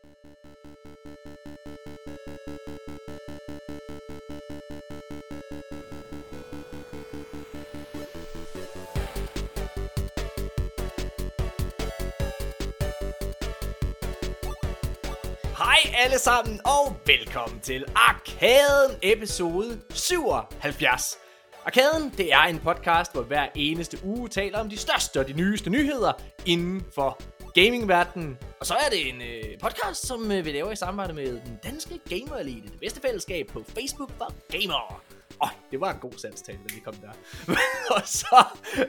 Hej alle sammen, og velkommen til Arkaden episode 77. Arkaden, det er en podcast, hvor hver eneste uge taler om de største og de nyeste nyheder inden for gamingverdenen. Og så er det en podcast, som vi laver i samarbejde med den danske Gamer Elite, det bedste fællesskab på Facebook for gamere. Det var en god salgstale, da vi kom der. Og så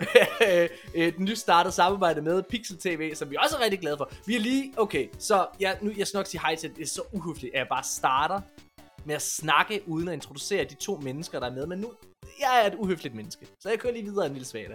et nyt startet samarbejde med Pixel TV, som vi også er rigtig glade for. Vi er lige, okay, så jeg skal nok sige hej til, det er så uhøfligt, at jeg bare starter med at snakke, uden at introducere de to mennesker, der er med. Men nu, jeg er et uhøfligt menneske, så jeg kører lige videre en lille svada.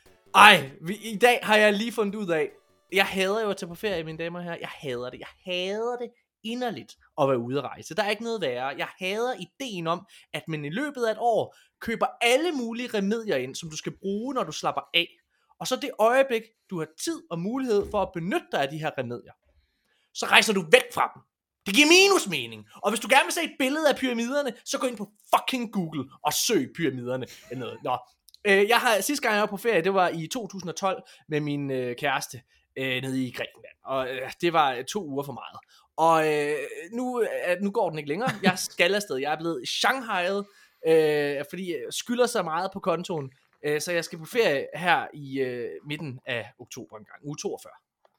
I dag har jeg lige fundet ud af, jeg hader jo at tage på ferie, mine damer og herrer. Jeg hader det inderligt at være ude at rejse. Der er ikke noget værre. Jeg hader ideen om, at man i løbet af et år køber alle mulige remedier ind, som du skal bruge, når du slapper af. Og så det øjeblik, du har tid og mulighed for at benytte dig af de her remedier, så rejser du væk fra dem. Det giver minus mening. Og hvis du gerne vil se et billede af pyramiderne, så gå ind på fucking Google og søg pyramiderne. Sidste gang jeg var på ferie, det var i 2012 med min kæreste nede i Grækenland. Og det var 2 uger for meget. Og nu går den ikke længere. Jeg skal afsted. Jeg er blevet Shanghai'et, fordi jeg skylder så meget på kontoen. Så jeg skal på ferie her i midten af oktober en gang. Uge 42.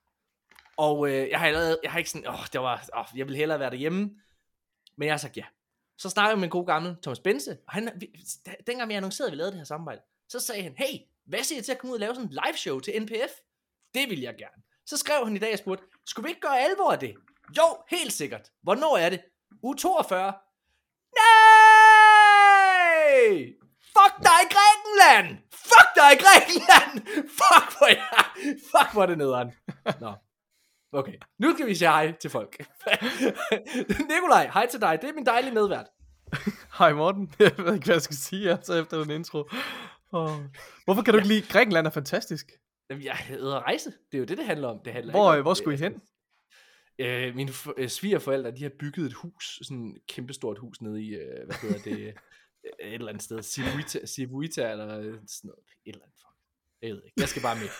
Og jeg har ikke sådan, jeg vil hellere være derhjemme. Men jeg har sagt ja. Så snakkede jeg med en god gammel Thomas Bense. Og dengang vi annoncerede, at vi lavede det her samarbejde, så sagde han, hey, hvad siger I til at komme ud og lave sådan en live show til NPF? Det vil jeg gerne. Så skrev han i dag og spurgte, skulle vi ikke gøre alvor af det? Jo, helt sikkert. Hvornår er det? Uge 42? Nej! Fuck dig, Grækenland! Fuck hvor er det nederen. Nå. Okay, nu skal vi sige hej til folk. Nikolaj, hej til dig. Det er min dejlige medvært. Hej Morten. Jeg ved ikke, hvad jeg skal sige efter den intro. Hvorfor kan du ikke lide Grækenland? Er fantastisk. Jeg hedder rejse. Det er jo det handler om. Hvor skulle I hen? Mine svigerforældre, de har bygget et hus, sådan et kæmpestort hus nede i, et eller andet sted, Sivuita eller sådan noget, et eller andet. Jeg ved ikke, jeg skal bare med.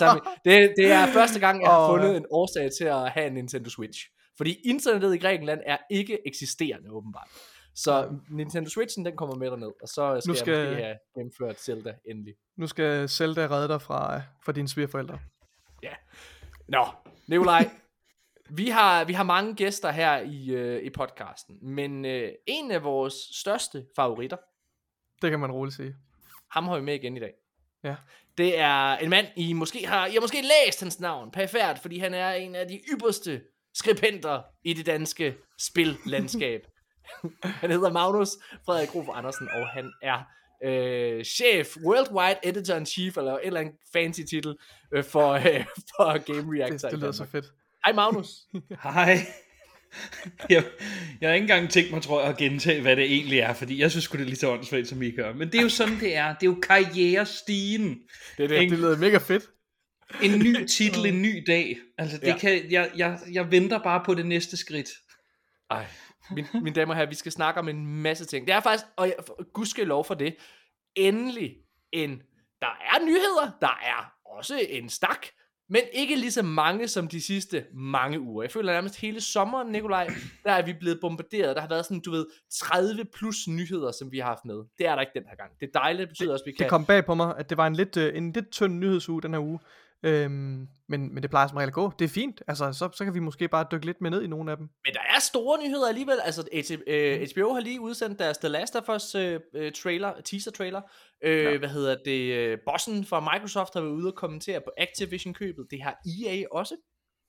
Det er første gang, jeg har fundet en årsag til at have en Nintendo Switch. Fordi internettet i Grækenland er ikke eksisterende, åbenbart. Så Nintendo Switchen, den kommer med derned, og så skal jeg måske have gennemført Zelda endelig. Nu skal Zelda redde dig fra dine svigerforældre. Ja. Nå, Nikolaj, vi har mange gæster her i podcasten, men en af vores største favoritter, det kan man roligt sige, ham har vi med igen i dag. Ja. Det er en mand, I har måske læst hans navn perifært, fordi han er en af de ypperste skribenter i det danske spillandskab. Han hedder Magnus Frederik Rofer Andersen, og han er chef, worldwide editor-in-chief, eller et eller andet fancy titel for Game Reactor. Det lyder så fedt. Hej Magnus. Hej. Jeg har ikke engang tænkt mig, tror jeg, at gentage, hvad det egentlig er, fordi jeg synes sgu, det er lige så åndssvagt, som I gør. Men det er jo sådan, det er. Det er jo karrierestigen. Det lyder mega fedt. En ny titel, en ny dag. Altså, det kan, jeg venter bare på det næste skridt. Ej, mine damer og herrer, vi skal snakke om en masse ting. Det er faktisk, og gudskelov for det, endelig der er nyheder, der er også en stak, men ikke lige så mange som de sidste mange uger. Jeg føler nærmest hele sommeren, Nikolaj, der er vi blevet bombarderet. Der har været sådan, 30 plus nyheder, som vi har haft med. Det er der ikke den her gang. Det er dejligt, det betyder også, at vi kan... Det kom bag på mig, at det var en lidt tynd nyhedsuge den her uge. Men det plejer som regel at gå. Det er fint. Altså, så kan vi måske bare dykke lidt mere ned i nogle af dem. Men der er store nyheder alligevel. Altså, HBO har lige udsendt deres The Last of Us teaser trailer. Bossen fra Microsoft har været ude og kommentere på Activision-købet. Det har EA også.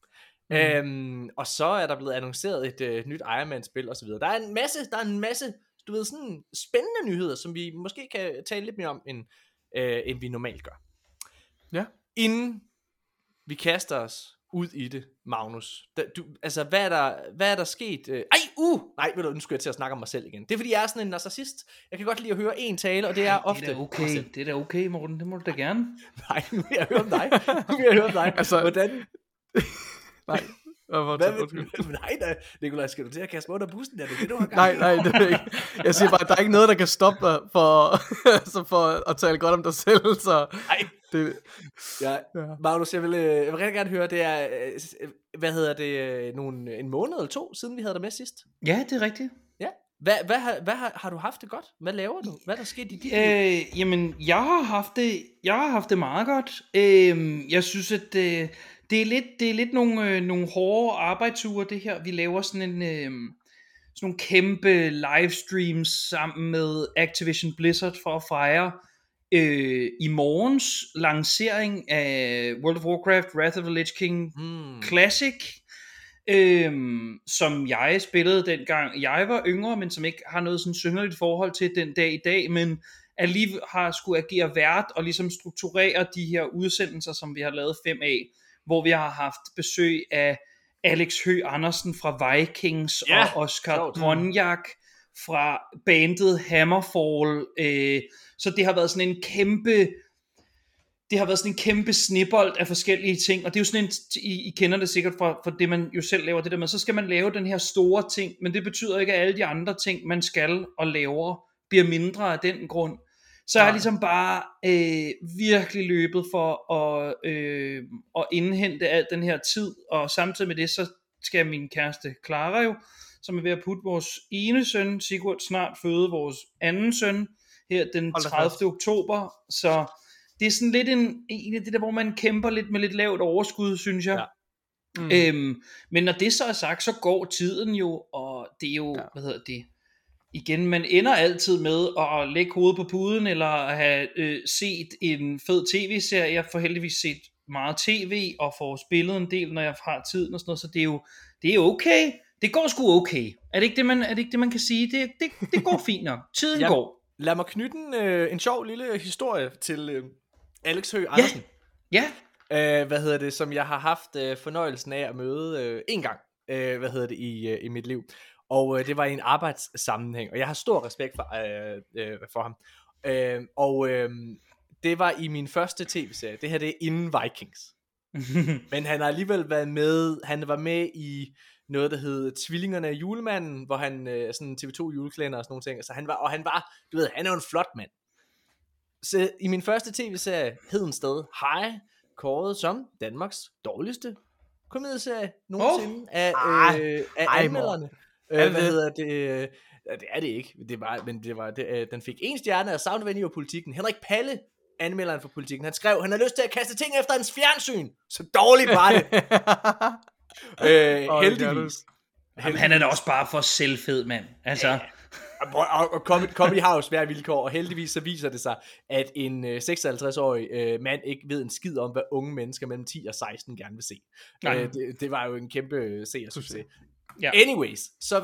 Og så er der blevet annonceret et nyt Iron Man-spil osv. Der er en masse, du ved, sådan spændende nyheder, som vi måske kan tale lidt mere om, end vi normalt gør. Ja. Inden vi kaster os ud i det, Magnus. Hvad er der sket? Nej, nu skal jeg til at snakke om mig selv igen. Det er fordi, jeg er sådan en narcissist. Jeg kan godt lide at høre en tale, og det er ofte... Det er da okay, Morten. Det må du da gerne. Nej, nu vil jeg høre om dig. Altså... Hvordan... Nej. Nej, Nikolaj, skal du til at kaste mig under bussen? Er det det, du har gang? Nej, det er ikke. Jeg siger bare, at der er ikke noget, der kan stoppe dig for at tale godt om dig selv, så... Nej. Det, ja. Magnus, jeg vil rigtig gerne høre, det er, hvad hedder det, en måned eller 2, siden vi havde dig med sidst? Ja, det er rigtigt. Ja. Hvad har du haft det godt? Hvad laver du? Hvad er der sket i dit liv? Jamen, jeg har haft det meget godt. Jeg synes, at det er lidt nogle hårde arbejdsuger, det her. Vi laver sådan nogle kæmpe livestreams sammen med Activision Blizzard for at fejre i morgens lancering af World of Warcraft Wrath of the Lich King Classic, som jeg spillede dengang jeg var yngre, men som ikke har noget sådan synderligt forhold til den dag i dag, men alligevel har skulle agere vært og ligesom strukturere de her udsendelser, som vi har lavet 5 af, hvor vi har haft besøg af Alex Høgh Andersen fra Vikings og Oscar Grønjak fra bandet Hammerfall. Så det har været sådan en kæmpe snebold af forskellige ting, og det er jo sådan en, I kender det sikkert fra det man jo selv laver, det der med, så skal man lave den her store ting, men det betyder ikke, at alle de andre ting man skal og laver bliver mindre af den grund. Så jeg ligesom bare virkelig løbet for at indhente al den her tid, og samtidig med det, så skal min kæreste Clara jo, som er ved at putte vores ene søn, Sigurd, snart føde vores anden søn, her den 30. oktober, så det er sådan lidt en af det der, hvor man kæmper lidt med lidt lavt overskud, synes jeg. Ja. Men når det så er sagt, så går tiden jo, og det er jo, hvad hedder det, igen, man ender altid med at lægge hovedet på puden, eller have set en fed tv-serie. Jeg får heldigvis set meget tv, og får spillet en del, når jeg har tiden og sådan noget, så det er okay. Det går sgu okay. Er det ikke det, man kan sige? Det går fint nok. Tiden går. Lad mig knytte en sjov lille historie til Alex Høgh Andersen. Ja. Hvad hedder det, som jeg har haft fornøjelsen af at møde en gang, i mit liv. Og det var i en arbejdssammenhæng, og jeg har stor respekt for ham. Det var i min første tv-serie. Det her, det er inden Vikings. Men han har alligevel været med. Han var med i noget, der hed Tvillingerne af Julemanden, hvor han sådan TV2 juleklænder og sådan nogle ting. Så han var, du ved, han er jo en flot mand. Så i min første tv-serie, Hedensted High, kåret som Danmarks dårligste komedieserie nogensinde af anmelderne. Hvad hedder det? Det er det ikke. Den fik 1 stjerne af Soundvenue og Politikken. Henrik Palle, anmelderen for Politikken, han skrev, han har lyst til at kaste ting efter hans fjernsyn. Så dårligt var det. Heldigvis. Jamen, han er da også bare for selvfed, mand. Altså. Og Comedy har jo svære vilkår, og heldigvis så viser det sig, at en 56-årig mand ikke ved en skid om, hvad unge mennesker mellem 10 og 16 gerne vil se. Det var jo en kæmpe seersucces. Ja. Anyways, så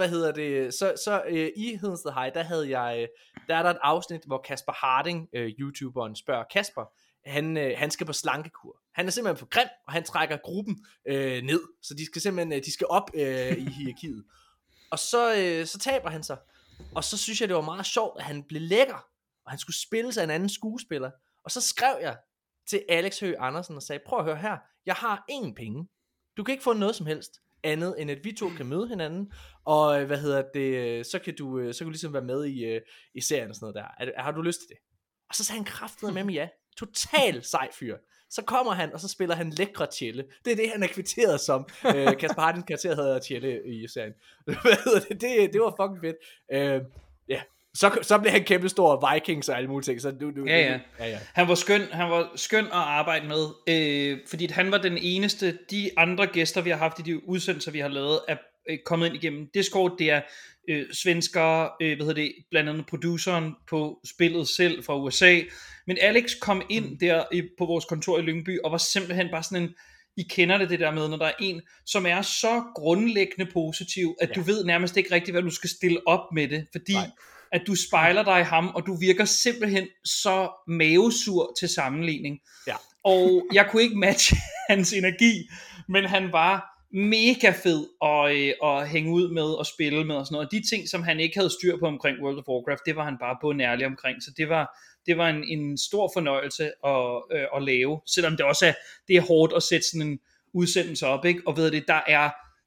i Hedensted High, der er der et afsnit, hvor Kasper Harding, YouTuberen, spørger Kasper, han skal på slankekur. Han er simpelthen for grim, og han trækker gruppen ned, så de skal op i hierarkiet. Og så taber han sig. Og så synes jeg, det var meget sjovt, at han blev lækker, og han skulle spille sig en anden skuespiller. Og så skrev jeg til Alex Høgh Andersen og sagde, prøv at høre her, jeg har ingen penge. Du kan ikke få noget som helst andet, end at vi to kan møde hinanden, og så kan du ligesom være med i serien og sådan noget der. Har du lyst til det? Og så sagde han kraftedeme med mig ja. Total sej fyr. Så kommer han, og så spiller han lækre Tjelle. Det er det, han er kvitteret som. Kasper Hardings karakter hedder Tjelle i serien. Det var fucking fedt. Ja. Så blev han kæmpe stor Vikings og alle mulige ting. Så ja. Han var skøn at arbejde med, fordi han var den eneste. De andre gæster vi har haft i de udsendelser vi har lavet er kommet ind igennem Discord. Det er svenskere, blandt andet produceren på spillet selv fra USA. Men Alex kom ind der på vores kontor i Lyngby og var simpelthen bare sådan en, I kender det der med, når der er en, som er så grundlæggende positiv, at du ved nærmest ikke rigtigt, hvad du skal stille op med det, fordi at du spejler dig i ham, og du virker simpelthen så mavesur til sammenligning. Ja. Og jeg kunne ikke matche hans energi, men han var mega fed at hænge ud med og spille med og sådan noget. Og de ting, som han ikke havde styr på omkring World of Warcraft, det var han bare på nærlig omkring. Så det var en stor fornøjelse at lave, selvom det også det er hårdt at sætte sådan en udsendelse op, ikke? Og ved det, der er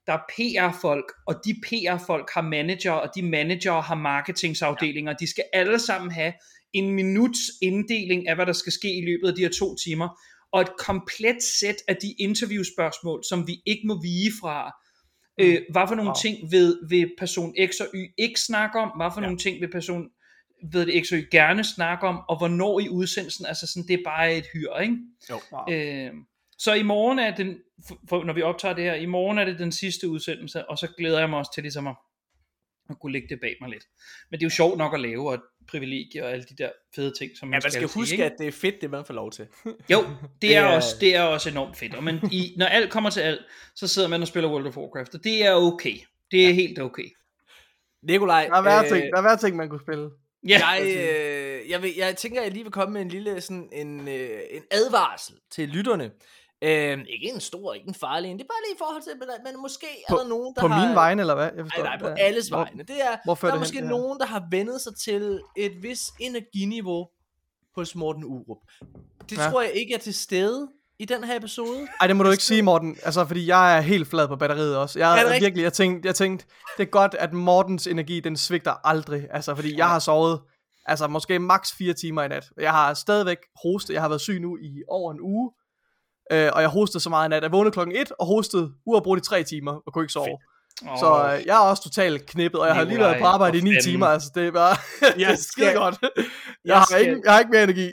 der er PR-folk, og de PR-folk har manager, og de manager har marketingsafdelinger. De skal alle sammen have en minuts inddeling af, hvad der skal ske i løbet af de her 2 timer, og et komplet sæt af de interviewspørgsmål, som vi ikke må vige fra. Hvad for nogle ting vil person X og Y ikke snakke om, hvad for nogle ting vil person ved det X og Y gerne snakke om, og hvornår i udsendelsen, altså sådan, det er bare et hyr, ikke? Jo. Så i morgen er den, når vi optager det her, i morgen er det den sidste udsendelse, og så glæder jeg mig også til ligesom at kunne lægge det bag mig lidt. Men det er jo sjovt nok at lave, og et privilegie og alle de der fede ting, som man skal huske, sige, at det er fedt, det man får lov til. Jo, det er også enormt fedt. Og når alt kommer til alt, så sidder man og spiller World of Warcraft, og det er okay. Det er helt okay. Nikolaj, der er værre ting, man kunne spille. Ja. Jeg tænker, at jeg lige vil komme med en lille sådan en advarsel til lytterne. Ikke en stor, ikke en farlig en. Det er bare lige i forhold til, men måske er der nogen, der på har... mine vegne, eller hvad? Nej, på alles vegne. Det er, der er måske nogen, der har vendet sig til et vis energiniveau hos Morten Urup. Det tror jeg ikke er til stede i den her episode. Ej, det må du ikke sige, Morten. Altså, fordi jeg er helt flad på batteriet også. Jeg tænkte, det er godt, at Mortens energi, den svigter aldrig. Altså, fordi jeg har sovet, altså måske maks 4 timer i nat. Jeg har stadigvæk hostet. Jeg har været syg nu i over en uge. Og jeg hostede så meget i nat. Jeg vågnede klokken 1 og hostede uafbrudt i 3 timer og kunne ikke sove. Så jeg er også totalt knippet, og jeg har lige været på arbejde i 9 timer. Altså, det er bare skide godt. Jeg har ikke mere energi.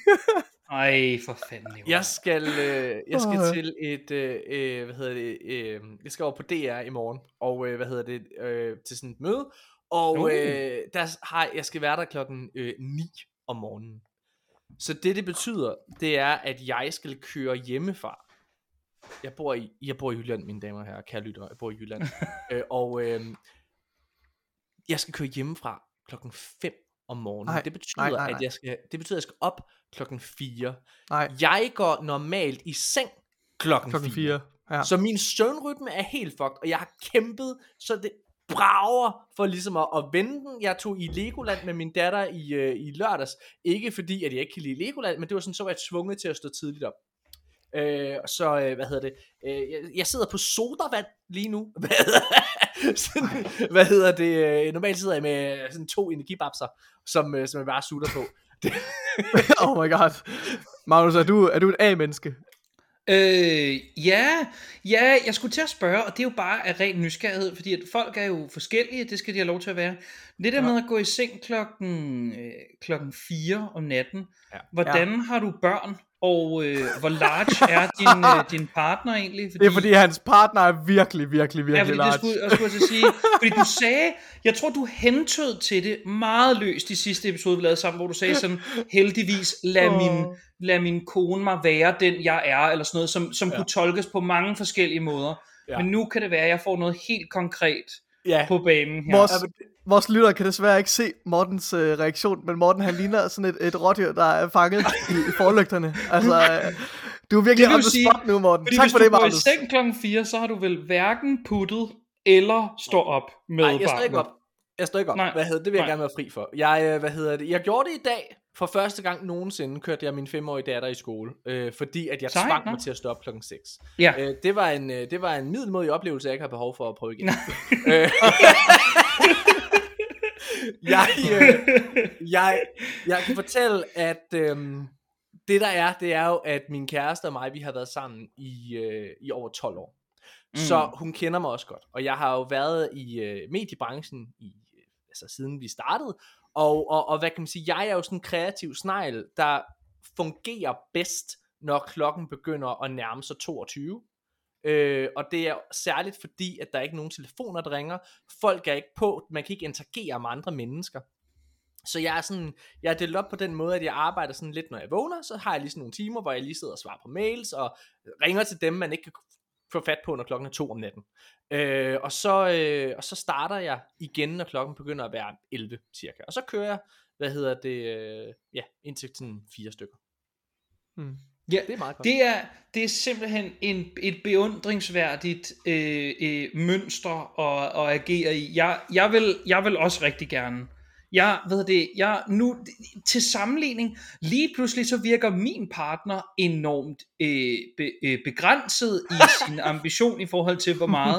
Ej, for fanden. Jeg skal til et jeg skal over på DR i morgen, og til sådan et møde, og jeg skal være der klokken 9 om morgenen. Så det betyder, det er, at jeg skal køre hjemmefra. Jeg bor i Jylland, mine damer og herrer, kære lyttere. Jeg bor i Jylland. Jeg skal køre hjemmefra klokken 5 om morgenen. Det betyder, at jeg skal op klokken 4. Jeg går normalt i seng klokken 4. Ja. Så min søvnrytme er helt fucked, og jeg har kæmpet, så det brager for ligesom at vende den. Jeg tog i Legoland med min datter i lørdags. Ikke fordi, at jeg ikke kan lide Legoland, men det var sådan, så var jeg tvunget til at stå tidligt op. Jeg sidder på sodavand lige nu. Normalt sidder jeg med sådan 2 energibabser, som jeg bare sutter på. Oh my god. Magnus, er du et A-menneske? Ja, jeg skulle til at spørge, og det er jo bare af ren nysgerrighed, fordi at folk er jo forskellige, det skal de have lov til at være. Det der med at gå i seng klokken 4 om natten, hvordan har du børn? Og hvor large er din partner egentlig? Det er fordi hans partner er virkelig large. Det skulle jeg sige. Fordi du sagde, jeg tror du hentød til det meget løst i sidste episode vi lavede sammen, hvor du sagde sådan, heldigvis lad min kone mig være den jeg er, eller sådan noget, som kunne tolkes på mange forskellige måder. Men nu kan det være at jeg får noget helt konkret på banen her. Vores lyttere kan desværre ikke se Mortens reaktion, men Morten han ligner sådan et rådyr, der er fanget i forlygterne. Altså, du er virkelig on the spot nu, Morten. Tak for det, Magnus. Hvis du går i seng klokken 4, så har du vel hverken puttet eller står op med barnet. Nej, jeg står ikke op. Det vil jeg gerne være fri for. Jeg gjorde det i dag. For første gang nogensinde kørte jeg min 5-årige datter i skole, fordi at jeg tvang mig til at stå op klokken 6. Ja. Det var en middelmådig oplevelse, jeg ikke har behov for at prøve igen. Jeg kan fortælle, at det er jo, at min kæreste og mig, vi har været sammen i over 12 år. Så hun kender mig også godt. Og jeg har jo været i mediebranchen siden vi startede. Og hvad kan man sige, jeg er jo sådan en kreativ snegl, der fungerer bedst, når klokken begynder at nærme sig 22. Og det er særligt fordi, at der er ikke nogen telefoner, der ringer. Folk er ikke på, man kan ikke interagere med andre mennesker. Så jeg er delt op på den måde, at jeg arbejder sådan lidt, når jeg vågner, så har jeg lige sådan nogle timer, hvor jeg lige sidder og svarer på mails, og ringer til dem, man ikke kan få fat på, når klokken er 2 om natten. Og så starter jeg igen, når klokken begynder at være 11 cirka. Og så kører jeg, indtil sådan 4 stykker. Ja, det er meget godt. Det er simpelthen et beundringsværdigt mønster at agere i. Jeg vil også rigtig gerne. Nu til sammenligning, lige pludselig så virker min partner enormt begrænset i sin ambition i forhold til hvor meget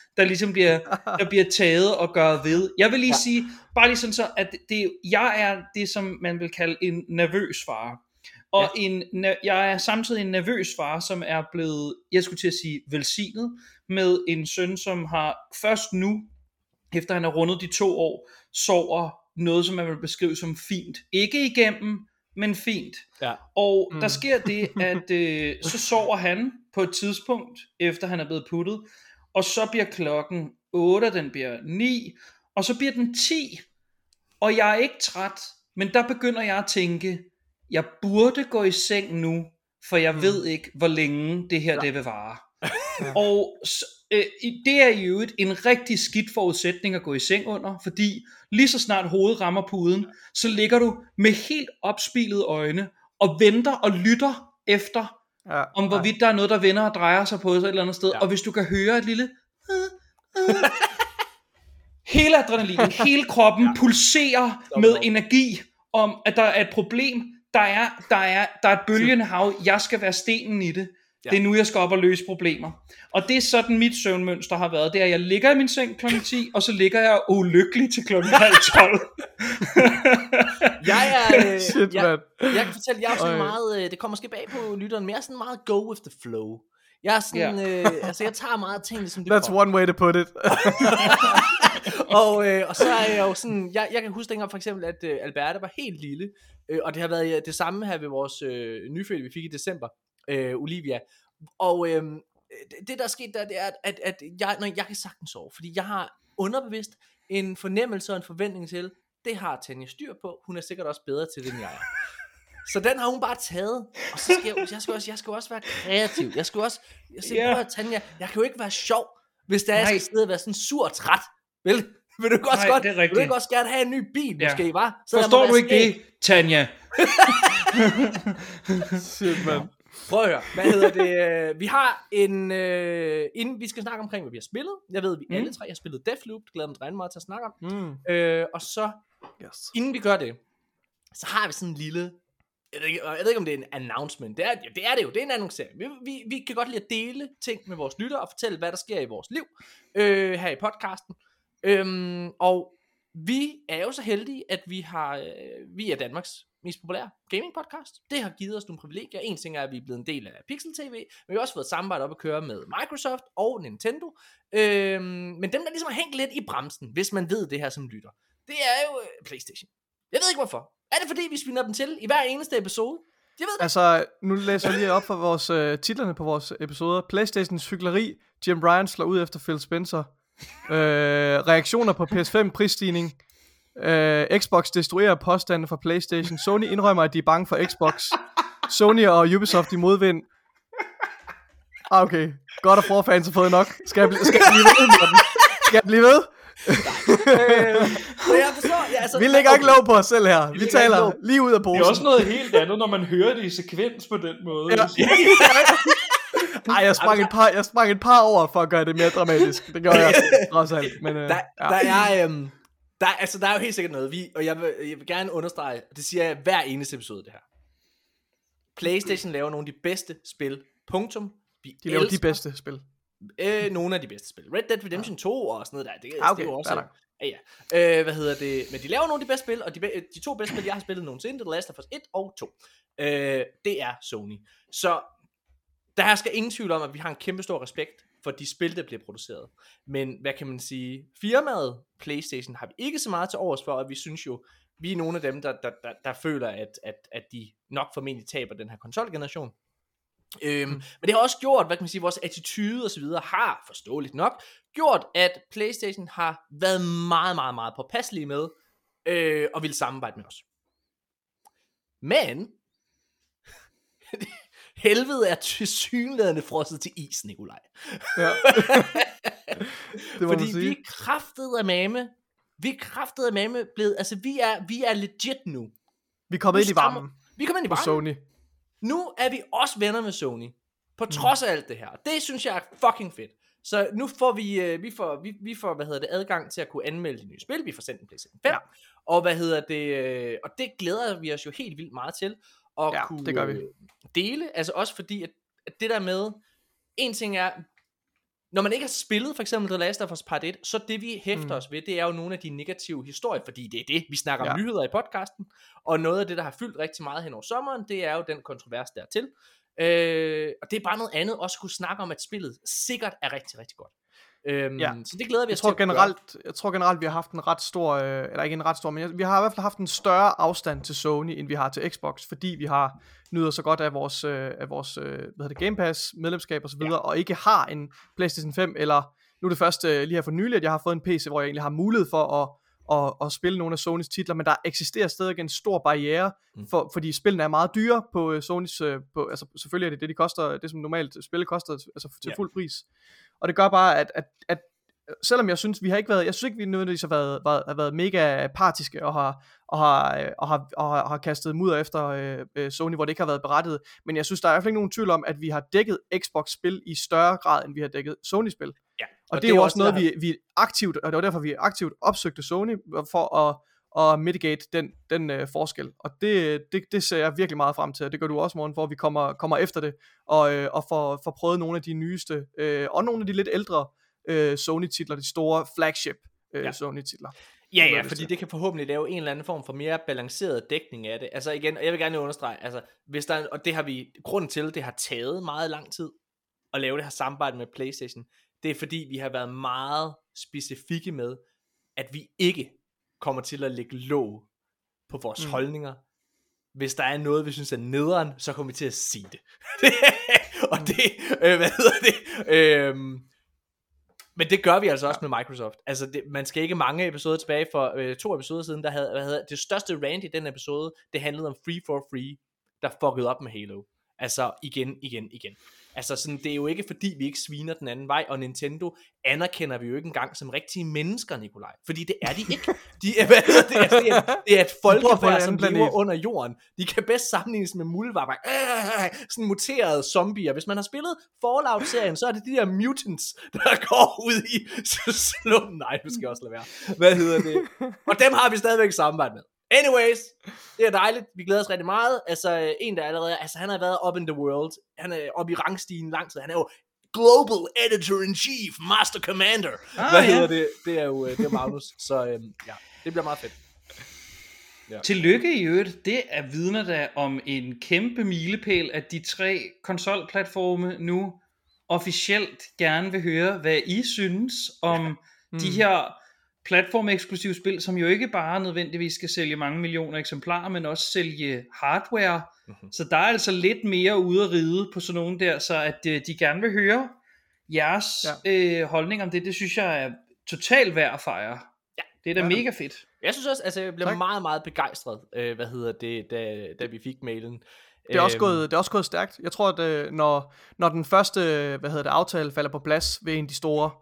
der ligesom bliver taget og gør ved. Jeg vil lige sige, bare lige sådan så, at jeg er det, som man vil kalde en nervøs far. Og jeg er samtidig en nervøs far, som er blevet, jeg skulle til at sige, velsignet med en søn, som har først nu, efter han har rundet de 2 år, sover noget, som man vil beskrive som fint. Ikke igennem, men fint. Ja. Og der sker det, at så sover han på et tidspunkt, efter han er blevet puttet, og så bliver klokken 8, den bliver 9, og så bliver den 10, og jeg er ikke træt, men der begynder jeg at tænke, jeg burde gå i seng nu, for jeg ved ikke, hvor længe det her det vil vare. Og det er jo en rigtig skidt forudsætning at gå i seng under, fordi lige så snart hovedet rammer puden, så ligger du med helt opspilede øjne og venter og lytter efter, om hvorvidt der er noget, der vender og drejer sig på et eller andet sted. Og hvis du kan høre et lille hele adrenalinen, hele kroppen pulserer med energi om, at der er et problem, der er et bølgende hav, jeg skal være stenen i det. Det er nu, jeg skal op og løse problemer. Og det er sådan, mit søvnmønster har været. Det er, at jeg ligger i min seng kl. 10, og så ligger jeg ulykkelig til kl. 11:30. Jeg kan fortælle, jeg er sådan meget, det kommer måske bag på lytteren, men jeg er sådan meget go with the flow. Jeg er sådan, altså jeg tager meget ting, som det That's one way to put it. og så er jeg jo sådan, jeg kan huske dengang for eksempel, at Alberte var helt lille, og det har været det samme her ved vores nyfødte, vi fik i december, Olivia, og det der er sket der, det er, at jeg kan sagtens sove, fordi jeg har underbevidst en fornemmelse og en forventning til, det har Tanja styr på, hun er sikkert også bedre til det, end jeg er. Så den har hun bare taget, og så jeg skal også være kreativ. Jeg skal også, Tanja, jeg kan jo ikke være sjov, hvis der jeg skal sidde og være sådan sur og træt. Vil du ikke også gerne have en ny bil, måske, var? Forstår du ikke det, Tanja? Shit, man. Prøv at høre, hvad hedder det? Vi har inden vi skal snakke omkring, hvad vi har spillet. Jeg ved, vi alle tre har spillet Deathloop. Det glæder mig rigtig meget til at snakke om. Og så, inden vi gør det, så har vi sådan en lille, jeg ved ikke om det er en announcement. Det er det jo, det er en annoncering. Vi kan godt lide at dele ting med vores lyttere og fortælle, hvad der sker i vores liv her i podcasten. Og vi er jo så heldige, at vi er Danmarks mest populære gaming podcast. Det har givet os nogle privilegier. En ting er, at vi er blevet en del af Pixel TV, men vi har også fået et samarbejde op at køre med Microsoft og Nintendo. Men dem, der ligesom har hængt lidt i bremsen, hvis man ved det her som lytter, det er jo PlayStation. Jeg ved ikke hvorfor. Er det fordi, vi sviner dem til i hver eneste episode? Jeg ved det. Altså, nu læser jeg lige op for vores titlerne på vores episoder. PlayStations hykleri. Jim Ryan slår ud efter Phil Spencer. Reaktioner på PS5 prisstigning. Xbox destruerer påstanden fra PlayStation. Sony indrømmer, at de er bange for Xbox. Sony og Ubisoft i modvind. Okay, God of War fans har fået nok. Skal jeg blive ved med dem? Skal jeg blive ved? Vi lægger ikke lov på os selv her. Vi taler lige ud af posen. Det er også noget helt andet, når man hører det i sekvens på den måde. Ej, jeg sprang et par over for at gøre det mere dramatisk. Det gør jeg trods alt. Men, der er jo helt sikkert noget, og jeg vil gerne understrege, og det siger jeg hver eneste episode det her. PlayStation laver nogle af de bedste spil. Punktum. De laver de bedste spil. Nogle af de bedste spil. Red Dead Redemption 2 og sådan noget der. Det er jo også. Hvad hedder det? Men de laver nogle af de bedste spil, og de 2 bedste spil, jeg har spillet nogensinde, The Last of Us 1 og 2. Det er Sony. Så der skal ingen tvivl om, at vi har en kæmpe stor respekt for de spil, der bliver produceret. Men hvad kan man sige? Firmaet PlayStation har vi ikke så meget til overs for, og vi synes jo, vi er nogle af dem, der føler, at de nok formentlig taber den her konsolgeneration. Men det har også gjort, hvad kan man sige, vores attitude og så videre har, forståeligt nok, gjort, at PlayStation har været meget, meget, meget påpasselige med, og ville samarbejde med os. Men helvede er tilsyneladende frosset til is, Nikolaj. Ja. Fordi vi kraftede mame blevet, altså vi er legit nu. Vi er kommet ind i varmen. Vi er kommet ind i varmen. Sony. Nu er vi også venner med Sony. På trods af alt det her. Det synes jeg er fucking fedt. Så nu får vi får adgang til at kunne anmelde de nye spil. Vi får sendt en PlayStation 5. Ja. Og og det glæder vi os jo helt vildt meget til at kunne det gør vi. Dele. Altså også fordi at det der med, en ting er, når man ikke har spillet for eksempel The Last of Us Part 1, så det vi hæfter os ved, det er jo nogle af de negative historier, fordi det er det, vi snakker om nyheder i podcasten, og noget af det, der har fyldt rigtig meget hen over sommeren, det er jo den kontrovers dertil. Og det er bare noget andet, også kunne snakke om, at spillet sikkert er rigtig, rigtig godt. Så det glæder vi os til. Jeg tror generelt, vi har haft en ret stor, eller ikke en ret stor, men vi har i hvert fald haft en større afstand til Sony, end vi har til Xbox, fordi vi har nyder så godt af vores Game Pass medlemskab og så videre, og ikke har en PlayStation 5, eller nu er det først lige her for nylig, at jeg har fået en PC, hvor jeg egentlig har mulighed for at spille nogle af Sonys titler, men der eksisterer stadig en stor barriere, fordi spillene er meget dyre på Sonys, altså selvfølgelig er det de koster, det som normalt spil koster, altså til fuld pris. Og det gør bare, at selvom jeg synes, vi nødvendigvis har været mega partiske og har kastet mudder efter Sony, hvor det ikke har været berettiget, men jeg synes, der er i hvert fald ikke nogen tvivl om, at vi har dækket Xbox-spil i større grad, end vi har dækket Sony-spil. Ja. Og det er jo også noget, vi aktivt, og det var derfor, vi aktivt opsøgte Sony for at mitigate den forskel. Og det ser jeg virkelig meget frem til, og det gør du også, Morten, for at vi kommer efter det, og får prøvet nogle af de nyeste, og nogle af de lidt ældre Sony-titler, de store flagship Sony-titler. Ja, fordi det kan forhåbentlig lave en eller anden form for mere balanceret dækning af det. Altså igen, og jeg vil gerne understrege, altså, hvis der, og det har vi, grunden til, det har taget meget lang tid at lave det her samarbejde med PlayStation, det er fordi, vi har været meget specifikke med, at vi ikke kommer til at lægge låg på vores holdninger. Hvis der er noget, vi synes er nederen, så kommer vi til at sige det. Og det, hvad hedder det? Men det gør vi altså også med Microsoft. Altså, man skal ikke mange episoder tilbage, for 2 episoder siden, der havde det største rant i den episode, det handlede om Free for Free, der fuckede op med Halo. Altså igen. Altså sådan, det er jo ikke fordi vi ikke sviner den anden vej, og Nintendo anerkender vi jo ikke engang som rigtige mennesker, Nikolaj. Fordi det er de ikke. Det er et folkefærd, som lever under jorden. De kan bedst sammenlignes med muldvarper. Sådan muterede zombier. Hvis man har spillet Fallout-serien, så er det de der mutants, der går ud i slummen. Nej, det skal også lade være. Hvad hedder det? Og dem har vi stadigvæk samarbejde med. Anyways, det er dejligt, vi glæder os rigtig meget. Altså en der allerede, altså han har været up in the world, han er oppe i rangstigen lang tid, han er jo Global Editor-in-Chief, Master Commander. Hvad hedder det? Det er jo det er Magnus, så ja, det bliver meget fedt. Ja. Tillykke i øvrigt, det er vidner der om en kæmpe milepæl, at de 3 konsolplatforme nu officielt gerne vil høre, hvad I synes om de her platform-eksklusive spil, som jo ikke bare nødvendigvis skal sælge mange millioner eksemplarer, men også sælge hardware. Så der er altså lidt mere ude at ride på sådan nogle der, så at de gerne vil høre jeres holdning om det. Det synes jeg er totalt værd at fejre. Ja, det er da mega fedt. Jeg synes også, altså jeg blev meget, meget begejstret, da vi fik mailen. Det er også gået stærkt. Jeg tror, at når den første aftale falder på plads ved en af de store,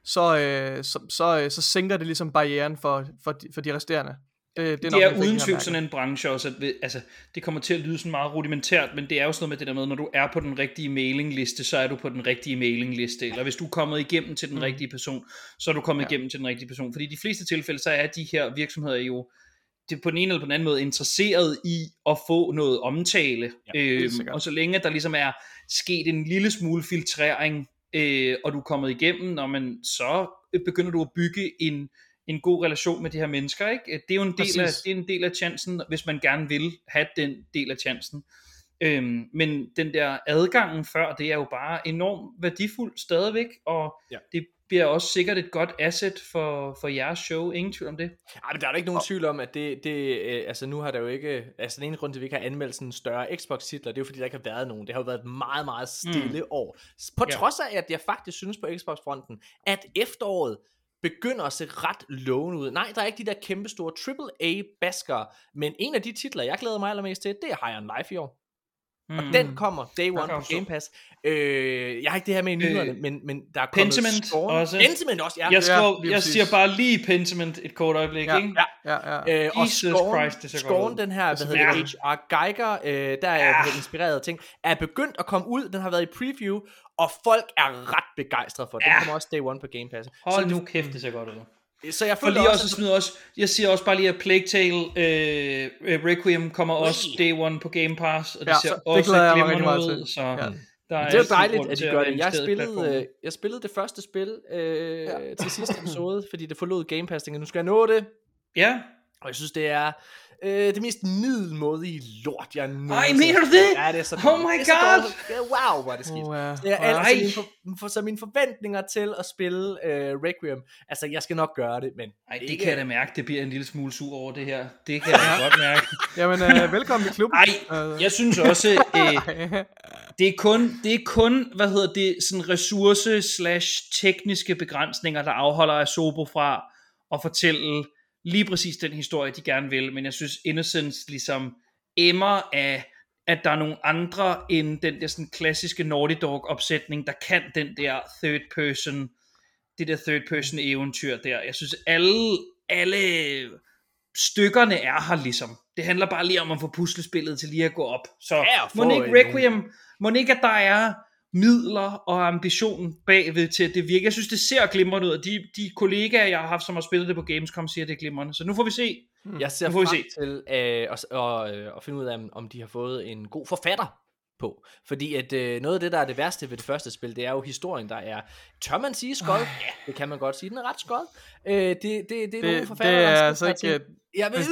så sænker det ligesom barrieren for de resterende. Det er uden tvivl sådan en branche også, at altså, det kommer til at lyde sådan meget rudimentært, men det er jo sådan noget med det der med, når du er på den rigtige mailingliste, så er du på den rigtige mailingliste, eller hvis du er kommet igennem til den rigtige person, så er du kommet igennem til den rigtige person, fordi i de fleste tilfælde, så er de her virksomheder jo det på den ene eller på den anden måde interesseret i at få noget omtale, og så længe der ligesom er sket en lille smule filtrering, og du er kommet igennem, så begynder du at bygge en god relation med de her mennesker, ikke? Det er jo en del af chancen, hvis man gerne vil have den del af chancen. Men den der adgangen før, det er jo bare enormt værdifuldt stadigvæk, og det bliver også sikkert et godt asset for jeres show, ingen tvivl om det. Ej, men der er da ikke nogen tvivl om, at altså nu har der jo ikke, altså den ene grund til, at vi ikke har anmeldt sådan større Xbox-titler, det er jo fordi, der ikke har været nogen. Det har jo været et meget, meget stille år. På trods af, at jeg faktisk synes på Xbox-fronten, at efteråret begynder at se ret lovende ud. Nej, der er ikke de der kæmpe store AAA-baskere, men en af de titler, jeg glæder mig allermest til, det er High on Life i år. Og den kommer day one på Game Pass. Jeg har ikke det her med i nyhederne, men der er kommet Pentiment også. Pentiment også, ja. Jeg siger bare lige Pentiment et kort øjeblik, ikke? Ja. Og Scorn, den her, H.R. Geiger, der er inspireret af ting, er begyndt at komme ud. Den har været i preview, og folk er ret begejstrede for det. Den kommer også day one på Game Pass. Hold nu kæft, det ser godt ud. Så jeg føler også, jeg siger også bare lige, at Plague Tale Requiem kommer også day one på Game Pass, og det ser også glimrende ud, så Der Det er jo dejligt, grund at til de gør være det. investeret Jeg spillede det første spil til sidste episode, fordi det forlod Game Pass, og nu skal jeg nå det. Ja. Og jeg synes, det er det mest middelmådige lort, jeg nogensinde. mener du det? Ja, det er så Oh my god! Wow, hvor er det skidt. Så mine forventninger til at spille Requiem, altså jeg skal nok gøre det, men... Ej, det kan jeg da mærke, det bliver en lille smule sur over det her. Det kan jeg da godt mærke. Jamen, velkommen i klubben. Ej, jeg synes også, det er kun, sådan ressource/tekniske begrænsninger, der afholder Asobo fra at fortælle lige præcis den historie, de gerne vil, men jeg synes Innocence ligesom emmer af, at der er nogle andre end den der sådan klassiske Naughty Dog opsætning, der kan det der third person eventyr der. Jeg synes alle stykkerne er her ligesom. Det handler bare lige om at få puslespillet til lige at gå op. Så må ikke Requiem, må ikke at der er midler og ambition bagved til at det virker. Jeg synes det ser glimrende ud, og de kollegaer jeg har haft som har spillet det på Gamescom siger det er glimrende. Så nu får vi se. Jeg ser frem til at finde ud af om de har fået en god forfatter på, fordi at noget af det der er det værste ved det første spil, det er jo historien, der er, tør man sige skod? Ja, det kan man godt sige, den er ret skod. Det er nogle forfatter, det der er er altså ikke. Jeg ved,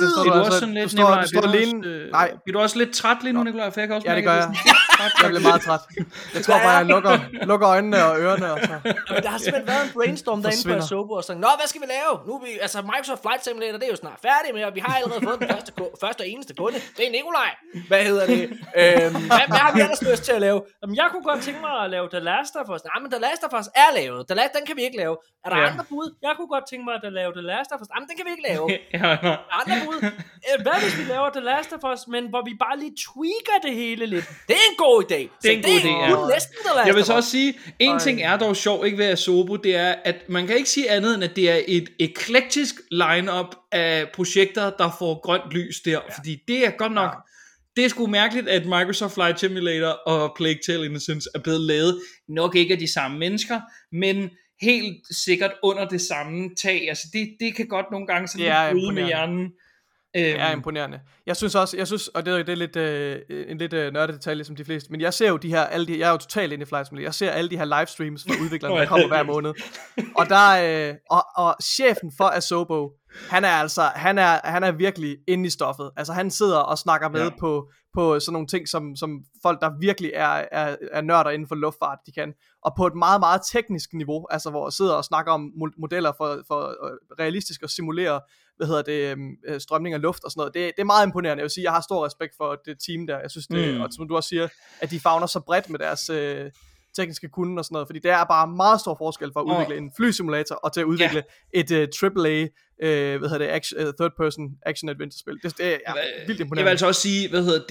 bliver du også lidt træt lige nu, Nikolaj? For jeg kan også ja, det gør jeg. Jeg bliver meget træt. Jeg tror bare, jeg lukker øjnene og ørerne. Og så. Men der har simpelthen været en brainstorm derinde på Asobo og sagt, nå, hvad skal vi lave? Nu er vi, altså Microsoft Flight Simulator, det er jo snart færdigt med, og vi har allerede fået den første og eneste kunde. Det er Nikolaj. Hvad hedder det? Hvad har vi ellers lyst til at lave? Jamen, jeg kunne godt tænke mig at lave The Last of Us. Nej, men The Last of Us er lavet. Den kan vi ikke lave. Er der andre bud? Jeg kunne godt tænke mig at lave The Last of Us. Jamen, den kan vi ikke lave. Andre bud. Hvad hvis vi laver The Last of Us, men hvor vi bare lige tweaker det hele lidt? Det er en god idé. Det er en god idé, ja. Næsten The Last of Us. Jeg vil så også sige, en ting er dog sjov, ikke ved Asobo, det er, at man kan ikke sige andet, end at det er et eklektisk line-up af projekter, der får grønt lys der, fordi det er godt nok, det er sgu mærkeligt, at Microsoft Flight Simulator og Plague Tale Innocence er blevet lavet, nok ikke af de samme mennesker, men helt sikkert under det samme tag. Altså det kan godt nogle gange sådan bryde med hjernen. Det er imponerende. Jeg synes, og det er lidt en lidt nørdet detalje som de fleste, men jeg ser jo jeg er jo totalt inde i Flight Simulator. Jeg ser alle de her livestreams fra udviklerne, der kommer hver måned. Og der og chefen for Asobo, han er virkelig inde i stoffet. Altså han sidder og snakker med på sådan nogle ting som folk der virkelig er nørder inden for luftfart, de kan. Og på et meget meget teknisk niveau, altså hvor jeg sidder og snakker om modeller for realistisk at simulere strømning af luft og sådan noget. Det er meget imponerende. Jeg vil sige, jeg har stor respekt for det team der. Jeg synes det, og som du også siger, at de favner så bredt med deres tekniske kunde og sådan noget, fordi det er bare meget stor forskel for at udvikle en flysimulator og til at udvikle et AAA third person action adventure spil. Det er vildt imponerende. Jeg vil altså også sige,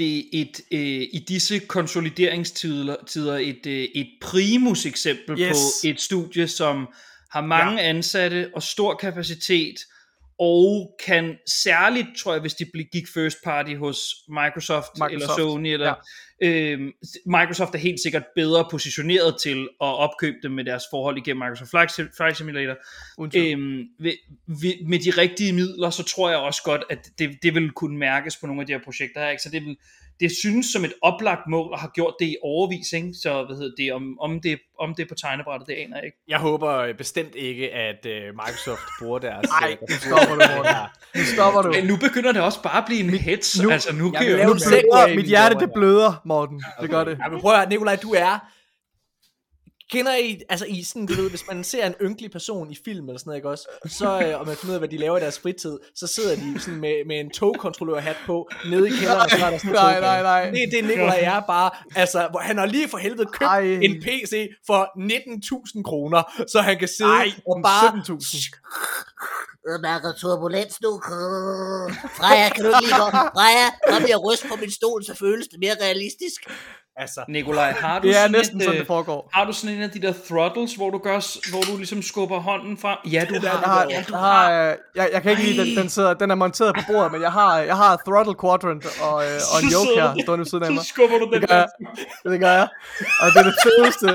i disse konsolideringstider et primus eksempel på et studie, som har mange ansatte og stor kapacitet, og kan særligt, tror jeg, hvis de gik first party hos Microsoft. Eller Sony, eller Microsoft er helt sikkert bedre positioneret til at opkøbe dem med deres forhold igennem Microsoft Flight Simulator. Med de rigtige midler, så tror jeg også godt, at det vil kunne mærkes på nogle af de her projekter her, ikke? Så det synes som et oplagt mål, og har gjort det i overvis, ikke? Så om det er på tegnebrættet, det aner jeg ikke. Jeg håber bestemt ikke, at Microsoft bruger deres... Nej, nu stopper du. Men nu begynder det også bare at blive en hits. Altså, nu mit hjerte, det bløder, Morten. Det gør det. Ja, men prøv at høre, Nikolaj, du er... Kender I, altså i sådan, du ved, hvis man ser en ynkelig person i film eller sådan noget, ikke også, så, og man finder ud af, hvad de laver i deres fritid, så sidder de sådan med en togkontrollørhat på, nede i kælderen, og så er der sådan nej. Det Nikolaj er bare, altså, hvor han har lige for helvede købt en PC for 19.000 kroner, så han kan sidde og bare... 17.000. mærker turbulens nu. Freja, kan du ikke lige komme? Freja, kom lige og ryst på min stol, så føles det mere realistisk. Altså, Nikolaj, har du sådan næsten sådan det foregår. Har du sådan en af de der throttles, hvor du ligesom skubber hånden frem? Ja, du har. Jeg kan ikke lide den er monteret på bordet, men jeg har throttle quadrant og en yoke her stående ved siden af mig. Så skubber du den. Det gør jeg. Og det er det fedeste.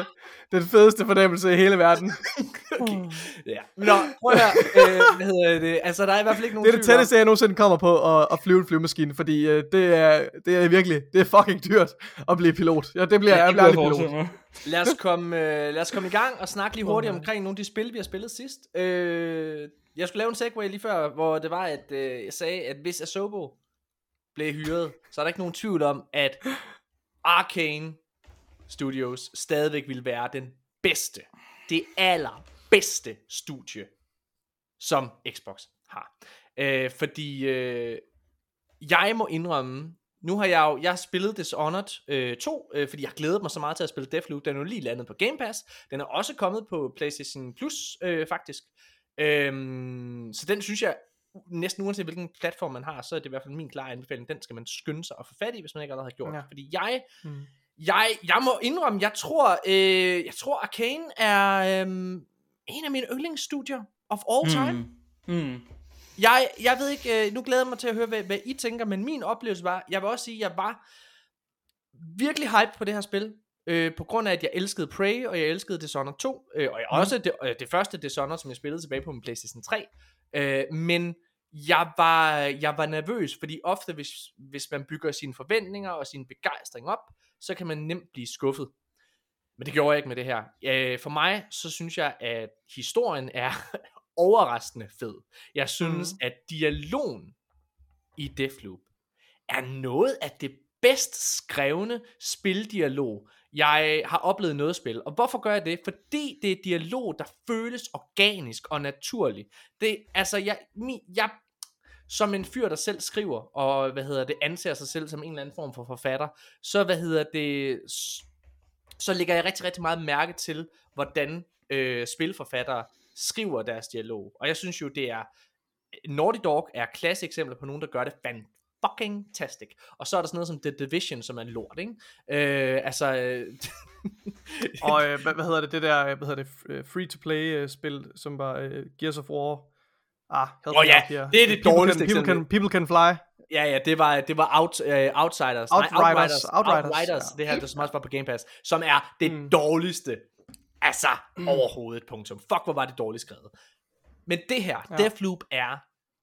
den fedeste fornemmelse i hele verden. Okay. Ja. Nå, prøv at høre, hvad hedder det? Altså, der er i hvert fald ikke nogen Det er det tætteste, jeg nogensinde kommer på at flyve en flyvemaskine, fordi det er virkelig, det er fucking dyrt at blive pilot. Ja, det bliver jeg bliver aldrig pilot. Lad os komme i gang og snakke lige hurtigt omkring nogle af de spil, vi har spillet sidst. Jeg skulle lave en segway lige før, hvor det var, at jeg sagde, at hvis Asobo blev hyret, så er der ikke nogen tvivl om, at Arkane Studios stadigvæk vil være den bedste, det allerbedste studie, som Xbox har. Fordi jeg må indrømme, nu har jeg har spillet Dishonored 2, fordi jeg har glædet mig så meget til at spille Deathloop. Den er jo lige landet på Game Pass. Den er også kommet på PlayStation Plus, faktisk. Så den synes jeg, næsten uanset hvilken platform man har, så er det i hvert fald min klare anbefaling. Den skal man skynde sig at få fat i, hvis man ikke allerede har gjort det. Fordi jeg må indrømme, jeg tror Arkane er en af mine yndlingsstudier of all time. Jeg ved ikke, nu glæder jeg mig til at høre, hvad I tænker, men min oplevelse var, jeg vil også sige, jeg var virkelig hype på det her spil, på grund af, at jeg elskede Prey, og jeg elskede Dishonored 2, og jeg også det første Dishonored, som jeg spillede tilbage på min PlayStation 3, men jeg var nervøs, fordi ofte, hvis man bygger sine forventninger og sin begejstring op, så kan man nemt blive skuffet. Men det gjorde jeg ikke med det her. For mig, så synes jeg, at historien er overraskende fed. Jeg synes, at dialogen i Deathloop er noget af det bedst skrevne spildialog, jeg har oplevet noget spil. Og hvorfor gør jeg det? Fordi det er dialog, der føles organisk og naturligt. Det, altså, jeg som en fyr, der selv skriver, og anser sig selv som en eller anden form for forfatter, så lægger jeg rigtig, rigtig meget mærke til, hvordan spilforfattere skriver deres dialog. Og jeg synes jo, det er Naughty Dog er klasse eksempler på nogen, der gør det fucking tastic. Og så er der sådan noget som The Division, som er lort, ikke? Og det der free-to-play spil, som var Gears of War. Det er det dårligste eksempel. People can fly. Ja, det var Outsiders. Outriders. Ja. Det her, der som også var på Game Pass, som er det dårligste, overhovedet, punktum. Fuck, hvor var det dårligt skrevet. Men det her, Deathloop er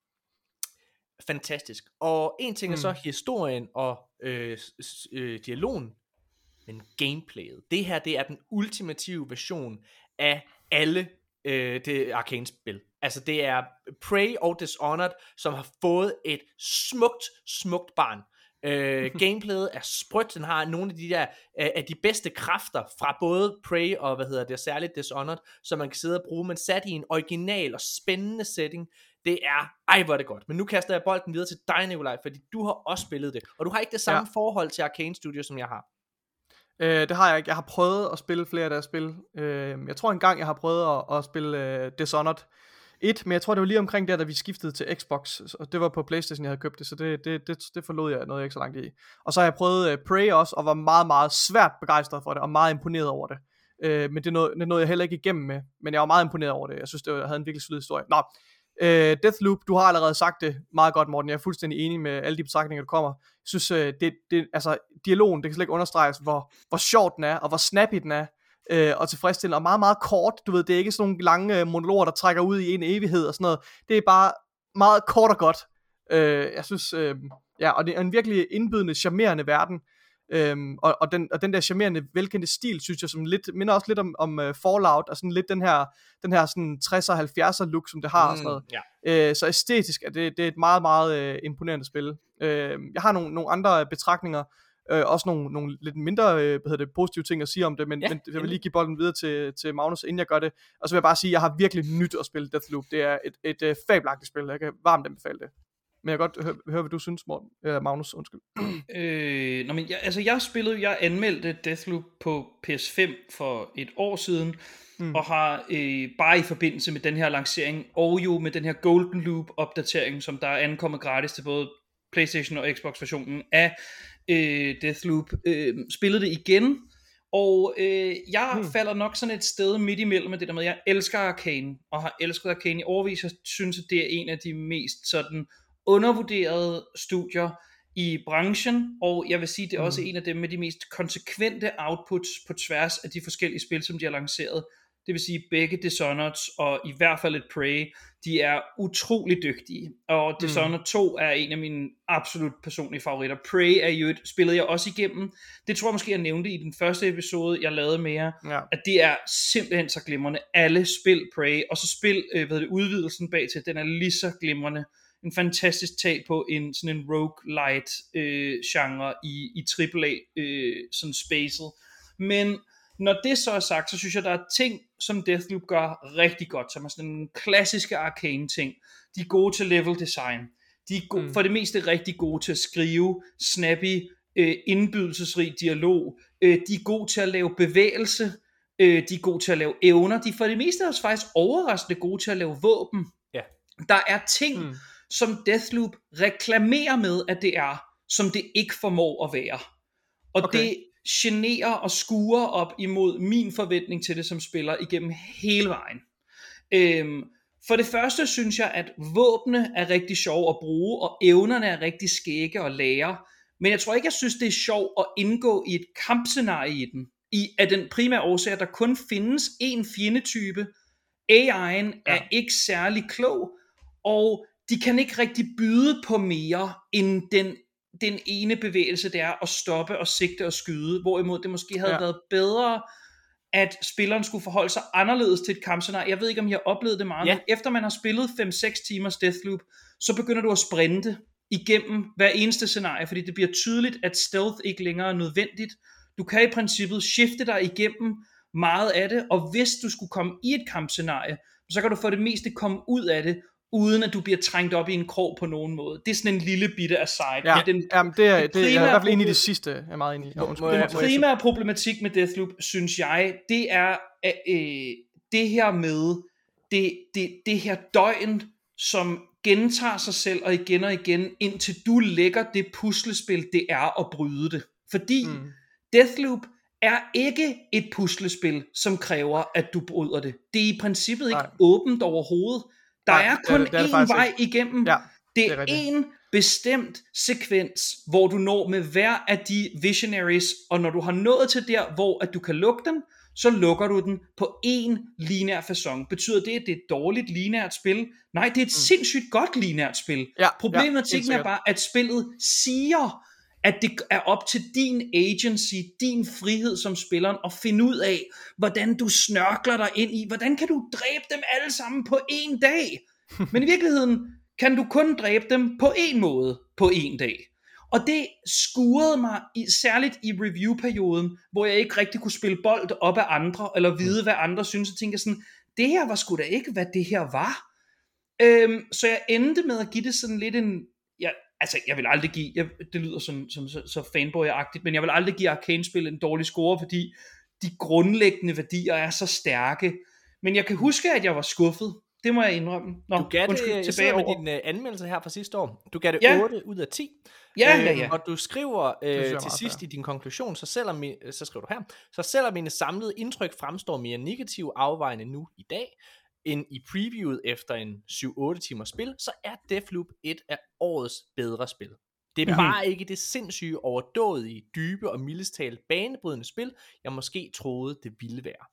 fantastisk. Og en ting er så historien og dialogen, men gameplayet. Det her, det er den ultimative version af alle det Arkane-spil. Altså det er Prey og Dishonored, som har fået et smukt barn. Gameplayet er sprødt. Den har nogle af de der af de bedste kræfter fra både Prey og særligt Dishonored, som man kan sidde og bruge, men sat i en original og spændende setting. Det er, hvor er det godt. Men nu kaster jeg bolden videre til dig, Nikolaj, fordi du har også spillet det, og du har ikke det samme forhold til Arkane Studios, som jeg har. Det har jeg ikke. Jeg har prøvet at spille flere af deres spil. Jeg tror engang, jeg har prøvet at spille Dishonored 1, men jeg tror, det var lige omkring der, da vi skiftede til Xbox, og det var på PlayStation, jeg havde købt det, så det forlod jeg noget ikke så langt i. Og så har jeg prøvet Prey også, og var meget, meget svært begejstret for det, og meget imponeret over det. Men det nåede jeg heller ikke igennem med, men jeg var meget imponeret over det. Jeg synes, det havde en virkelig solid historie. Nå, Deathloop, du har allerede sagt det meget godt, Morten. Jeg er fuldstændig enig med alle de betragtninger, der kommer. Jeg synes, altså, dialogen, det kan slet ikke understreges, hvor sjovt den er, og hvor snappy den er, og tilfredsstillende, og meget, meget kort. Du ved, det er ikke sådan nogle lange monologer, der trækker ud i en evighed og sådan noget. Det er bare meget kort og godt. Jeg synes, og det er en virkelig indbydende, charmerende verden. Og den der charmerende, velkendte stil, synes jeg, som minder også lidt om Fallout, og sådan lidt den her sådan 60'er, 70'er look, som det har og sådan noget. Så æstetisk er det er et meget, meget imponerende spil. Jeg har nogle andre betragtninger, også nogle lidt mindre positive ting at sige om det, men jeg vil lige give bolden videre til Magnus, inden jeg gør det. Og så vil jeg bare sige, at jeg har virkelig nyt at spille Deathloop. Det er et fabelagtigt spil. Jeg kan varmt anbefale det. Men jeg kan godt høre, hvad du synes, Morten. Magnus, undskyld. Jeg anmeldte Deathloop på PS5 for et år siden, og har bare i forbindelse med den her lancering, og jo med den her Golden Loop opdatering, som der er ankommet gratis til både PlayStation og Xbox versionen af Deathloop, spillet det igen, og jeg falder nok sådan et sted midt imellem med det der med, jeg elsker Arkane, og har elsket Arkane i årevis. Jeg synes, at det er en af de mest sådan undervurderede studier i branchen, og jeg vil sige, det er også en af dem med de mest konsekvente outputs på tværs af de forskellige spil, som de har lanceret. Det vil sige, begge Dishonored og i hvert fald et Prey, de er utrolig dygtige. Og Dishonored 2 er en af mine absolut personlige favoritter. Prey er jo spillede jeg også igennem. Det tror jeg måske, jeg nævnte i den første episode, jeg lavede med jer, at det er simpelthen så glimrende. Alle spil Prey, og så spil udvidelsen bag til, den er lige så glimrende. En fantastisk tag på sådan en roguelite genre i AAA sådan spacet. Men når det så er sagt, så synes jeg, der er ting, som Deathloop gør rigtig godt, som er sådan en klassiske arcane ting. De er gode til level design. De er for det meste rigtig gode til at skrive snappy, indbydelsesrig dialog. De er gode til at lave bevægelse. De er gode til at lave evner. De er for det meste også faktisk overraskende gode til at lave våben. Ja. Der er ting, som Deathloop reklamerer med, at det er, som det ikke formår at være. Og det generer og skuer op imod min forventning til det som spiller igennem hele vejen. For det første synes jeg, at våbne er rigtig sjov at bruge, og evnerne er rigtig skægge at lære. Men jeg tror ikke, jeg synes, det er sjovt at indgå i et kampscenarie i den. Af den primære årsag, at der kun findes én fjendetype. AI'en er ikke særlig klog, og de kan ikke rigtig byde på mere end den ene bevægelse, det er at stoppe og sigte og skyde, hvorimod det måske havde været bedre, at spilleren skulle forholde sig anderledes til et kampscenarie. Jeg ved ikke, om I har oplevet det meget. Efter man har spillet 5-6 timers Deathloop, så begynder du at sprinte igennem hver eneste scenarie, fordi det bliver tydeligt, at stealth ikke længere er nødvendigt. Du kan i princippet skifte dig igennem meget af det, og hvis du skulle komme i et kampscenarie, så kan du for det meste komme ud af det, uden at du bliver trængt op i en krog på nogen måde. Det er sådan en lille bitte aside. Ja, det er jeg i hvert fald enig i det sidste. Jeg er meget enig i. Den primære problematik med Deathloop, synes jeg, det er det her med det her døgn, som gentager sig selv og igen, indtil du lægger det puslespil, det er at bryde det. Fordi Deathloop er ikke et puslespil, som kræver, at du bryder det. Det er i princippet ikke åbent overhovedet. Der er kun én vej igennem. Ja, det er en bestemt sekvens, hvor du når med hver af de visionaries, og når du har nået til der, hvor at du kan lukke den, så lukker du den på en lineær facon. Betyder det, at det er et dårligt lineært spil? Nej, det er et sindssygt godt lineært spil. Problematikken er bare, at spillet siger, at det er op til din agency, din frihed som spilleren, at finde ud af, hvordan du snørkler dig ind i, hvordan kan du dræbe dem alle sammen på en dag? Men i virkeligheden kan du kun dræbe dem på en måde på en dag. Og det skurede mig, særligt i reviewperioden, hvor jeg ikke rigtig kunne spille bold op af andre, eller vide, hvad andre synes, og tænke sådan, det her var sgu da ikke, hvad det her var. Så jeg endte med at give det sådan lidt en... jeg vil aldrig give, det lyder så fanboy-agtigt, men jeg vil aldrig give Arcane-spil en dårlig score, fordi de grundlæggende værdier er så stærke. Men jeg kan huske, at jeg var skuffet. Det må jeg indrømme. Du gav det, tilbage med din anmeldelse her fra sidste år, du gav det 8 ud af 10. Ja. Og du skriver til sidst i din konklusion, så skriver du her, så selvom mine samlede indtryk fremstår mere negativt afvejende nu i dag, end i previewet efter en 7-8 timers spil, så er Deathloop et af årets bedre spil. Det er bare ikke det sindssyge, overdådige, dybe og mildest talt banebrydende spil, jeg måske troede, det ville være.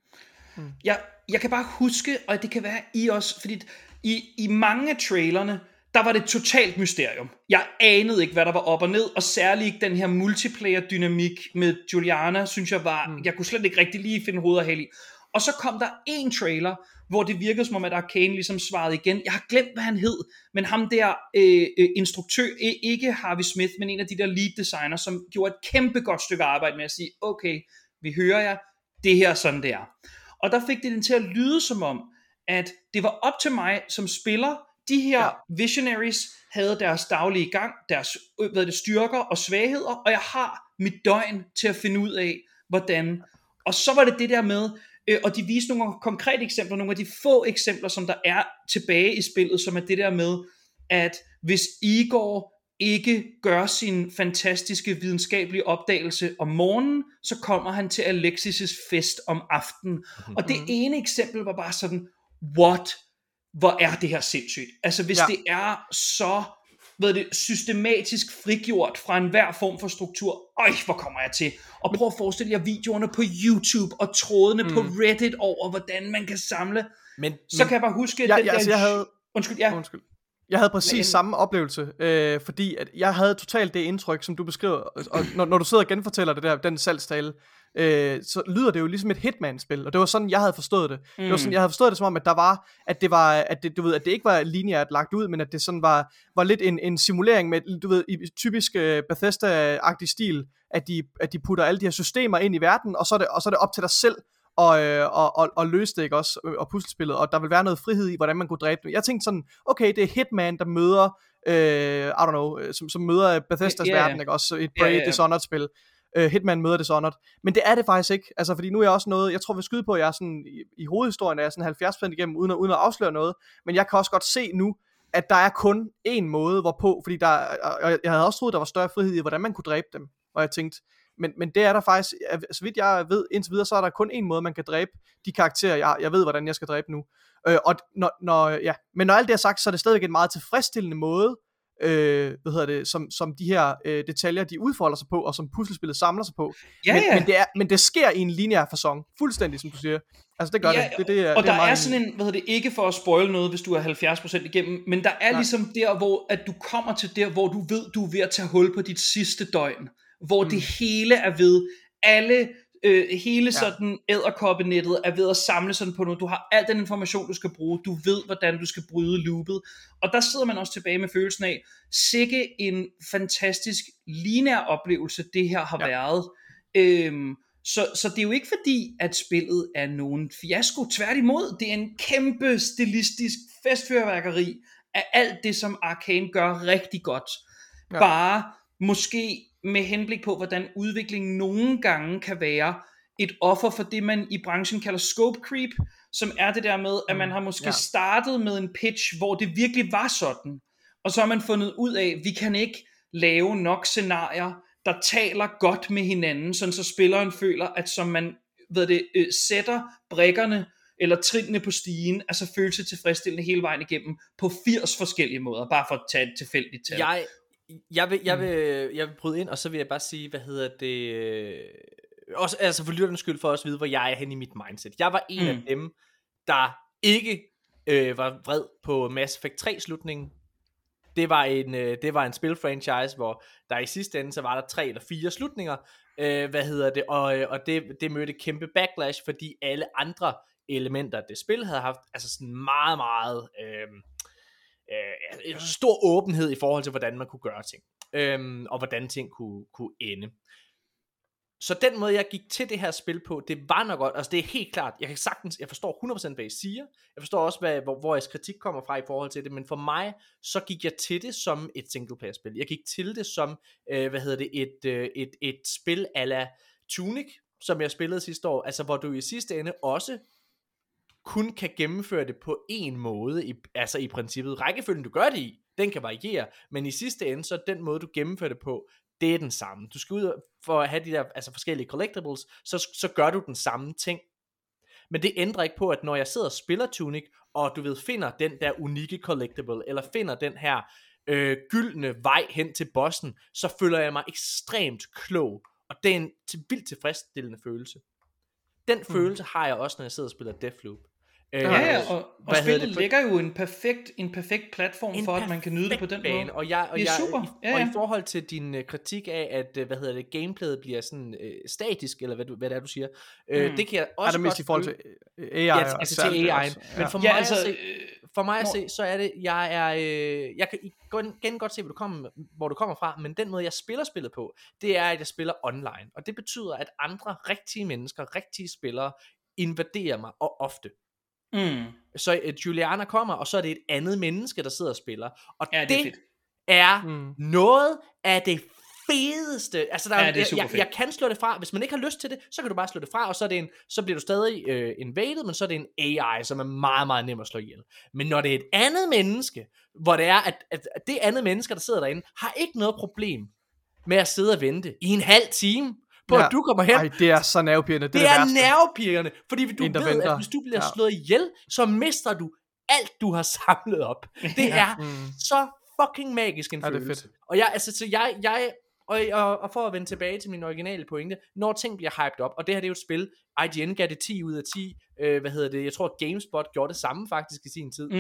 Jeg kan bare huske, og det kan være I også, fordi i mange af trailerne, der var det totalt mysterium. Jeg anede ikke, hvad der var op og ned, og særligt ikke den her multiplayer-dynamik med Juliana, synes jeg var, jeg kunne slet ikke rigtig lige finde hoved og hale i. Og så kom der en trailer, hvor det virkede som om, at Arcane ligesom svarede igen. Jeg har glemt, hvad han hed, men ham der instruktør, ikke Harvey Smith, men en af de der lead designer, som gjorde et kæmpe godt stykke arbejde med at sige, okay, vi hører jer, det her sådan det er. Og der fik det den til at lyde som om, at det var op til mig som spiller. De her visionaries havde deres daglige gang, deres styrker og svagheder, og jeg har mit døgn til at finde ud af, hvordan. Og så var det der med, og de viste nogle konkrete eksempler, nogle af de få eksempler, som der er tilbage i spillet, som er det der med, at hvis Igor ikke gør sin fantastiske videnskabelige opdagelse om morgenen, så kommer han til Alexis' fest om aftenen. Og det ene eksempel var bare sådan, hvor er det her sindssygt? Altså hvis det er så, systematisk frigjort fra enhver form for struktur. Hvor kommer jeg til? Og prøv at forestille jer videoerne på YouTube og trådene på Reddit over, hvordan man kan samle. Så kan jeg bare huske, at Undskyld. Jeg havde præcis samme oplevelse, fordi at jeg havde totalt det indtryk, som du beskriver, og når du sidder og genfortæller det der, den salgstale, så lyder det jo ligesom et Hitman-spil, og det var sådan, jeg havde forstået det. Det var sådan, jeg havde forstået det som om, at det ikke var lineært lagt ud, men at det sådan var lidt en simulering med, du ved, i typisk Bethesda-agtig stil, at de putter alle de her systemer ind i verden, og så er det op til dig selv og løse det, ikke også, og puslespillet, og der vil være noget frihed i, hvordan man kunne dræbe dem. Jeg tænkte sådan, okay, det er Hitman, der møder, I don't know, som møder Bethesdas verden, ikke også, et Dishonored-spil. Hitman møder Dishonored, men det er det faktisk ikke, altså fordi nu er jeg også noget, jeg tror vi skyder på, at jeg er sådan, i hovedhistorien er jeg sådan 70% igennem, uden at afsløre noget, men jeg kan også godt se nu, at der er kun én måde, hvorpå, fordi jeg havde også troet, der var større frihed i, hvordan man kunne dræbe dem, og jeg tænkte, men det er der faktisk, så vidt jeg ved, indtil videre, så er der kun én måde, man kan dræbe de karakterer, jeg ved, hvordan jeg skal dræbe nu, og men når alt det er sagt, så er det stadigvæk en meget tilfredsstillende måde, som de her detaljer, de udfolder sig på, og som puslespillet samler sig på. Men det sker i en lineær facon, fuldstændig som du siger. Altså det gør det. Og der er sådan en, ikke for at spoile noget, hvis du er 70% igennem, men der er ligesom der, hvor at du kommer til der, hvor du ved, du er ved at tage hul på dit sidste døgn, hvor det hele er ved, hele sådan edderkoppenettet er ved at samle sådan på noget. Du har al den information, du skal bruge. Du ved, hvordan du skal bryde loopet. Og der sidder man også tilbage med følelsen af, sikke en fantastisk lineær oplevelse, det her har været. Så det er jo ikke fordi, at spillet er nogen fiasko. Tværtimod, det er en kæmpe stilistisk festfyrværkeri af alt det, som Arcane gør rigtig godt. Bare måske med henblik på, hvordan udviklingen nogle gange kan være et offer for det, man i branchen kalder scope creep, som er det der med, at man har måske startet med en pitch, hvor det virkelig var sådan, og så har man fundet ud af, at vi kan ikke lave nok scenarier, der taler godt med hinanden, sådan så spilleren føler, at som man sætter brikkerne eller trinene på stigen, altså føles det tilfredsstillende hele vejen igennem på 80 forskellige måder, bare for at tage et tilfældigt tal. Jeg vil bryde ind, og så vil jeg bare sige, også, altså for lytternes skyld, for at også vide, hvor jeg er henne i mit mindset. Jeg var en af dem, der ikke var vred på Mass Effect 3-slutningen. Det var en spilfranchise, hvor der i sidste ende, så var der 3 eller 4 slutninger, og det mødte kæmpe backlash, fordi alle andre elementer af det spil havde haft, altså sådan meget, meget stor åbenhed i forhold til, hvordan man kunne gøre ting, og hvordan ting kunne ende. Så den måde, jeg gik til det her spil på, det var nok godt, altså det er helt klart, jeg forstår 100% hvad I siger, jeg forstår også, hvor jeres kritik kommer fra i forhold til det, men for mig, så gik jeg til det som et singleplayer-spil. Jeg gik til det som, et spil a la Tunic, som jeg spillede sidste år, altså hvor du i sidste ende også kun kan gennemføre det på en måde, altså i princippet. Rækkefølgen du gør det i, den kan variere, men i sidste ende, så den måde du gennemfører det på, det er den samme. Du skal ud for at have de der forskellige collectibles, så gør du den samme ting. Men det ændrer ikke på, at når jeg sidder og spiller Tunic, og du ved, finder den der unikke collectible, eller finder den her gyldne vej hen til bossen, så føler jeg mig ekstremt klog, og det er en vildt tilfredsstillende følelse. Den følelse har jeg også, når jeg sidder og spiller Deathloop. Og spillet lægger jo en perfekt platform for, at man kan nyde det på den måde. Og i forhold til din kritik af, at gameplayet bliver sådan statisk, eller hvad det er, du siger, det kan jeg også godt i forhold til AI. Ja, altså til AI. Men for mig at se, så er det, jeg kan igen godt se, hvor du kommer fra, men den måde, jeg spiller spillet på, det er, at jeg spiller online. Og det betyder, at andre rigtige mennesker, rigtige spillere, invaderer mig, og ofte. Så Juliana kommer, og så er det et andet menneske, der sidder og spiller. Og det er noget af det fedeste. Altså jeg kan slå det fra. Hvis man ikke har lyst til det, så kan du bare slå det fra, og så bliver du stadig invaded, men så er det en AI, som er meget, meget nem at slå ihjel. Men når det er et andet menneske, hvor det er, at det andet menneske, der sidder derinde, har ikke noget problem med at sidde og vente i en halv time på at du kommer hen. Ej, det er så nervepirrende. Det er nervepirrende, fordi du ved, at hvis du bliver slået ihjel, så mister du alt, du har samlet op. Det er så fucking magisk en følelse. Det er fedt. Og og for at vende tilbage til min originale pointe, når ting bliver hyped op, og det her det er jo et spil, IGN gav det 10 ud af 10, jeg tror GameSpot gjorde det samme faktisk i sin tid.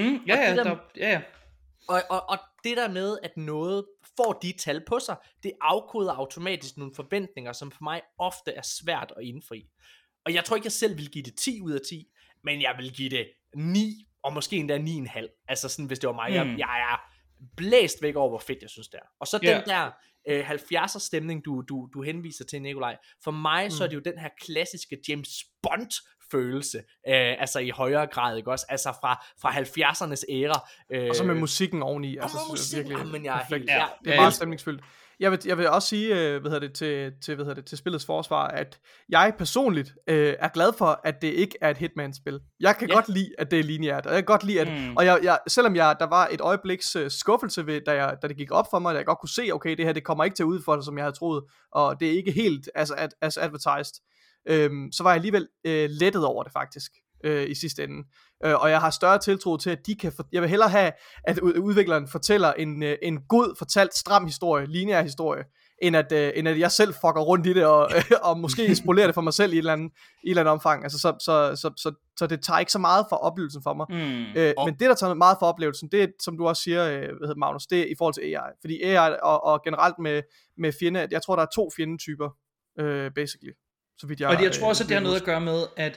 Og det der med, at noget får de tal på sig, det afkoder automatisk nogle forventninger, som for mig ofte er svært at indfri. Og jeg tror ikke, jeg selv vil give det 10 ud af 10, men jeg vil give det 9, og måske endda 9,5. Altså sådan, hvis det var mig, jeg er blæst væk over, hvor fedt jeg synes det er. Og så den der 70'er stemning, du henviser til, Nikolaj. For mig, så er det jo den her klassiske James Bond følelse, altså i højere grad, ikke også? Altså fra 70'ernes æra. Og så med musikken oveni. Altså, virkelig perfekt. Det er meget stemningsfyldt. Jeg vil også sige, til spillets forsvar, at jeg personligt er glad for, at det ikke er et Hitman-spil. Jeg kan godt lide, at det er lineært, og jeg kan godt lide, at og selvom der var et øjebliks skuffelse ved, da det gik op for mig, at jeg godt kunne se, okay, det her, det kommer ikke til at udfordre, som jeg havde troet, og det er ikke helt as advertised, så var jeg alligevel lettet over det faktisk. I sidste ende. Og jeg har større tiltro til, at jeg vil hellere have, at udvikleren fortæller en god, fortalt, stram historie, lineær historie, end at jeg selv fucker rundt i det, og måske spolerer det for mig selv i et eller andet omfang. Altså, så det tager ikke så meget for oplevelsen for mig. Men det, der tager meget for oplevelsen, det er, som du også siger, Magnus, det er i forhold til AI. Fordi AI og generelt med fjende, jeg tror, der er 2 fjendetyper, basically. Så vidt jeg tror også, at det har noget at gøre med, at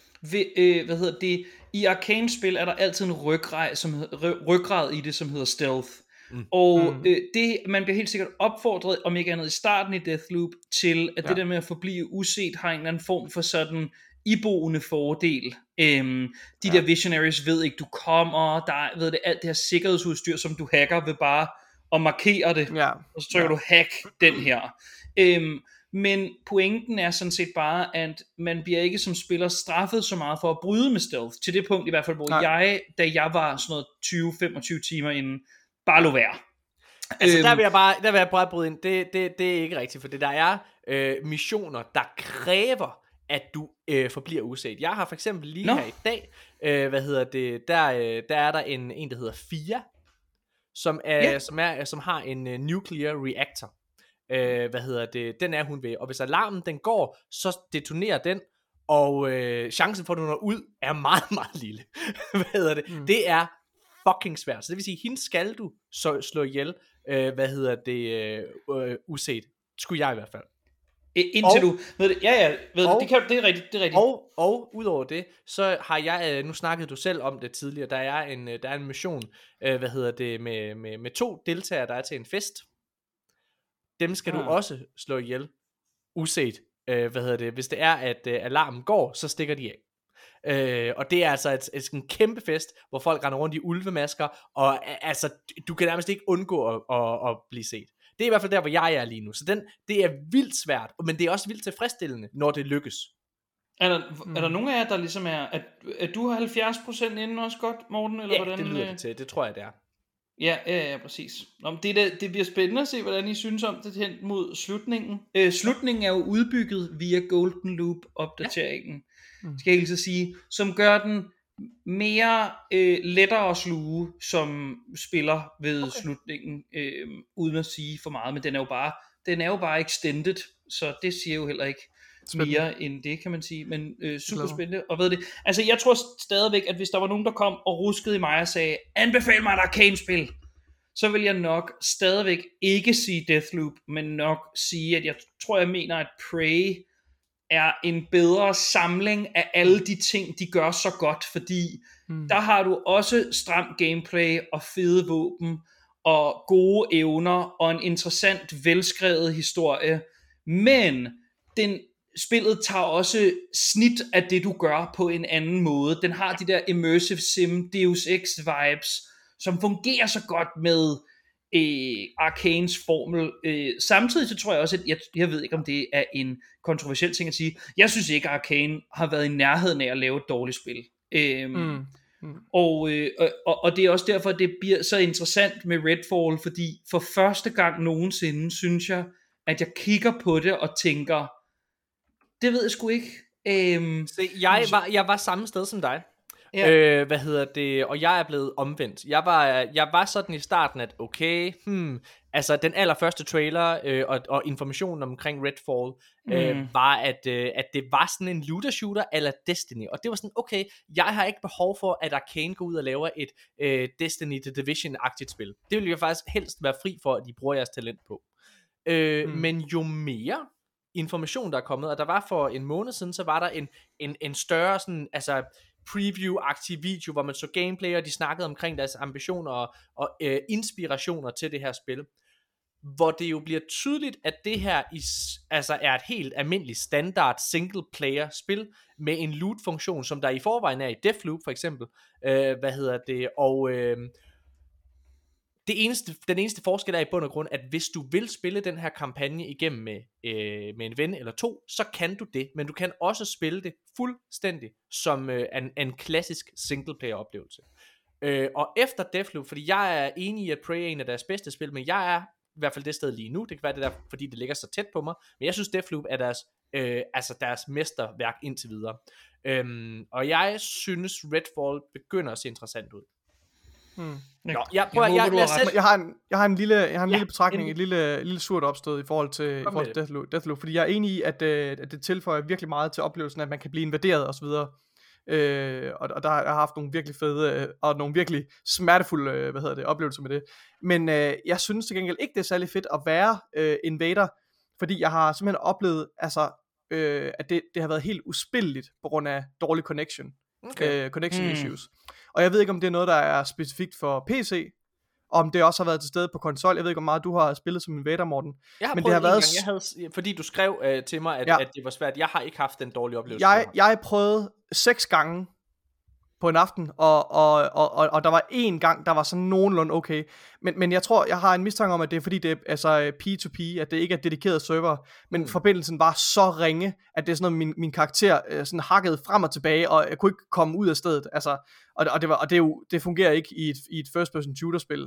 i Arcane-spil er der altid en ryggrad i det, som hedder stealth. Og man bliver helt sikkert opfordret, om ikke andet i starten i Deathloop, til at det der med at forblive uset har en eller anden form for sådan iboende fordel. Der Visionaries ved ikke, du kommer, der er alt det her sikkerhedsudstyr, som du hacker ved bare at markere det, og så trykker du hack den her. Men pointen er sådan set bare, at man bliver ikke som spiller straffet så meget for at bryde med stealth. Til det punkt i hvert fald, hvor da jeg var sådan noget 20-25 timer inden, bare lå være. Altså der vil jeg bare bryde ind. Det er ikke rigtigt, for det der er missioner, der kræver, at du forbliver uset. Jeg har for eksempel lige her i dag, der er der en der hedder FIA, som har en nuclear reactor. Den er hun ved, og hvis alarmen den går, så detonerer den, og chancen for at du når ud er meget, meget lille. Det er fucking svært. Så det vil sige, hende skal du slå ihjel, uset. Skulle jeg i hvert fald. Indtil du ved det. Det er rigtigt. Og udover det, så har jeg, nu snakkede du selv om det tidligere, der er en mission, med 2 deltagere, der er til en fest. Dem skal du også slå ihjel uset. Hvis det er, at alarmen går, så stikker de af. Og det er altså en kæmpe fest, hvor folk render rundt i ulvemasker, og altså, du kan nærmest ikke undgå at blive set. Det er i hvert fald der, hvor jeg er lige nu. Så det er vildt svært, men det er også vildt tilfredsstillende, når det lykkes. Er der nogen af jer, der ligesom er, at du har 70% inden også godt, Morten? Eller hvordan? Det lyder det til. Det tror jeg, det er. Ja, præcis. Det bliver spændende at se, hvordan I synes om det hen mod slutningen. Slutningen er jo udbygget via Golden Loop-opdateringen, skal jeg helt sige, som gør den mere lettere at sluge som spiller ved slutningen, uden at sige for meget, men den er jo bare extended, så det siger jo heller ikke mere end det, kan man sige, men super spændende. Og ved det, altså jeg tror stadigvæk, at hvis der var nogen, der kom og ruskede i mig og sagde, anbefal mig et Arcane-spil, så vil jeg nok stadigvæk ikke sige Deathloop, men nok sige, at jeg mener, at Prey er en bedre samling af alle de ting, de gør så godt, fordi der har du også stram gameplay og fede våben og gode evner og en interessant, velskrevet historie, men spillet tager også snit af det, du gør på en anden måde. Den har de der immersive sim, Deus Ex vibes, som fungerer så godt med Arcanes formel. Samtidig så tror jeg også, at jeg ved ikke, om det er en kontroversiel ting at sige. Jeg synes ikke, at Arcane har været i nærheden af at lave et dårligt spil. Og det er også derfor, at det bliver så interessant med Redfall, fordi for første gang nogensinde, synes jeg, at jeg kigger på det og tænker, det ved jeg sgu ikke. Jeg var samme sted som dig. Ja. Hvad hedder det? Og jeg er blevet omvendt. Jeg var sådan i starten, at okay, altså den allerførste trailer og informationen omkring Redfall var, at det var sådan en looter shooter eller Destiny. Og det var sådan, okay, jeg har ikke behov for, at Arcane går ud og laver et Destiny The Division-agtigt spil. Det vil jeg faktisk helst være fri for, at de bruger jeres talent på. Men jo mere information, der er kommet, og der var for en måned siden, så var der en større sådan, altså preview-aktiv video, hvor man så gameplay, og de snakkede omkring deres ambitioner og inspirationer til det her spil, hvor det jo bliver tydeligt, at det her altså er et helt almindeligt standard single-player spil, med en loot-funktion, som der i forvejen er i Deathloop for eksempel, og den eneste forskel er i bund og grund, at hvis du vil spille den her kampagne igennem med en ven eller to, så kan du det, men du kan også spille det fuldstændig som en klassisk singleplayer oplevelse. Og efter Deathloop, fordi jeg er enig i, at Prey er en af deres bedste spil, men jeg er i hvert fald det sted lige nu, det kan være det der, fordi det ligger så tæt på mig, men jeg synes Deathloop er deres mesterværk indtil videre. Og jeg synes Redfall begynder at se interessant ud. Nå, jeg har en lille betragtning, et lille surt opstød i forhold til Deathloop, fordi jeg er enig i, at det tilføjer virkelig meget til oplevelsen, at man kan blive invaderet og så videre. Og der har jeg haft nogle virkelig fede og nogle virkelig smertefulde oplevelser med det. Men jeg synes til gengæld ikke, det er særlig fedt at være invader, fordi jeg har simpelthen oplevet, at det har været helt uspilleligt på grund af dårlig connection issues. Og jeg ved ikke, om det er noget, der er specifikt for PC, og om det også har været til stede på konsol. Jeg ved ikke, hvor meget du har spillet som invader, Morten. Jeg har prøvet en gang, fordi du skrev til mig, at det var svært. Jeg har ikke haft den dårlige oplevelse. Jeg prøvede 6 gange på en aften, og der var en gang, der var sådan nogenlunde okay. Men jeg tror, jeg har en mistanke om, at det er fordi, det er altså P2P, at det ikke er dedikeret server, men forbindelsen var så ringe, at det er sådan noget, min karakter sådan hakkede frem og tilbage, og jeg kunne ikke komme ud af stedet. Altså, det fungerer ikke i et first person shooter spil.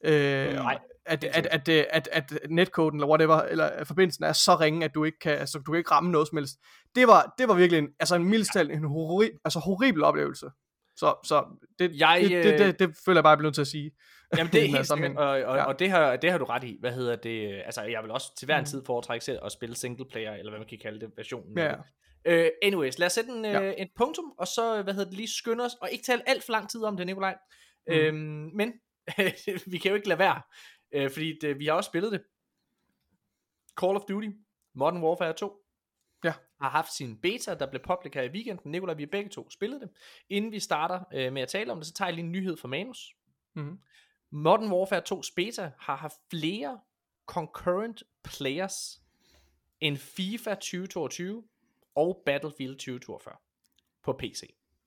At netcoden eller whatever, eller forbindelsen er så ringe, at du ikke kan, altså du kan ikke ramme noget som helst. Det var virkelig en mildest en horribel oplevelse. Så det føler jeg bare, jeg bliver nødt til at sige. Jamen det er helt sikkert, og det har du ret i. Altså jeg vil også til hver en tid foretrække selv at spille single player, eller hvad man kan kalde det, versionen. Ja. Anyways, lad os sætte et punktum, og så lige skynde os, og ikke tale alt for lang tid om det, Nikolaj. Men vi kan jo ikke lade være, fordi vi har også spillet det. Call of Duty Modern Warfare 2 har haft sin beta, der blev public her i weekenden. Nikolaj, vi har begge to spillet det. Inden vi starter med at tale om det, så tager jeg lige en nyhed fra manus. Modern Warfare 2's beta har haft flere concurrent players end FIFA 2022 og Battlefield 2042 på PC.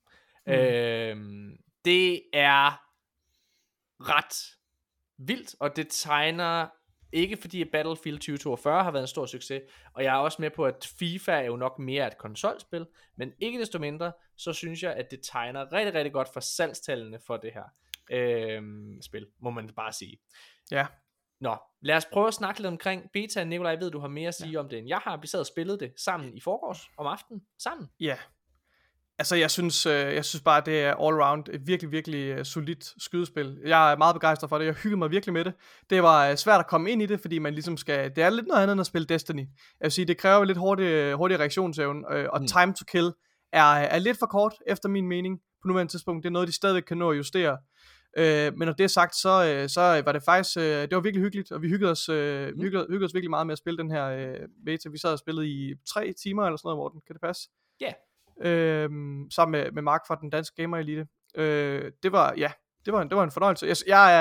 Det er ret vildt, og det tegner ikke fordi at Battlefield 2042 har været en stor succes, og jeg er også med på, at FIFA er jo nok mere et konsolspil, men ikke desto mindre, så synes jeg, at det tegner rigtig, rigtig godt for salgstallene for det her spil, må man bare sige. Ja. Nå, lad os prøve at snakke lidt omkring betaen. Nikolaj, jeg ved, du har mere at sige om det, end jeg har. Vi sad og spillet det sammen i forgårs om aftenen, sammen. Ja. Altså, jeg synes bare, det er all around et virkelig, virkelig solidt skydespil. Jeg er meget begejstret for det. Jeg hyggede mig virkelig med det. Det var svært at komme ind i det, fordi man ligesom skal... Det er lidt noget andet end at spille Destiny. Jeg vil sige, det kræver lidt hurtig reaktionsevne, og time to kill er lidt for kort, efter min mening, på nuværende tidspunkt. Det er noget, de stadigvæk kan nå at justere. Men når det er sagt, så var det faktisk... det var virkelig hyggeligt, og vi hyggede os virkelig meget med at spille den her beta. Vi sad og spillede i 3 timer eller sådan noget, Morten. Kan det passe? Ja. Yeah. Sammen med Mark fra den danske Gamer Elite. Det var en fornøjelse.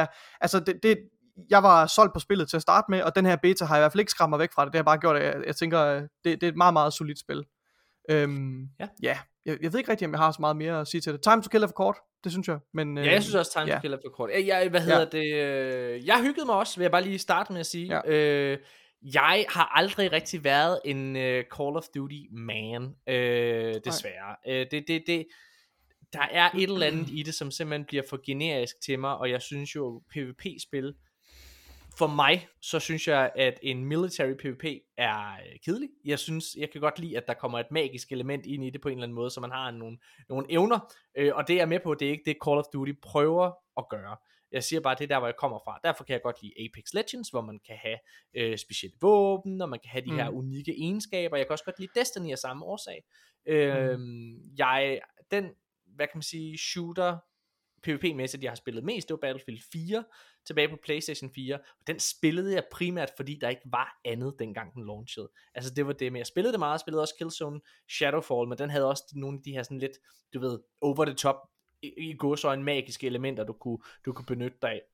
Jeg var solgt på spillet til at starte med, og den her beta har i hvert fald ikke skræmt mig væk fra det. Det har bare gjort, at jeg tænker, det er et meget, meget solidt spil. Jeg ved ikke rigtig, om jeg har så meget mere at sige til det. Time to kill er for kort, det synes jeg. Men, jeg synes også, Time to kill er for kort. Jeg hyggede mig også, vil jeg bare lige starte med at sige. Jeg har aldrig rigtig været en Call of Duty man, desværre. Der er et eller andet i det, som simpelthen bliver for generisk til mig, og jeg synes jo, PvP-spil For mig, så synes jeg, at en military PvP er kedelig. Jeg kan godt lide, at der kommer et magisk element ind i det på en eller anden måde, så man har nogle evner, og det er jeg med på, det er ikke det Call of Duty prøver at gøre. Jeg siger bare, det er der, hvor jeg kommer fra. Derfor kan jeg godt lide Apex Legends, hvor man kan have specielle våben, og man kan have de her unikke egenskaber. Jeg kan også godt lide Destiny af samme årsag. Hvad kan man sige, shooter PvP-mæssigt, jeg har spillet mest, det var Battlefield 4, tilbage på PlayStation 4, og den spillede jeg primært, fordi der ikke var andet, dengang den launchede. Altså det var det, men jeg spillede det meget, jeg spillede også Killzone Shadowfall, men den havde også nogle af de her sådan lidt, du ved, over the top, i gåseøjne magiske elementer, du kunne benytte dig af.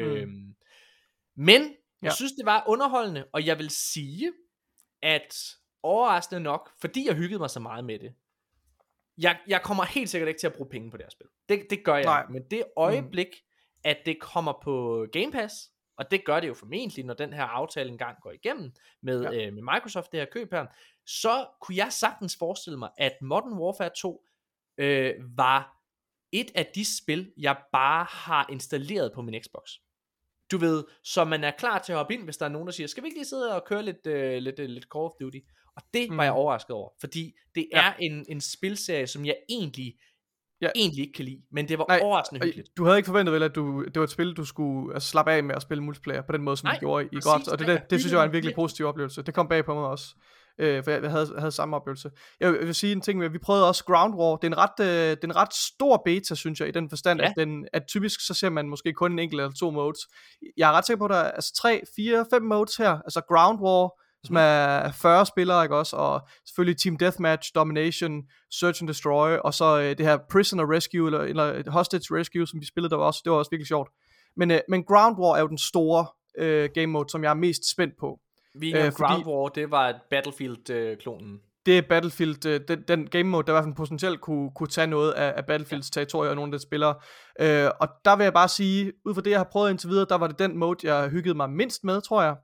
Men, jeg synes, det var underholdende, og jeg vil sige, at overraskende nok, fordi jeg hyggede mig så meget med det, jeg kommer helt sikkert ikke til at bruge penge på det her spil. Det gør jeg. Nej. Men det øjeblik, at det kommer på Game Pass, og det gør det jo formentlig, når den her aftale engang går igennem med Microsoft, det her køb her, så kunne jeg sagtens forestille mig, at Modern Warfare 2 var et af de spil, jeg bare har installeret på min Xbox. Du ved, så man er klar til at hoppe ind, hvis der er nogen, der siger, skal vi ikke lige sidde og køre lidt Call of Duty? Og det var jeg overrasket over, fordi det er en spilserie, som jeg egentlig ikke kan lide, men det var overraskende hyggeligt. Du havde ikke forventet vel, at det var et spil, du skulle slappe af med at spille multiplayer på den måde, som du gjorde i godt, og det synes jeg var en virkelig positiv oplevelse. Det kom bag på mig også, for jeg havde samme oplevelse. Jeg vil sige en ting med, vi prøvede også Ground War. Det er en ret stor beta, synes jeg, i den forstand, at typisk så ser man måske kun en enkelt eller 2 modes. Jeg er ret sikker på, at der er altså 3, 4, 5 modes her, altså Ground War, som er 40 spillere, ikke også, og selvfølgelig Team Deathmatch, Domination, Search and Destroy, og så det her Prisoner Rescue, eller Hostage Rescue, som vi spillede, det var også virkelig sjovt. Men Ground War er jo den store game mode, som jeg er mest spændt på. Ground War, det var Battlefield-klonen. Det er Battlefield, den game mode, der i hvert fald potentielt kunne tage noget af Battlefields territorier og nogle af de spillere. Og der vil jeg bare sige, ud fra det, jeg har prøvet indtil videre, der var det den mode, jeg hyggede mig mindst med, tror jeg.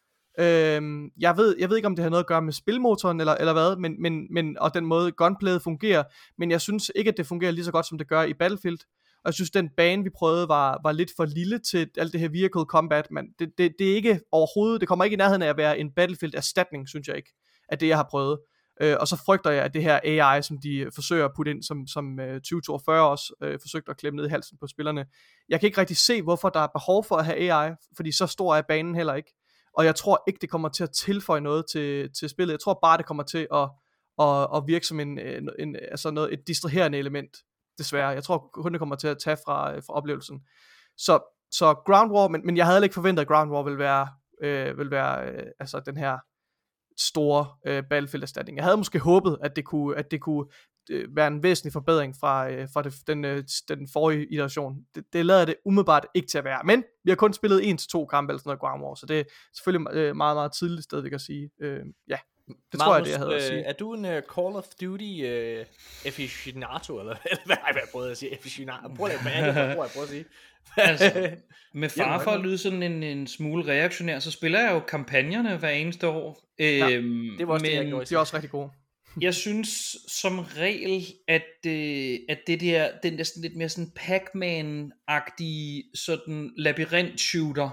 Jeg ved ikke, om det har noget at gøre med spilmotoren eller hvad, men og den måde gunplayet fungerer, men jeg synes ikke, at det fungerer lige så godt, som det gør i Battlefield. Og jeg synes, den bane, vi prøvede, var lidt for lille til alt det her vehicle combat, men det er ikke overhovedet, det kommer ikke i nærheden af at være en Battlefield-erstatning, synes jeg ikke, af det, jeg har prøvet. Og så frygter jeg, at det her AI, som de forsøger at putte ind, som 2042 også forsøgte at klemme ned i halsen på spillerne, jeg kan ikke rigtig se, hvorfor der er behov for at have AI, fordi så stor er banen heller ikke. Og jeg tror ikke, det kommer til at tilføje noget til spillet. Jeg tror bare, det kommer til at virke som et distraherende element, desværre. Jeg tror kun, det kommer til at tage fra oplevelsen. Så Ground War, men jeg havde ikke forventet, at Ground War vil være altså den her store Battlefield-erstatning. Jeg havde måske håbet, at det kunne være en væsentlig forbedring fra den forrige iteration. Det lader det umiddelbart ikke til at være. Men vi har kun spillet 1-2 kampe eller sådan noget Ground War, så det er selvfølgelig meget, meget tidligt stadigvæk at sige. Ja, det tror jeg, det jeg havde at sige. Er du en Call of Duty aficionado, eller hvad har jeg prøvet at sige? Aficionado? Prøv at sige. Altså, med far for at lyde sådan en smule reaktionær, så spiller jeg jo kampagnerne hver eneste år. Det var også det, de er også rigtig gode. Jeg synes som regel, at den der sådan lidt mere sådan Pac-Man-agtige sådan labyrint-shooter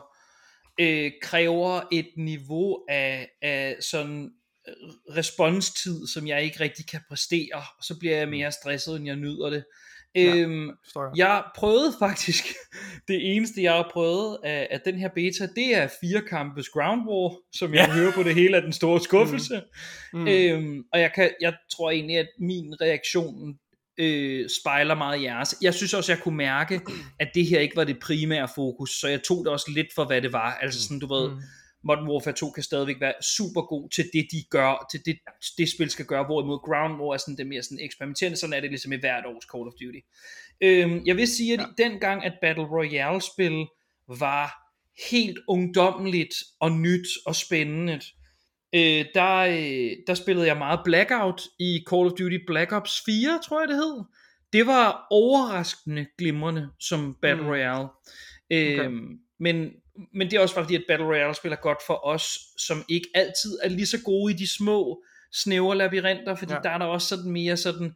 kræver et niveau af sådan responstid, som jeg ikke rigtig kan præstere, og så bliver jeg mere stresset, end jeg nyder det. Jeg prøvede faktisk det eneste jeg har prøvet af den her beta, det er 4 kampes Ground War, som jeg hører på det hele af den store skuffelse. Og jeg tror egentlig, at min reaktion spejler meget jeres. Jeg synes også, jeg kunne mærke, at det her ikke var det primære fokus, så jeg tog det også lidt for hvad det var. Altså sådan, du ved, Modern Warfare 2 kan stadigvæk være super god til det de gør, til det spil skal gøre, hvorimod Ground War er sådan det mere sådan eksperimenterende. Sådan er det ligesom i hvert års Call of Duty. Jeg vil sige, at dengang at Battle Royale spil var helt ungdommeligt og nyt og spændende, der spillede jeg meget Blackout i Call of Duty Black Ops 4, tror jeg det hed. Det var overraskende glimrende som Battle Royale. Men det er også fordi, at Battle Royale spiller godt for os, som ikke altid er lige så gode i de små, snævre labyrinter, fordi der er der også sådan mere sådan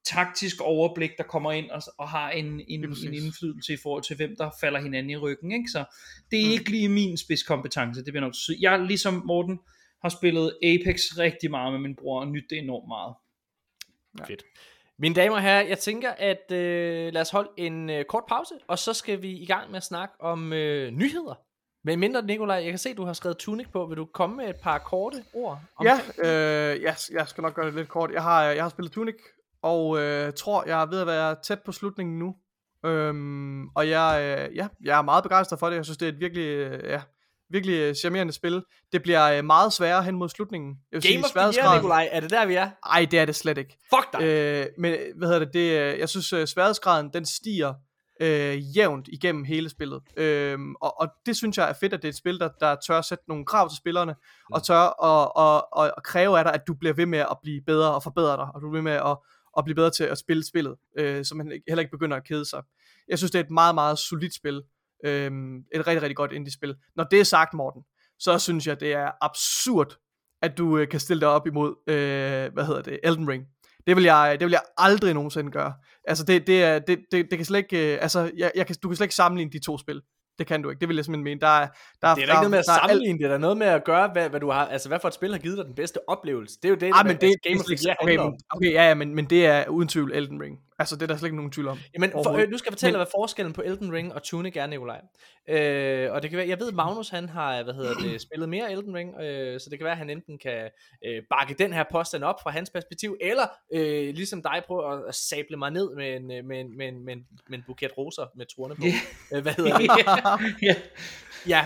taktisk overblik, der kommer ind og har en indflydelse i forhold til, hvem der falder hinanden i ryggen, ikke? Så det er ikke lige min spidskompetence, det bliver nok så. Jeg, ligesom Morten, har spillet Apex rigtig meget med min bror, og nyt det enormt meget. Ja. Fedt. Mine damer og herrer, jeg tænker, at lad os holde en kort pause, og så skal vi i gang med at snakke om nyheder. Men mindre, Nikolaj, jeg kan se, at du har skrevet Tunic på. Vil du komme med et par korte ord? Jeg skal nok gøre det lidt kort. Jeg har spillet Tunic, og tror, jeg er ved at være tæt på slutningen nu. Og jeg er meget begejstret for det. Jeg synes, det er et virkelig charmerende spil. Det bliver meget sværere hen mod slutningen. Game of the Year, Nikolaj, er det der, vi er? Ej, det er det slet ikke. Fuck dig! Men jeg synes, sværhedsgraden, den stiger jævnt igennem hele spillet. Og det synes jeg er fedt, at det er et spil, der tør at sætte nogle krav til spillerne, og tør at kræve af dig, at du bliver ved med at blive bedre og forbedre dig, og du bliver ved med at blive bedre til at spille spillet, så man heller ikke begynder at kede sig. Jeg synes, det er et meget, meget solidt spil. Et rigtig, rigtig godt indie-spil. Når det er sagt, Morten, så synes jeg, det er absurd, at du kan stille dig op imod, Elden Ring. Det vil jeg aldrig nogensinde gøre. Altså, det kan slet ikke, du kan slet ikke sammenligne de to spil. Det kan du ikke, det vil jeg simpelthen mene. Det er da ikke noget med at sammenligne, det er noget med at gøre, hvad du har, altså hvad for et spil har givet dig den bedste oplevelse. Det er jo det, men det Game of the Year handler om. Okay, men det er uden tvivl Elden Ring. Altså, det er der slet ikke nogen tvivl om. Jamen, nu skal jeg fortælle dig, hvad forskellen på Elden Ring og Tunic er, Nikolaj. Og det kan være, jeg ved, Magnus, han har, spillet mere Elden Ring, så det kan være, at han enten kan bakke den her påstand op fra hans perspektiv, eller ligesom dig prøve at sable mig ned med en buket roser med torne på. Hvad hedder det? Ja,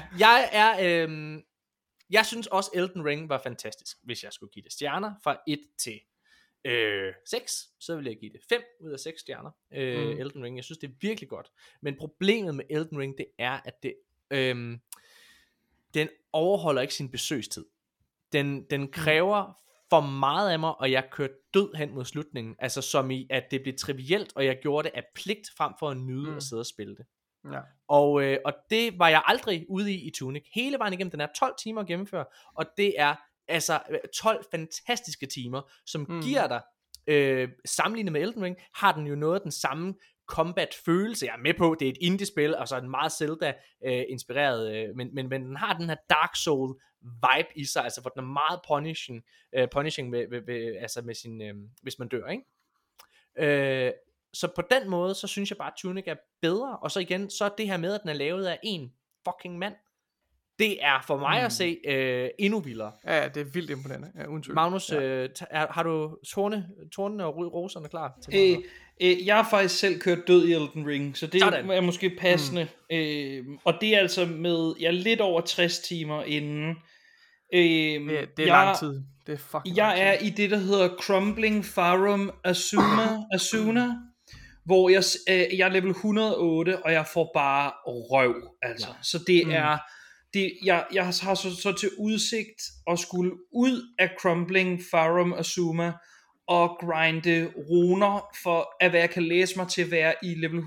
jeg synes også Elden Ring var fantastisk, hvis jeg skulle give det stjerner fra 1 til 6, så vil jeg give det 5 ud af 6 stjerner. Elden Ring, jeg synes det er virkelig godt. Men problemet med Elden Ring, det er, at den overholder ikke sin besøgstid. Den kræver for meget af mig, og jeg kørte død hen mod slutningen. Altså som i, at det blev trivielt, og jeg gjorde det af pligt, frem for at nyde at sidde og spille det. Ja. Og det var jeg aldrig ude i Tunic. Hele vejen igennem, den er 12 timer at gennemføre, og det er altså 12 fantastiske timer, som giver dig, sammenlignet med Elden Ring, har den jo noget af den samme combat-følelse. Jeg er med på, det er et indie-spil, og så er den meget Zelda-inspireret, men den har den her Dark Soul-vibe i sig, altså hvor den er meget punishing med sin, hvis man dør, ikke? Så på den måde, så synes jeg bare, at Tunic er bedre, og så igen, så er det her med, at den er lavet af en fucking mand. Det er for mig at se endnu vildere. Ja, det er vildt imponerende. Ja, Magnus, har du tornene og roserne klar til jeg har faktisk selv kørt død i Elden Ring, så det er måske passende. Og det er altså med lidt over 60 timer inden. Det er lang tid. Det er fucking jeg er i det, der hedder Crumbling Farum Asuna, hvor jeg er level 108, og jeg får bare røv. Altså. Ja. Så det er... Jeg har så til udsigt at skulle ud af Crumbling Farum Asuma og grinde runer for at hvad jeg kan læse mig til at være i level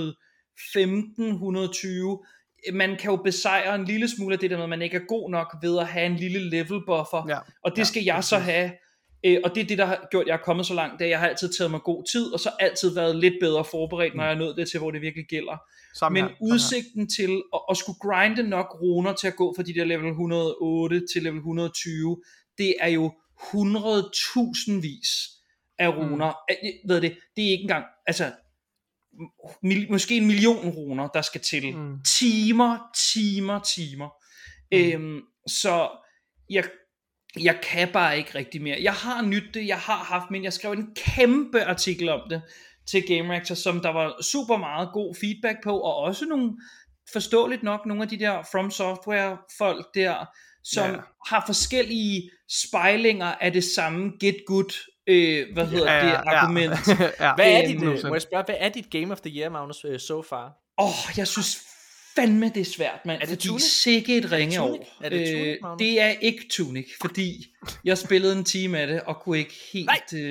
115-120. Man kan jo besejre en lille smule af det der med, at man ikke er god nok ved at have en lille level buffer, og det skal jeg så have. Og det er det, der har gjort, at jeg er kommet så langt, det er, jeg har altid taget mig god tid, og så altid været lidt bedre forberedt, når jeg er nået det til, hvor det virkelig gælder. Men udsigten til at skulle grinde nok runer til at gå fra de der level 108 til level 120, det er jo 100.000 vis af runer. Det er ikke engang, altså, måske 1 million runer, der skal til. Timer. Så jeg kan bare ikke rigtig mere. Jeg har nydt det, jeg har haft, men jeg skrev en kæmpe artikel om det til Game Reactor, som der var super meget god feedback på, og også nogle, forståeligt nok, nogle af de der From Software folk der, som har forskellige spejlinger af det samme get good, argument. Hvad er dit Game of the Year, Magnus, so far? Jeg synes fandme det er svært, mand. Er det Tunic? Sikke et ringe år. Er det Tunic, Magnus? Det er ikke Tunic, fordi jeg spillede en time af det, og kunne ikke helt...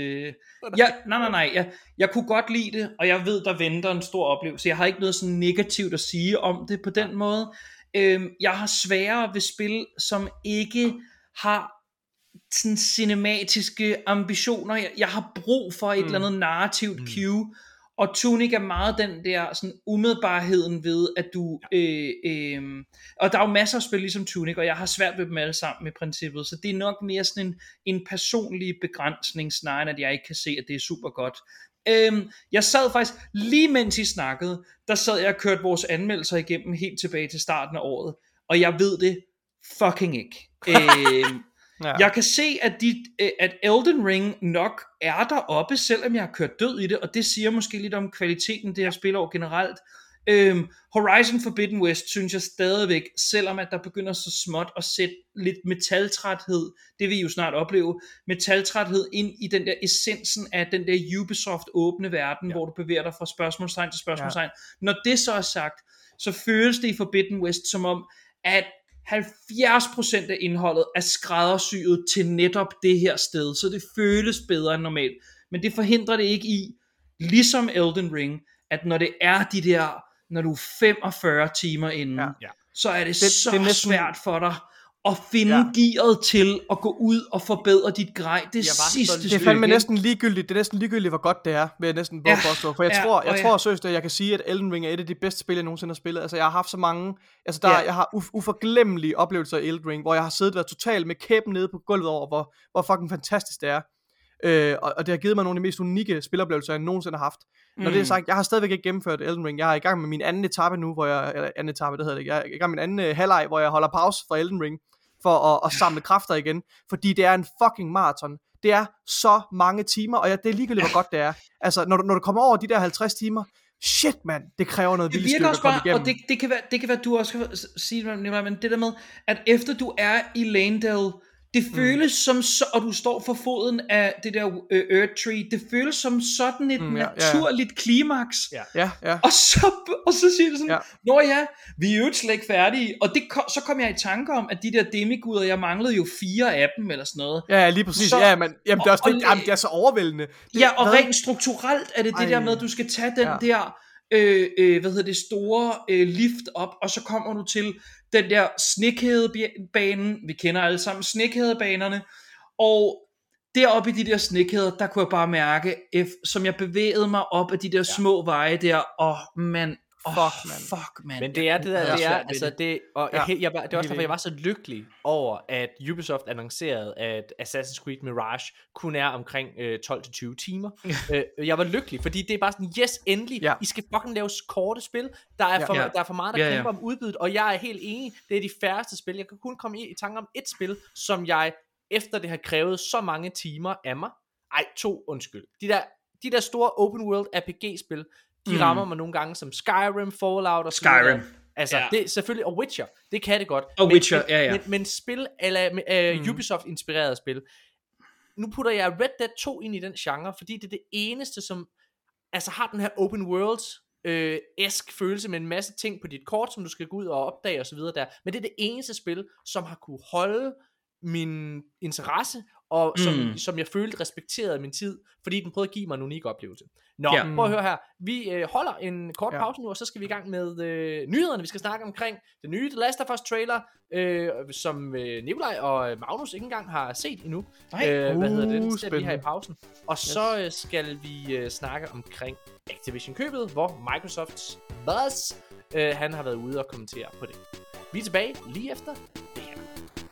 Nej. Jeg kunne godt lide det, og jeg ved, der venter en stor oplevelse. Jeg har ikke noget sådan negativt at sige om det på den måde. Jeg har sværere ved spil, som ikke har sådan cinematiske ambitioner. Jeg har brug for et eller andet narrativt cue, og Tunic er meget den der sådan umiddelbarheden ved, at du og der er jo masser af spil ligesom Tunic, og jeg har svært ved dem alle sammen med princippet, så det er nok mere sådan en personlig begrænsning, snarere end at jeg ikke kan se, at det er super godt. Jeg sad faktisk, lige mens I snakkede, der sad jeg og kørte vores anmeldelser igennem helt tilbage til starten af året, og jeg ved det fucking ikke. Ja. Jeg kan se, at Elden Ring nok er deroppe, selvom jeg har kørt død i det, og det siger måske lidt om kvaliteten, det her spilår generelt. Horizon Forbidden West synes jeg stadigvæk, selvom at der begynder så småt at sætte lidt metaltræthed, det vil I jo snart opleve, metaltræthed ind i den der essensen af den der Ubisoft åbne verden, hvor du bevæger dig fra spørgsmålstegn til spørgsmålstegn. Når det så er sagt, så føles det i Forbidden West som om, at 70% af indholdet er skræddersyet til netop det her sted, så det føles bedre end normalt. Men det forhindrer det ikke i, ligesom Elden Ring, at når det er de der, når du er 45 timer inden, så er det så næsten svært for dig at finde gearet til at gå ud og forbedre dit grej. Det sidste stykke. Det er fandme næsten ligegyldigt. Det er næsten ligegyldigt, hvor godt det er, vil jeg næsten påstå. For jeg tror seriøst, at jeg kan sige, at Elden Ring er et af de bedste spil, jeg nogensinde har spillet. Altså, jeg har haft så mange, jeg har uforglemmelige oplevelser i Elden Ring, hvor jeg har siddet og været totalt med kæben nede på gulvet over, hvor fucking fantastisk det er. Og det har givet mig nogle af de mest unikke spiloplevelser, jeg nogensinde har haft. Når det er sagt, jeg har stadigvæk ikke gennemført Elden Ring. Jeg er i gang med min anden etape nu, jeg er i gang med min anden halvleg, hvor jeg holder pause fra Elden Ring, for at samle kræfter igen, fordi det er en fucking maraton. Det er så mange timer, og det er ligegyldigt, hvor godt det er. Altså, når du kommer over de der 50 timer, shit mand, det kræver noget vildt stykke at komme igennem. Og det kan være, du også kan sige, men det der med, at efter du er i Leyndell, det føles som så, og du står for foden af det der Earth Tree, det føles som sådan et naturligt klimaks. Ja. Og så siger det sådan, nå ja, vi er jo slet ikke færdige. Og så kom jeg i tanke om, at de der demiguder, jeg manglede jo 4 af dem, eller sådan noget. Ja, lige præcis. Det er også det er så overvældende. Rent strukturelt er det der med, at du skal tage den der store lift op, og så kommer du til den der snekædebanen. Vi kender alle sammen snekædebanerne, og deroppe i de der snekæder, der kunne jeg bare mærke, som jeg bevægede mig op af de der små veje der, fuck man. Men det er det der, det er altså det, og det er også derfor jeg var så lykkelig over, at Ubisoft annoncerede, at Assassin's Creed Mirage kun er omkring 12-20 timer. Jeg var lykkelig, fordi det er bare sådan, yes, endelig, I skal fucking lave korte spil. Der er for meget, der kæmper om udbydet, og jeg er helt enig, det er de færreste spil. Jeg kan kun komme i tanke om et spil, som jeg, efter det har krævet så mange timer af mig, 2, undskyld. De der store open world RPG-spil, de rammer mig nogle gange som Skyrim, Fallout og Skyrim. Altså, det selvfølgelig, og Witcher, det kan det godt. Og Witcher, Men spil, eller Ubisoft-inspireret spil, nu putter jeg Red Dead 2 ind i den genre, fordi det er det eneste, som altså har den her open world-esk følelse med en masse ting på dit kort, som du skal gå ud og opdage og så videre der. Men det er det eneste spil, som har kunne holde min interesse, og som jeg følte respekterede min tid, fordi den prøvede at give mig en unik oplevelse. Prøv at høre her. Vi holder en kort pause nu, og så skal vi i gang med nyhederne. Vi skal snakke omkring den nye The Last of Us trailer, som Nikolaj og Magnus ikke engang har set endnu. Den ser vi her i pausen. Og så skal vi snakke omkring Activision-købet, hvor Microsofts Buzz, han har været ude og kommentere på det. Vi er tilbage lige efter det her.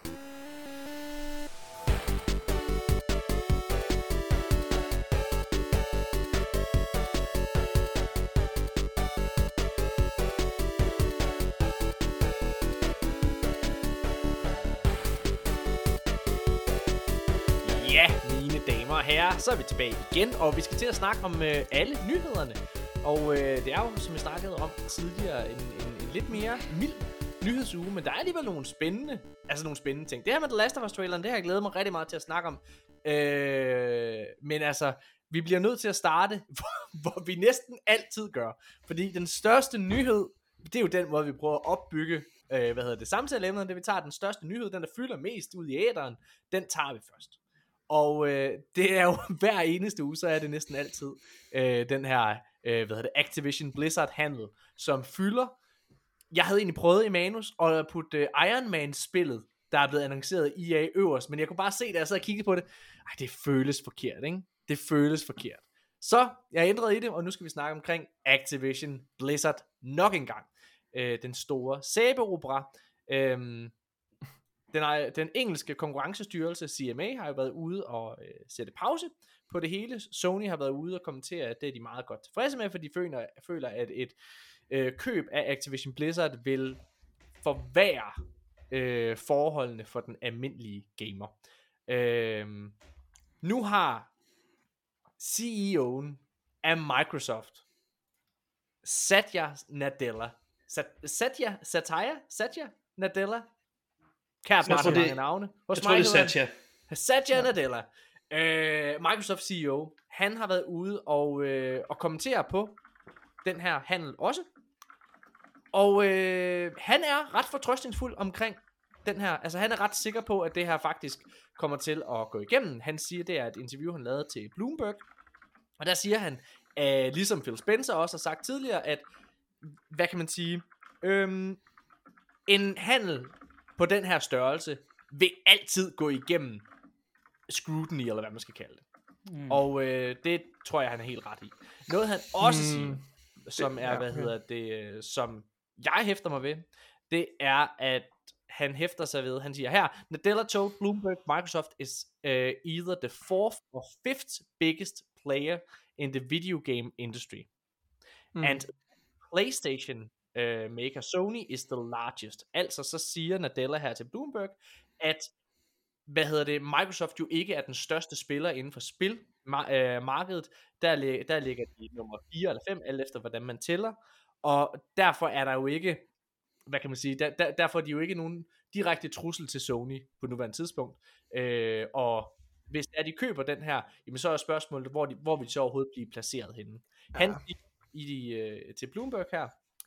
Ja, mine damer og herrer, så er vi tilbage igen, og vi skal til at snakke om alle nyhederne. Og det er jo, som vi snakkede om tidligere, en lidt mere mild nyhedsuge, men der er alligevel nogle spændende ting. Det her med The Last of Us traileren, det har jeg glædet mig rigtig meget til at snakke om. Men altså, vi bliver nødt til at starte, hvor vi næsten altid gør. Fordi den største nyhed, det er jo den måde, vi prøver at opbygge samtaleemnet, det vi tager den største nyhed, den der fylder mest ud i æteren, den tager vi først. Og det er jo hver eneste uge, så er det næsten altid den her Activision Blizzard handel, som fylder. Jeg havde egentlig prøvet i manus at putte Iron Man spillet der er blevet annonceret EA øverst, men jeg kunne bare se, da jeg sad og kiggede på det, det føles forkert, ikke? Det føles forkert. Så jeg ændrede i det, og nu skal vi snakke omkring Activision Blizzard nok en gang. Den store sæbeopera. Den engelske konkurrencestyrelse, CMA, har jo været ude og sætte pause på det hele. Sony har været ude og kommentere, at det er de meget godt tilfredse med, for de føler at et køb af Activision Blizzard vil forværre forholdene for den almindelige gamer. Nu har CEO'en af Microsoft, Satya Nadella, kært barn har mange navne. Jeg tror, det er Satya Nadella, Microsoft CEO, han har været ude og kommentere på den her handel også. Og han er ret fortrøstningsfuld omkring den her. Altså han er ret sikker på, at det her faktisk kommer til at gå igennem. Han siger, det er et interview, han lavede til Bloomberg. Og der siger han, ligesom Phil Spencer også har sagt tidligere, at, hvad kan man sige, en handel på den her størrelse vil altid gå igennem scrutiny, eller hvad man skal kalde det. Og det tror jeg, han er helt ret i. Noget han også siger, som er, som jeg hæfter mig ved, det er, at han hæfter sig ved, han siger her, Nadella told Bloomberg Microsoft is either the fourth or fifth biggest player in the video game industry. And PlayStation maker Sony is the largest. Altså så siger Nadella her til Bloomberg, at Microsoft jo ikke er den største spiller inden for spilmarkedet. Der ligger de nummer 4 eller 5, alt efter hvordan man tæller. Og derfor er der jo ikke, hvad kan man sige, derfor er de jo ikke nogen direkte trussel til Sony på nuværende tidspunkt. Og hvis de køber den her, jamen så er spørgsmålet, hvor vil de så overhovedet blive placeret henne. Han siger til Bloomberg her,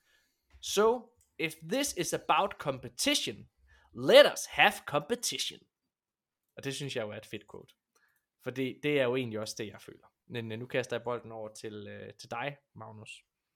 so if this is about competition, let us have competition. Og det synes jeg jo er et fedt quote. For det er jo egentlig også det, jeg føler. Men nu kaster jeg bolden over til dig, Magnus.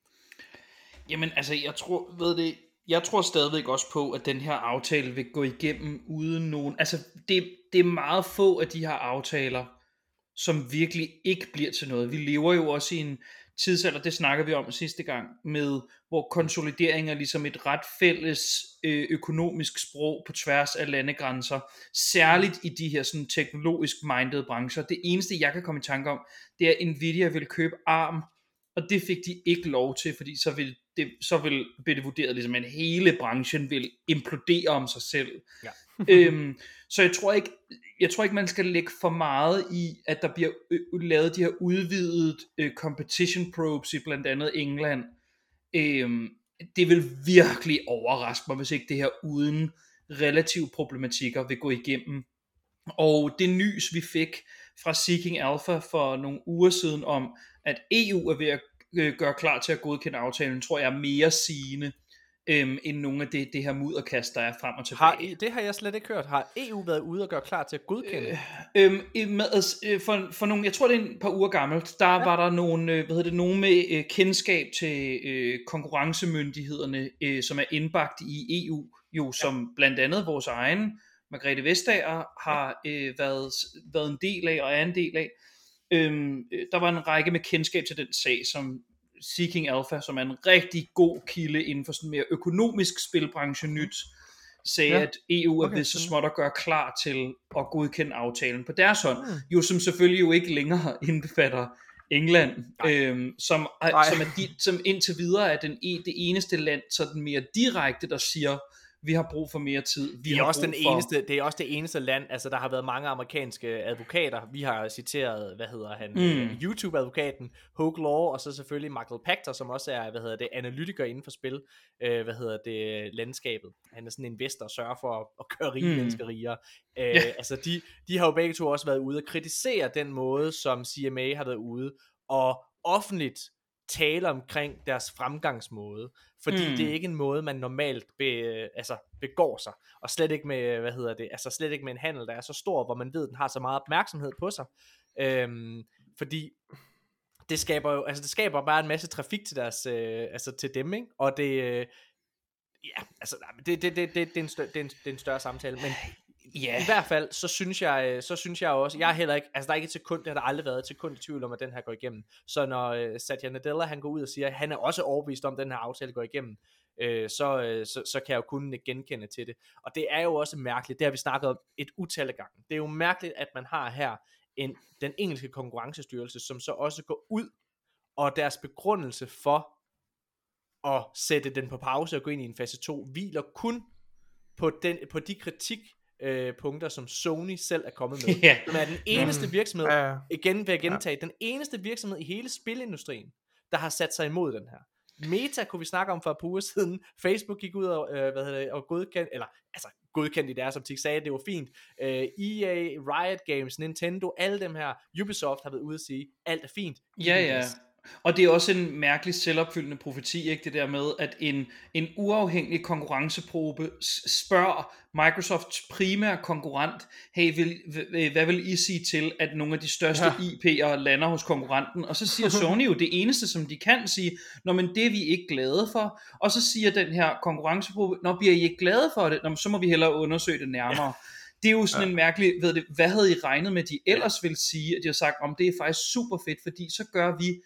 Jamen altså, jeg tror stadigvæk også på, at den her aftale vil gå igennem uden nogen. Altså, det er meget få af de her aftaler, som virkelig ikke bliver til noget. Vi lever jo også i en tidsalder, det snakkede vi om sidste gang, med hvor konsolidering er ligesom et ret fælles økonomisk sprog på tværs af landegrænser, særligt i de her sådan teknologisk minded brancher. Det eneste jeg kan komme i tanke om, det er Nvidia vil købe ARM, og det fik de ikke lov til, fordi så vil det vurderet ligesom, at hele branchen vil implodere om sig selv. Ja. Så jeg tror ikke man skal lægge for meget i, at der bliver lavet de her udvidede competition probes i blandt andet England. Det vil virkelig overraske mig, hvis ikke det her uden relative problematikker vil gå igennem. Og det nys vi fik fra Seeking Alpha for nogle uger siden om, at EU er ved at gøre klar til at godkende aftalen, tror jeg er mere sigende end nogle af det her mudderkast, der er frem og tilbage. Det har jeg slet ikke hørt. Har EU været ude og gøre klar til at godkende? For nogle, jeg tror det er et par uger gammelt, der var der nogle, nogen med kendskab til konkurrencemyndighederne, som er indbagt i EU, jo som blandt andet vores egen Margrethe Vestager har været en del af og er en del af. Der var en række med kendskab til den sag, som Seeking Alpha, som er en rigtig god kilde inden for sådan mere økonomisk spilbranche nyt, sagde, at EU er ved så småt at gøre klar til at godkende aftalen på deres hånd, jo som selvfølgelig jo ikke længere indbefatter England, som indtil videre er det eneste land sådan mere direkte, der siger, vi har brug for mere tid. Det er også det eneste land, altså der har været mange amerikanske advokater. Vi har citeret, YouTube-advokaten Hogue Law, og så selvfølgelig Michael Pachter, som også er, analytiker inden for spil, landskabet. Han er sådan en investor og sørger for at gøre rige mennesker rigere. Altså de har jo begge to også været ude og kritisere den måde, som CMA har været ude og offentligt tale omkring deres fremgangsmåde, fordi det er ikke en måde man normalt begår sig, og slet ikke med slet ikke med en handel der er så stor, hvor man ved den har så meget opmærksomhed på sig, fordi det skaber jo det skaber bare en masse trafik til deres til dem, ikke? Og det Ja, altså, det er en større samtale, men Ja. i hvert fald, så synes jeg også, jeg er heller ikke, altså der er ikke et sekund, det har der aldrig været et sekund i tvivl om, at den her går igennem. Så når Satya Nadella, han går ud og siger, at han er også overbevist om, at den her aftale går igennem, så kan jeg jo kun genkende til det. Og det er jo også mærkeligt, det har vi snakket om et utal af gange. Det er jo mærkeligt, at man har her den engelske konkurrencestyrelse, som så også går ud, og deres begrundelse for at sætte den på pause og gå ind i en fase 2, hviler kun på de kritikpunkter, som Sony selv er kommet med. Ja. Som er den eneste virksomhed, igen vil jeg gentage, den eneste virksomhed i hele spilindustrien, der har sat sig imod den her. Meta kunne vi snakke om for et par uger siden. Facebook gik ud og, og godkendt i deres optik, sagde, at det var fint. EA, Riot Games, Nintendo, alle dem her, Ubisoft har været ude at sige, alt er fint. Ja. Og det er også en mærkelig selvopfyldende profeti, ikke, det der med, at en uafhængig konkurrenceprobe spørger Microsofts primære konkurrent, hey, hvad vil I sige til, at nogle af de største IP'er lander hos konkurrenten? Og så siger Sony jo det eneste, som de kan sige, men det er vi ikke glade for. Og så siger den her konkurrenceprobe, bliver I ikke glade for det? Så må vi hellere undersøge det nærmere. Det er jo sådan en mærkelig, hvad havde I regnet med, de ellers vil sige, at de har sagt, det er faktisk super fedt, fordi så gør vi,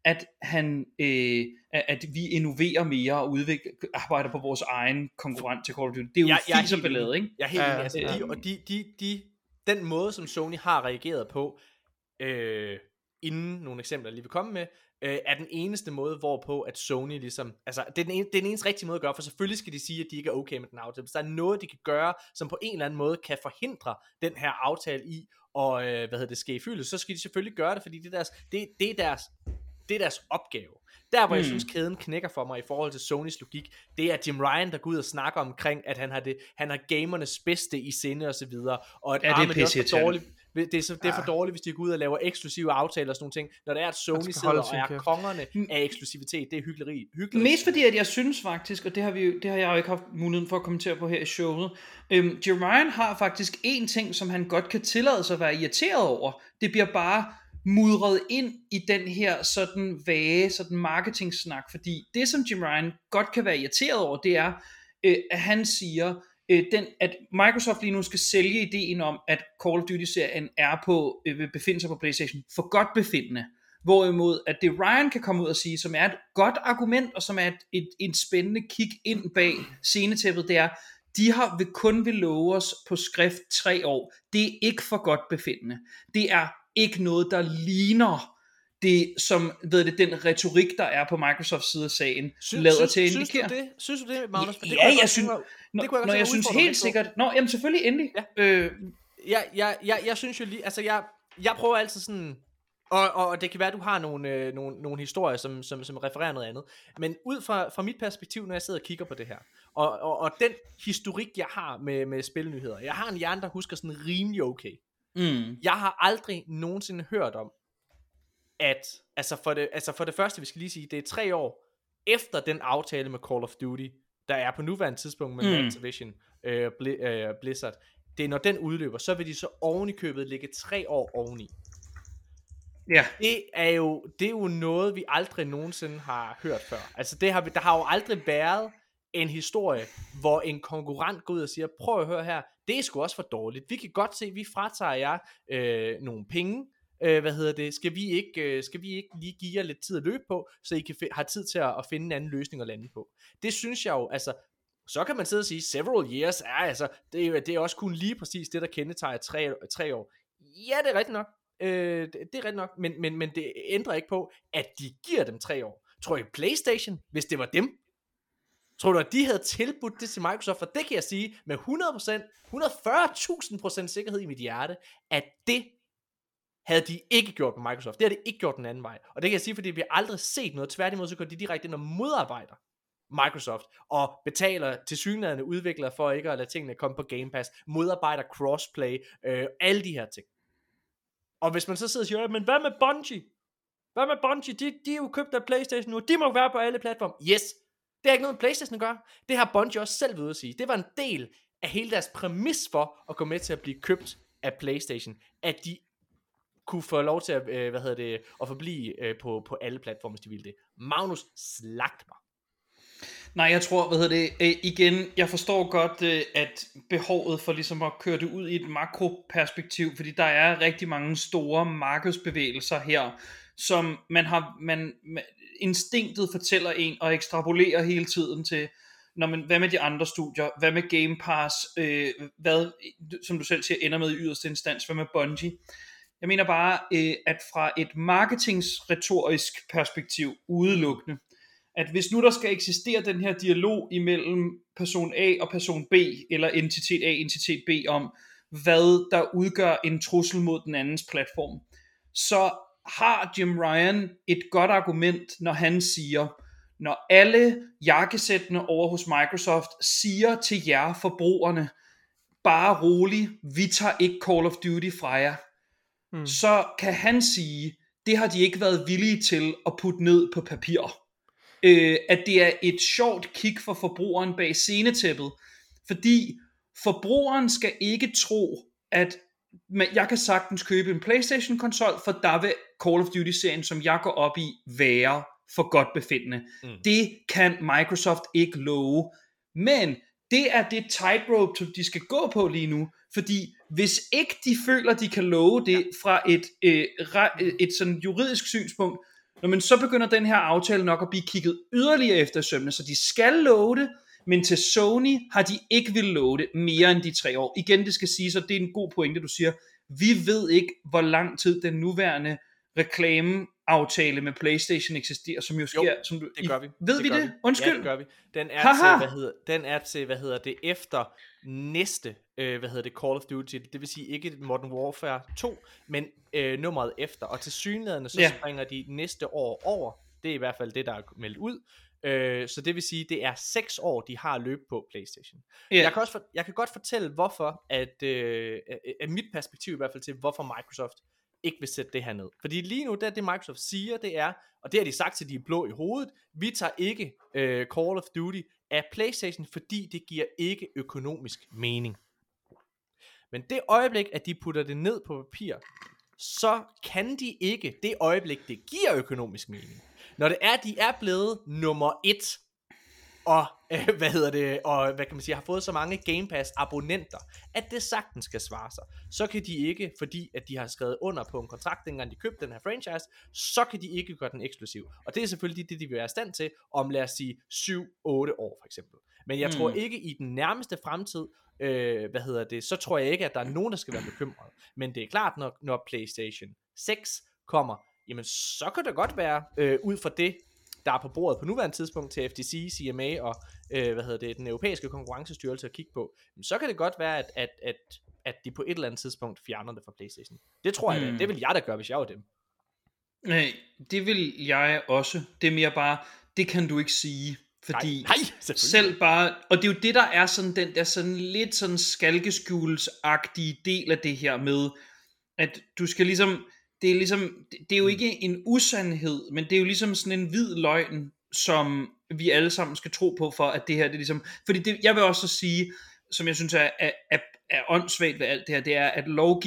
at vi innoverer mere og arbejder på vores egen konkurrent til Call of Duty. Det er jo fis og ballade, ikke? Jeg er helt enig. Den måde, som Sony har reageret på, inden nogle eksempler lige vil komme med, er den eneste måde, hvorpå at Sony ligesom, altså det er den eneste rigtige måde at gøre, for selvfølgelig skal de sige, at de ikke er okay med den aftale. Hvis der er noget, de kan gøre, som på en eller anden måde kan forhindre den her aftale i, og ske fyldes, så skal de selvfølgelig gøre det, fordi det er deres opgave. Der hvor jeg synes kæden knækker for mig i forhold til Sonys logik, det er Jim Ryan, der går ud og snakker omkring, at han har gamernes bedste i sinde og så videre, og at det er for dårligt. Det er for dårligt, hvis de går ud og laver eksklusive aftaler og sådan nogle ting, når det er, at Sony sidder og er kongerne af eksklusivitet. Det er hyggeleri. Mest fordi, at jeg synes faktisk, og det har jeg jo ikke haft muligheden for at kommentere på her i showet, Jim Ryan har faktisk en ting, som han godt kan tillade sig at være irriteret over. Det bliver bare mudret ind i den her sådan vage, sådan marketing-snak, fordi det, som Jim Ryan godt kan være irriteret over, det er, at han siger, at Microsoft lige nu skal sælge ideen om, at Call of Duty-serien vil befinde sig på PlayStation for godt befindende. Hvorimod, at det Ryan kan komme ud og sige, som er et godt argument, og som er et spændende kig ind bag scenetæppet, det er, de vil love os på skrift 3 år. Det er ikke for godt befindende. Det er ikke noget, der ligner det, som den retorik, der er på Microsofts side af sagen, lader til at indikere. Synes du det, Magnus? Jeg synes helt sikkert. Jamen selvfølgelig, endelig. Ja. Jeg synes jo lige, altså jeg prøver altid sådan, og det kan være, at du har nogle historier, som refererer noget andet, men ud fra mit perspektiv, når jeg sidder og kigger på det her, og den historik, jeg har med spilnyheder, jeg har en hjerne, der husker sådan rimelig okay. Jeg har aldrig nogensinde hørt om, at for det første, vi skal lige sige, det er 3 år efter den aftale med Call of Duty, der er på nuværende tidspunkt med Activision Blizzard. Det er når den udløber, så vil de så oven i købet ligge 3 år oveni. Ja. Det er jo noget, vi aldrig nogensinde har hørt før. Altså der har jo aldrig været en historie, hvor en konkurrent går ud og siger, prøv at høre her, det er sgu også for dårligt. Vi kan godt se, at vi fratager jer nogle penge. Skal vi ikke lige give jer lidt tid at løbe på, så I kan har tid til at finde en anden løsning at lande på. Det synes jeg jo, altså, så kan man sidde og sige, several years det er også kun lige præcis det, der kendetegner 3 år. Ja, det er rigtigt nok. Det er rigtigt nok, men det ændrer ikke på, at de giver dem 3 år. Tror I PlayStation, hvis det var dem, tror du, at de havde tilbudt det til Microsoft? For det kan jeg sige med 100%, 140.000% sikkerhed i mit hjerte, at det havde de ikke gjort på Microsoft. Det har de ikke gjort den anden vej. Og det kan jeg sige, fordi vi har aldrig set noget. Tværtimod, så går de direkte ind og modarbejder Microsoft, og betaler tilsyneladende udviklere for ikke at lade tingene komme på Game Pass, modarbejder crossplay, alle de her ting. Og hvis man så sidder og siger, men hvad med Bungie? Hvad med Bungie? De er jo købt af PlayStation nu, de må være på alle platforme. Yes, det har ikke noget med PlayStation at gøre. Det har Bungie også selv ved at sige. Det var en del af hele deres præmis for at gå med til at blive købt af PlayStation, at de kunne få lov til at, at forblive på alle platforme, hvis de ville det. Magnus, slagt mig. Nej, jeg tror, igen, jeg forstår godt, at behovet for ligesom at køre det ud i et makroperspektiv, fordi der er rigtig mange store markedsbevægelser her, som instinktet fortæller en og ekstrapolerer hele tiden til, hvad med de andre studier, hvad med Game Pass, hvad, som du selv siger, ender med i yderste instans, hvad med Bungie. Jeg mener bare, at fra et marketingsretorisk perspektiv udelukkende, at hvis nu der skal eksistere den her dialog imellem person A og person B, eller entitet A, entitet B, om hvad der udgør en trussel mod den andens platform, så har Jim Ryan et godt argument, når han siger, når alle jakkesættene over hos Microsoft siger til jer forbrugerne, bare rolig, vi tager ikke Call of Duty fra jer, så kan han sige, det har de ikke været villige til at putte ned på papir. At det er et sjovt kig for forbrugeren bag scenetæppet, fordi forbrugeren skal ikke tro, at jeg kan sagtens købe en PlayStation-konsol, for der vil Call of Duty-serien, som jeg går op i, være for godt befindende. Det kan Microsoft ikke love. Men det er det tightrope, som de skal gå på lige nu, fordi hvis ikke de føler, de kan love det fra et sådan juridisk synspunkt, men så begynder den her aftale nok at blive kigget yderligere efter sømmene, så de skal love det, men til Sony har de ikke vil love det mere end de 3 år. Igen, det skal sige, så det er en god pointe, du siger. Vi ved ikke, hvor lang tid den nuværende reklameaftale med PlayStation eksisterer, som jo sker. Jo, som du, det gør vi. Ved vi det? Undskyld. Ja, det gør vi. Den er til, efter næste, Call of Duty. Det vil sige ikke Modern Warfare 2, men nummeret efter. Og til synligheden, så springer de næste år over. Det er i hvert fald det, der er meldt ud. Så det vil sige, det er 6 år, de har løb på PlayStation. Jeg kan godt fortælle, hvorfor, at mit perspektiv i hvert fald til, hvorfor Microsoft ikke vil sætte det her ned. Fordi lige nu, det Microsoft siger, det er, og det har de sagt til de blå i hovedet, vi tager ikke Call of Duty af PlayStation, fordi det giver ikke økonomisk mening. Men det øjeblik, at de putter det ned på papir, så kan de ikke det øjeblik, det giver økonomisk mening. Når det er, de er blevet nummer 1, og hvad kan man sige, har fået så mange Game Pass abonnenter, at det sagtens skal svare sig, så kan de ikke, fordi at de har skrevet under på en kontrakt, dengang de købte den her franchise, så kan de ikke gøre den eksklusiv. Og det er selvfølgelig det, de vil være i stand til, om lad os sige 7-8 år for eksempel. Men jeg tror ikke i den nærmeste fremtid, så tror jeg ikke, at der er nogen, der skal være bekymret. Men det er klart, når PlayStation 6 kommer, jamen så kan det godt være, ud fra det, der er på bordet på nuværende tidspunkt til FTC, CMA og den europæiske konkurrencestyrelse at kigge på, så kan det godt være, at de på et eller andet tidspunkt fjerner det fra PlayStation. Det tror jeg da. Det vil jeg da gøre, hvis jeg var dem. Nej, det vil jeg også. Det er mere bare, det kan du ikke sige. Fordi nej, selv bare, og det er jo det, der er sådan den der sådan lidt sådan skalkeskjulsagtige del af det her med, at du skal ligesom, det er jo ikke en usandhed, men det er jo ligesom sådan en hvid løgn, som vi alle sammen skal tro på, for at det her, det er ligesom, fordi det, jeg vil også sige, som jeg synes er åndssvagt ved alt det her, det er, at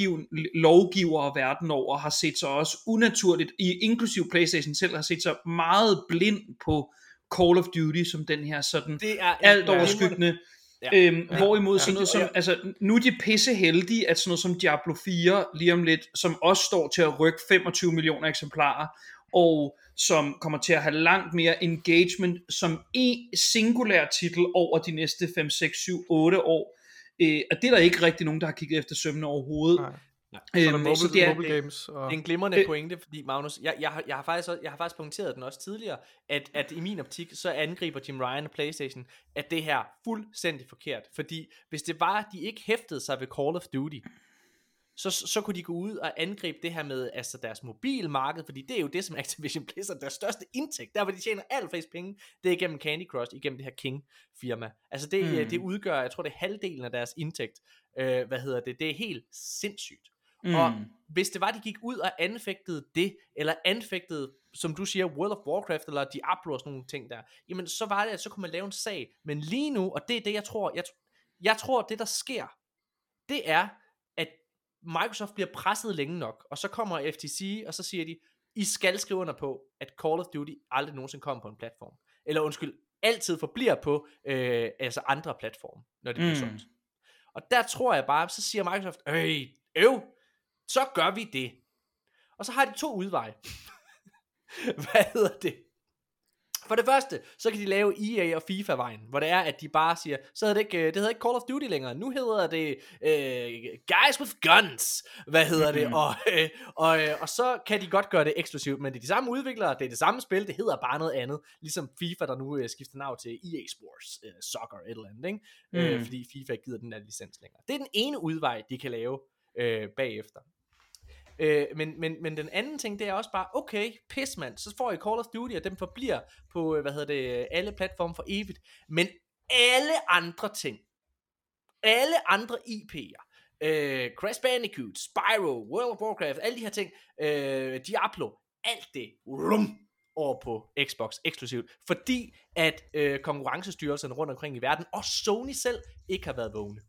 lovgivere verden over har set sig også unaturligt, inklusiv PlayStation selv, har set sig meget blind på Call of Duty som den her sådan alt overskyggende. Hvorimod sådan noget som, altså nu er de pisse heldige, at sådan noget som Diablo 4 lige om lidt, som også står til at rykke 25 millioner eksemplarer, og som kommer til at have langt mere engagement som en singulær titel over de næste 5, 6, 7, 8 år. Og det er der ikke rigtig nogen, der har kigget efter sømmene overhovedet. Nej. Så det er mobile games, det er en glimrende pointe, fordi Magnus, jeg har faktisk punkteret den også tidligere, at i min optik, så angriber Jim Ryan og PlayStation, at det her fuldstændig forkert, fordi hvis det var, at de ikke hæftede sig ved Call of Duty, så kunne de gå ud og angribe det her med altså deres mobilmarked, fordi det er jo det, som Activision Blizzard, deres største indtægt, der hvor de tjener allerflest penge, det er igennem Candy Crush, igennem det her King-firma. Altså det udgør, jeg tror det er halvdelen af deres indtægt. Det er helt sindssygt. Og hvis det var, de gik ud og anfægtede det, eller anfægtede, som du siger, World of Warcraft, eller Diablo og sådan nogle ting der, jamen så var det, at så kunne man lave en sag. Men lige nu, og det er det, jeg tror, det der sker, det er, at Microsoft bliver presset længe nok, og så kommer FTC, og så siger de, I skal skrive under på, at Call of Duty aldrig nogensinde kommer på en platform. Eller undskyld, altid forbliver på altså andre platforme, når det bliver solgt. Og der tror jeg bare, så siger Microsoft, så gør vi det. Og så har de 2 udveje. Hvad hedder det? For det første, så kan de lave EA og FIFA-vejen, hvor det er, at de bare siger, så hedder det hedder ikke Call of Duty længere, nu hedder det Guys with Guns, hvad hedder det, og så kan de godt gøre det eksklusivt, men det er de samme udviklere, det er det samme spil, det hedder bare noget andet, ligesom FIFA, der nu skifter navn til EA Sports Soccer, et eller andet, ikke? Fordi FIFA ikke gider den der licens længere. Det er den ene udvej, de kan lave bagefter. Men den anden ting, det er også bare, okay, pis mand, så får I Call of Duty, og dem forbliver på, alle platforme for evigt. Men alle andre ting, alle andre IP'er, Crash Bandicoot, Spyro, World of Warcraft, alle de her ting, Diablo, alt det, over på Xbox eksklusivt, fordi at konkurrencestyrelserne rundt omkring i verden, og Sony selv, ikke har været vågne.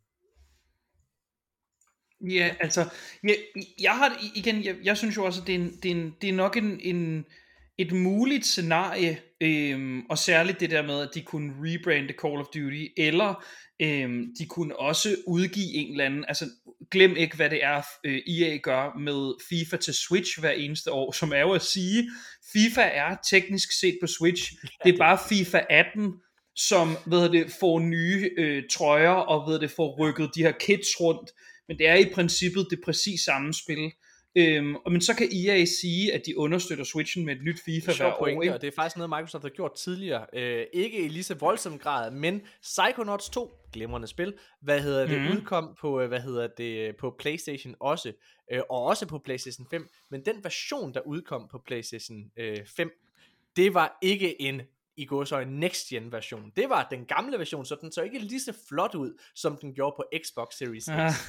Ja, altså, jeg har igen, jeg synes jo også, at det er nok et muligt scenarie, og særligt det der med, at de kunne rebrande Call of Duty, eller de kunne også udgive en eller anden, altså glem ikke, hvad det er, EA gør med FIFA til Switch hver eneste år, som er jo at sige, FIFA er teknisk set på Switch, det er bare FIFA 18, som får nye trøjer, og får rykket de her kits rundt, men det er i princippet det præcis samme spil. Men så kan EA sige, at de understøtter Switchen med et nyt FIFA hver år. Ikke? Og det er faktisk noget, Microsoft har gjort tidligere. Ikke i lige så voldsom grad, men Psychonauts 2, glimrende spil, udkom på, på PlayStation også, og også på PlayStation 5. Men den version, der udkom på PlayStation 5, det var ikke en i går så en next gen version. Det var den gamle version, så den så ikke lige så flot ud, som den gjorde på Xbox Series X.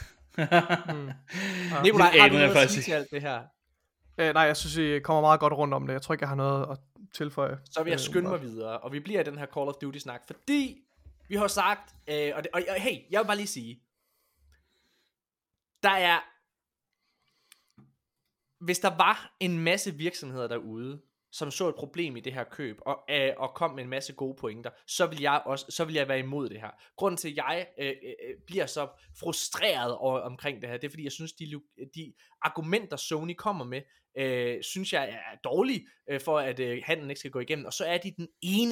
Nikolaj, har du noget at sige til alt det her? Nej, jeg synes, I kommer meget godt rundt om det. Jeg tror ikke, jeg har noget at tilføje. Så vil jeg skynde mig videre, og vi bliver i den her Call of Duty-snak, fordi vi har sagt, og hey, jeg vil bare lige sige, der er, hvis der var en masse virksomheder derude, som så et problem i det her køb, og kom med en masse gode pointer, så vil jeg være imod det her. Grunden til, at jeg bliver så frustreret omkring det her, det er, fordi jeg synes, de argumenter, Sony kommer med, synes jeg er dårlige, for at handlen ikke skal gå igennem, og så er de den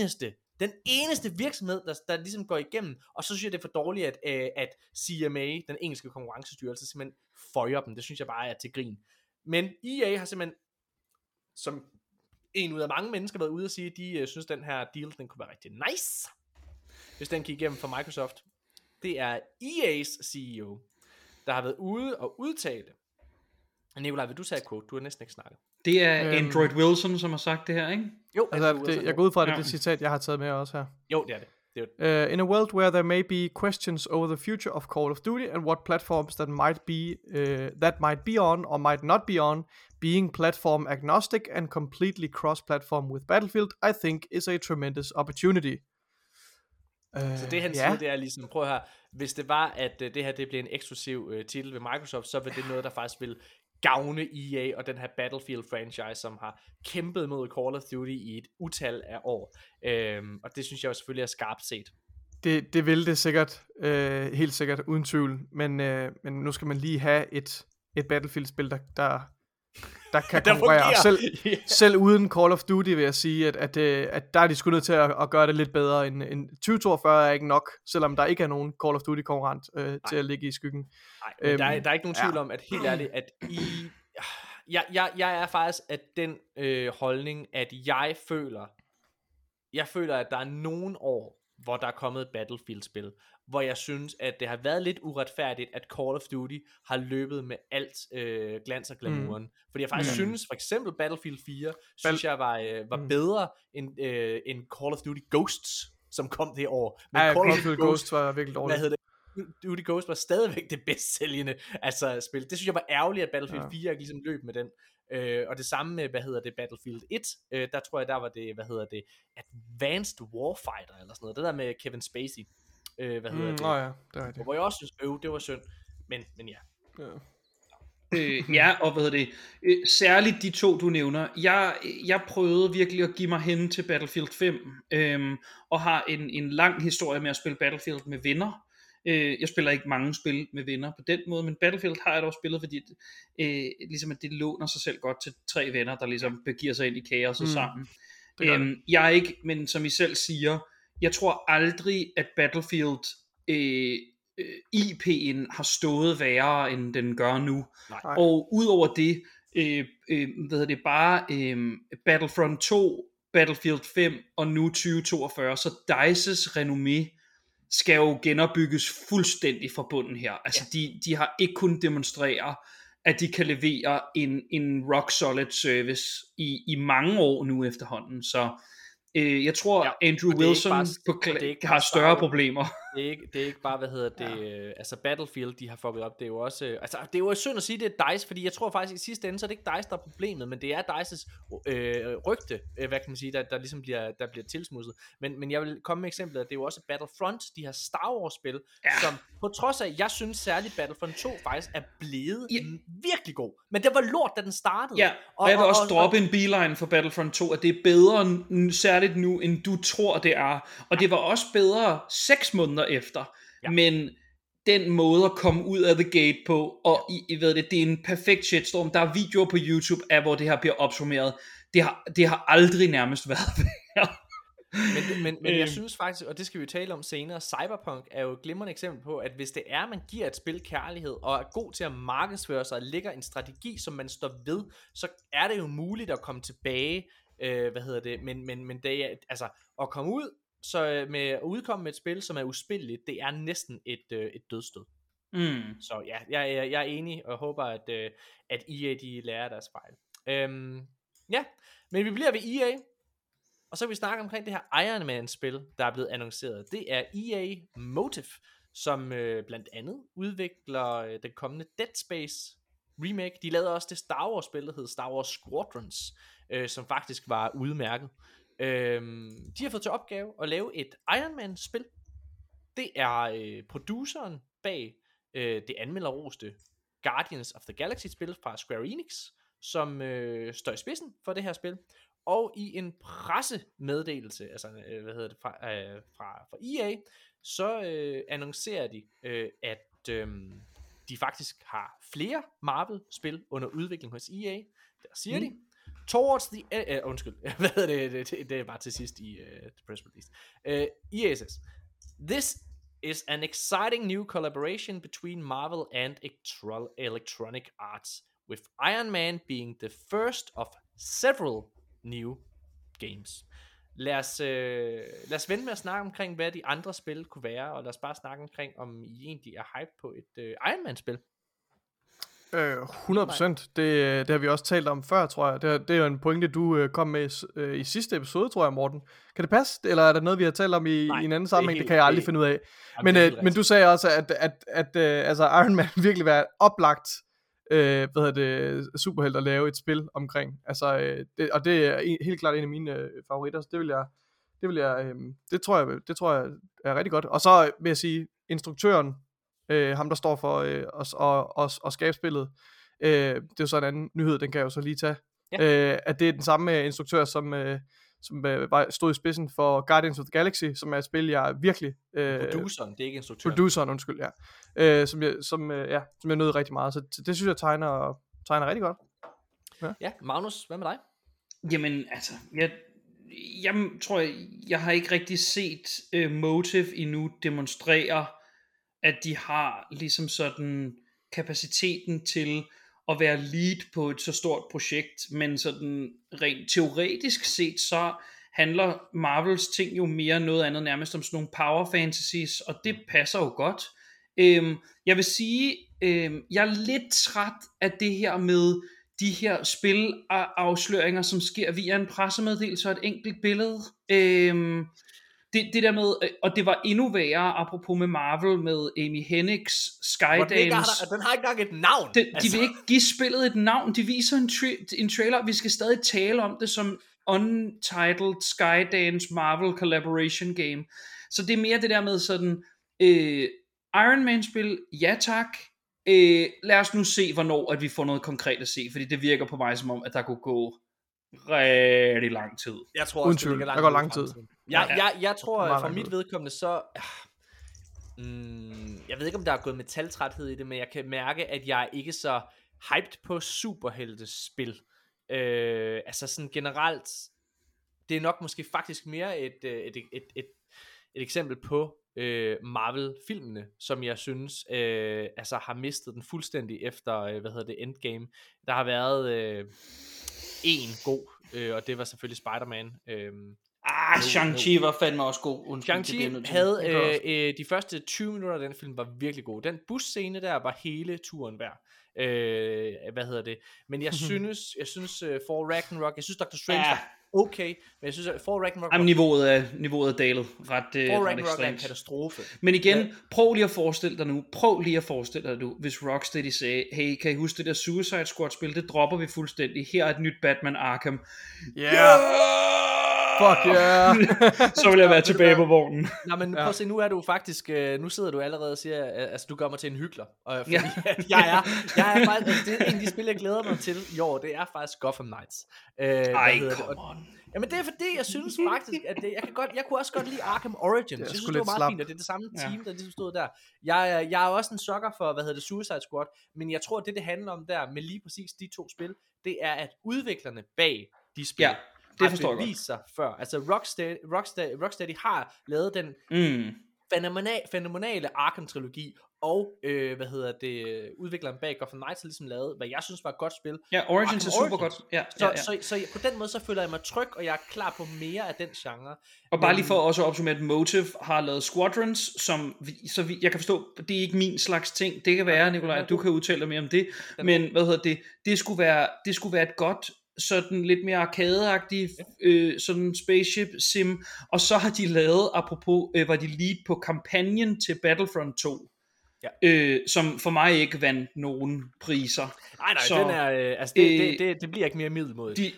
eneste virksomhed, der ligesom går igennem, og så synes jeg, det er for dårligt, at CMA, den engelske konkurrencestyrelse, simpelthen føjer dem. Det synes jeg bare er til grin. Men EA har simpelthen, som en ud af mange mennesker været ude og sige, at de synes, den her deal, den kunne være rigtig nice, hvis den gik igennem for Microsoft. Det er EA's CEO, der har været ude og udtale. Nikolaj, vil du tage et quote? Du har næsten ikke snakket. Det er Android Wilson, som har sagt det her, ikke? Jo, altså, jeg går ud fra, at det citat, jeg har taget med også her. Jo, det er det. In a world where there may be questions over the future of Call of Duty and what platforms that might be on or might not be on, being platform agnostic and completely cross-platform with Battlefield, I think is a tremendous opportunity. Så det han siger, det er ligesom, prøv her, hvis det var, at det her det bliver en eksklusiv titel ved Microsoft, så vil det noget, der faktisk vil gavne EA og den her Battlefield franchise, som har kæmpet mod Call of Duty i et utal af år. Og det synes jeg jo selvfølgelig er skarpt set. Det vil det sikkert, helt sikkert, uden tvivl. Men nu skal man lige have et Battlefield-spil, der kan konkurrere. Selv uden Call of Duty vil jeg sige, at der er de sgu nødt til at gøre det lidt bedre. End 2042 er ikke nok, selvom der ikke er nogen Call of Duty konkurrent til at ligge i skyggen. Nej, der er ikke nogen tvivl om, at helt ærligt, at jeg er faktisk af den holdning, at jeg føler, at der er nogen år, hvor der er kommet et Battlefield-spil, hvor jeg synes, at det har været lidt uretfærdigt, at Call of Duty har løbet med alt glans og glamouren. Fordi jeg faktisk synes, for eksempel Battlefield 4, synes jeg var bedre end Call of Duty Ghosts, som kom det år. Men Call of Duty Ghosts var virkelig dårligt. Duty Ghost var stadigvæk det bedst sælgende spil. Det synes jeg var ærgerligt, at Battlefield 4 ikke ligesom løb med den. Og det samme med, Battlefield 1, der tror jeg, der var det, Advanced Warfighter, eller sådan noget. Det der med Kevin Spacey. Ja, det var det. Hvor jeg også synes, det var synd. Men ja. Ja, og hvad hedder det, særligt de to du nævner. Jeg prøvede virkelig at give mig hen til Battlefield 5, og har en lang historie med at spille Battlefield med venner. Jeg spiller ikke mange spil med venner på den måde, men Battlefield har jeg dog spillet, fordi ligesom at det låner sig selv godt til 3 venner, der ligesom begiver sig ind i kaos og sammen. Jeg er ikke, men som I selv siger, jeg tror aldrig, at Battlefield IP'en har stået værre, end den gør nu. Nej. Og udover det, Battlefront 2, Battlefield 5 og nu 2042, så DICE's renommé skal jo genopbygges fuldstændig fra bunden her. Altså de har ikke kunnet demonstrere, at de kan levere en rock solid service i mange år nu efterhånden. Så jeg tror Andrew Wilson har større problemer. Det er ikke bare, altså Battlefield, de har fucket op. Det er jo også, altså det er jo synd at sige, det er DICE, fordi jeg tror faktisk i sidste ende, så er det ikke DICE, der er problemet, men det er DICE's rygte, hvad kan man sige, der ligesom bliver tilsmudset. Men jeg vil komme med eksemplet, at det er jo også Battlefront, de her Star Wars spil, som på trods af, jeg synes særligt Battlefront 2 faktisk er blevet virkelig god. Men det var lort, da den startede. Ja, og jeg vil også droppe en beeline for Battlefront 2, at det er bedre særligt nu, end du tror det er. Og det var også bedre 6 måneder efter. Men den måde at komme ud af the gate på, og I ved det er en perfekt shitstorm. Der er videoer på YouTube af, hvor det her bliver opsummeret. Det har aldrig nærmest været værre. Men jeg synes faktisk, og det skal vi jo tale om senere, Cyberpunk er jo et glimrende eksempel på, at hvis det er, man giver et spil kærlighed, og er god til at markedsføre sig, og lægger en strategi, som man står ved, så er det jo muligt at komme tilbage, men det er, altså, at komme ud, så med at udkomme med et spil, som er uspilleligt, det er næsten et dødsstød. Så ja, jeg er enig, og håber, at EA, de lærer deres fejl. Men vi bliver ved EA, og så vil vi snakke omkring det her Iron Man-spil, der er blevet annonceret. Det er EA Motive, som blandt andet udvikler den kommende Dead Space remake. De lavede også det Star Wars-spil, der hed Star Wars Squadrons, som faktisk var udmærket. De har fået til opgave at lave et Iron Man-spil. Det er produceren bag det anmelderroste Guardians of the Galaxy-spil fra Square Enix, som står i spidsen for det her spil. Og i en pressemeddelelse, altså fra EA, så annoncerer de, at de faktisk har flere Marvel-spil under udvikling hos EA. Der siger de, towards the det er bare til sidst i press release. EA says, this is an exciting new collaboration between Marvel and Electronic Arts, with Iron Man being the first of several new games. Lad os vente med at snakke omkring, hvad de andre spil kunne være, og lad os bare snakke omkring, om I egentlig er hype på et Iron Man-spil. 100%. Det har vi også talt om før, tror jeg. Det er jo en pointe, du kom med i sidste episode, tror jeg, Morten. Kan det passe? Eller er der noget, vi har talt om i en anden sammenhæng? Det kan jeg aldrig finde ud af. Men du sagde også, at altså Iron Man virkelig var oplagt superhelt at lave et spil omkring. Altså, og det er helt klart en af mine favoritter, så det tror jeg er rigtig godt. Og så vil jeg sige, instruktøren, ham der står for at skabe spillet, det er jo så en anden nyhed, den kan jeg jo så lige tage, at det er den samme instruktør, som stod i spidsen for Guardians of the Galaxy, som er et spil, jeg virkelig... Produceren, det er ikke instruktøren. Produceren, undskyld, ja. Som jeg nød rigtig meget, så det synes jeg tegner rigtig godt. Ja, Magnus, hvad med dig? Jamen, altså, jeg tror, jeg har ikke rigtig set Motive endnu demonstrere, at de har ligesom sådan kapaciteten til at være lead på et så stort projekt, men sådan rent teoretisk set, så handler Marvels ting jo mere noget andet, nærmest om sådan nogle power fantasies, og det passer jo godt. Jeg vil sige, jeg er lidt træt af det her med de her spilafsløringer, som sker via en pressemeddelelse og et enkelt billede. Det der med, og det var endnu værre, apropos med Marvel, med Amy Hennigs Skydance. Den har ikke engang et navn. De vil ikke give spillet et navn. De viser en trailer. Vi skal stadig tale om det som Untitled Skydance Marvel Collaboration Game. Så det er mere det der med sådan, Iron Man spil, ja tak. lad os nu se, hvornår at vi får noget konkret at se, fordi det virker på mig som om, at der kunne gå rigtig lang tid. Jeg tror også, Undskyld, der går lang tid. Jeg tror, Meget for lang mit tid. vedkommende, så... jeg ved ikke, om der er gået metaltræthed i det, men jeg kan mærke, at jeg er ikke så hyped på superheltespil. Altså sådan generelt, det er nok måske faktisk mere et eksempel på Marvel-filmene, som jeg synes altså har mistet den fuldstændig efter, Endgame. Der har været en god, og det var selvfølgelig Spider-Man. Shang-Chi var fandme også god. Shang-Chi havde de første 20 minutter af den film var virkelig god. Den busscene der var hele turen værd. Men jeg synes For Ragnarok, jeg synes Doctor Strange var okay, men jeg synes at For Ragnarok niveauet er dalet For Ragnarok er en katastrofe. Men igen, prøv lige at forestille dig nu, hvis Rocksteady sagde, hey, kan I huske det der Suicide Squad spil, det dropper vi fuldstændig, her er et nyt Batman Arkham. Fuck yeah. Så vil jeg være tilbage på vognen. Nej, men prøv at se, nu er du faktisk, nu sidder du allerede og siger, altså du gør mig til en hykler. Og fordi jeg er faktisk, det er en af de spil, jeg glæder mig til i år, det er faktisk Gotham Knights. Come on. Jamen det er fordi, jeg synes faktisk, at jeg kunne også godt lide Arkham Origins. Jeg synes, det var meget fint, at det er det samme team, der ligesom stod der. Jeg er også en sucker for, Suicide Squad, men jeg tror, det handler om der, med lige præcis de to spil, det er, at udviklerne bag de spil, det forstår jeg godt. Sig før. Altså Rocksteady har lavet den fænomenale Arkham-trilogi, og udvikleren bag Gotham Knights har ligesom lavet, hvad jeg synes var et godt spil. Ja, Origins er super godt. Så på den måde, så føler jeg mig tryg, og jeg er klar på mere af den genre. Og bare lige for også at opsummere, at Motive har lavet Squadrons, som jeg kan forstå, det er ikke min slags ting. Det kan være, Nikolaj, du kan udtale dig mere om det. Men det skulle være et godt, sådan lidt mere arcade-agtig sådan spaceship sim, og så har de lavet, apropos, var de lead på kampagnen til Battlefront 2, som for mig ikke vandt nogen priser. Nej, så, den er, det bliver ikke mere middelmådigt.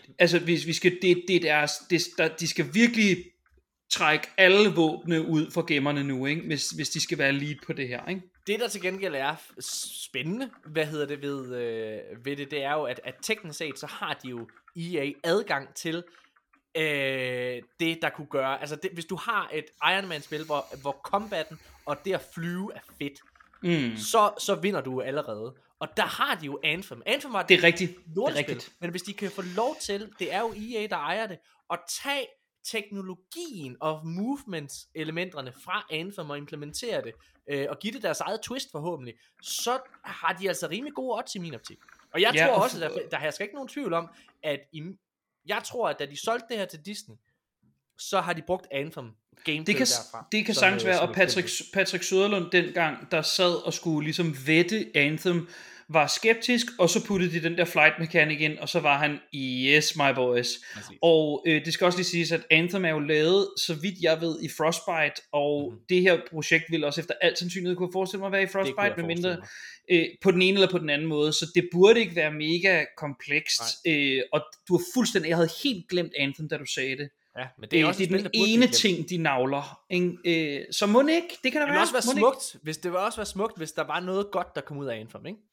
De skal virkelig trække alle våbne ud fra gemmerne nu, ikke? Hvis de skal være lead på det her, ikke? Det der til gengæld er spændende, ved det er jo, at teknisk set, så har de jo EA adgang til det, der kunne gøre, altså hvis du har et Iron Man spil, hvor combatten og det at flyve er fedt, så vinder du allerede. Og der har de jo Anthem. Anthem var det er rigtigt. Men hvis de kan få lov til, det er jo EA, der ejer det, at tage teknologien og movements-elementerne fra Anthem og implementere det, og give det deres eget twist forhåbentlig, så har de altså rimelig gode odds i min optik. Og jeg tror også, der hersker ikke nogen tvivl om, at jeg tror, at da de solgte det her til Disney, så har de brugt Anthem gameplay derfra. Det kan sagtens være, og Patrick Söderlund dengang, der sad og skulle ligesom vette Anthem, var skeptisk, og så puttede de den der flight mechanic ind, og så var han, yes my boys. Præcis. Og det skal også lige siges, at Anthem er jo lavet, så vidt jeg ved, i Frostbite, og det her projekt vil også efter alt sandsynlighed kunne forestille mig at være i Frostbite, med mindre på den ene eller på den anden måde, så det burde ikke være mega komplekst, og du har fuldstændig, jeg havde helt glemt Anthem, da du sagde det. Ja, men det er også den ene ting, de navler. Så må ikke, det kan der være. Det også være smukt, det vil også være smukt, hvis der var noget godt, der kom ud af Anthem, ikke?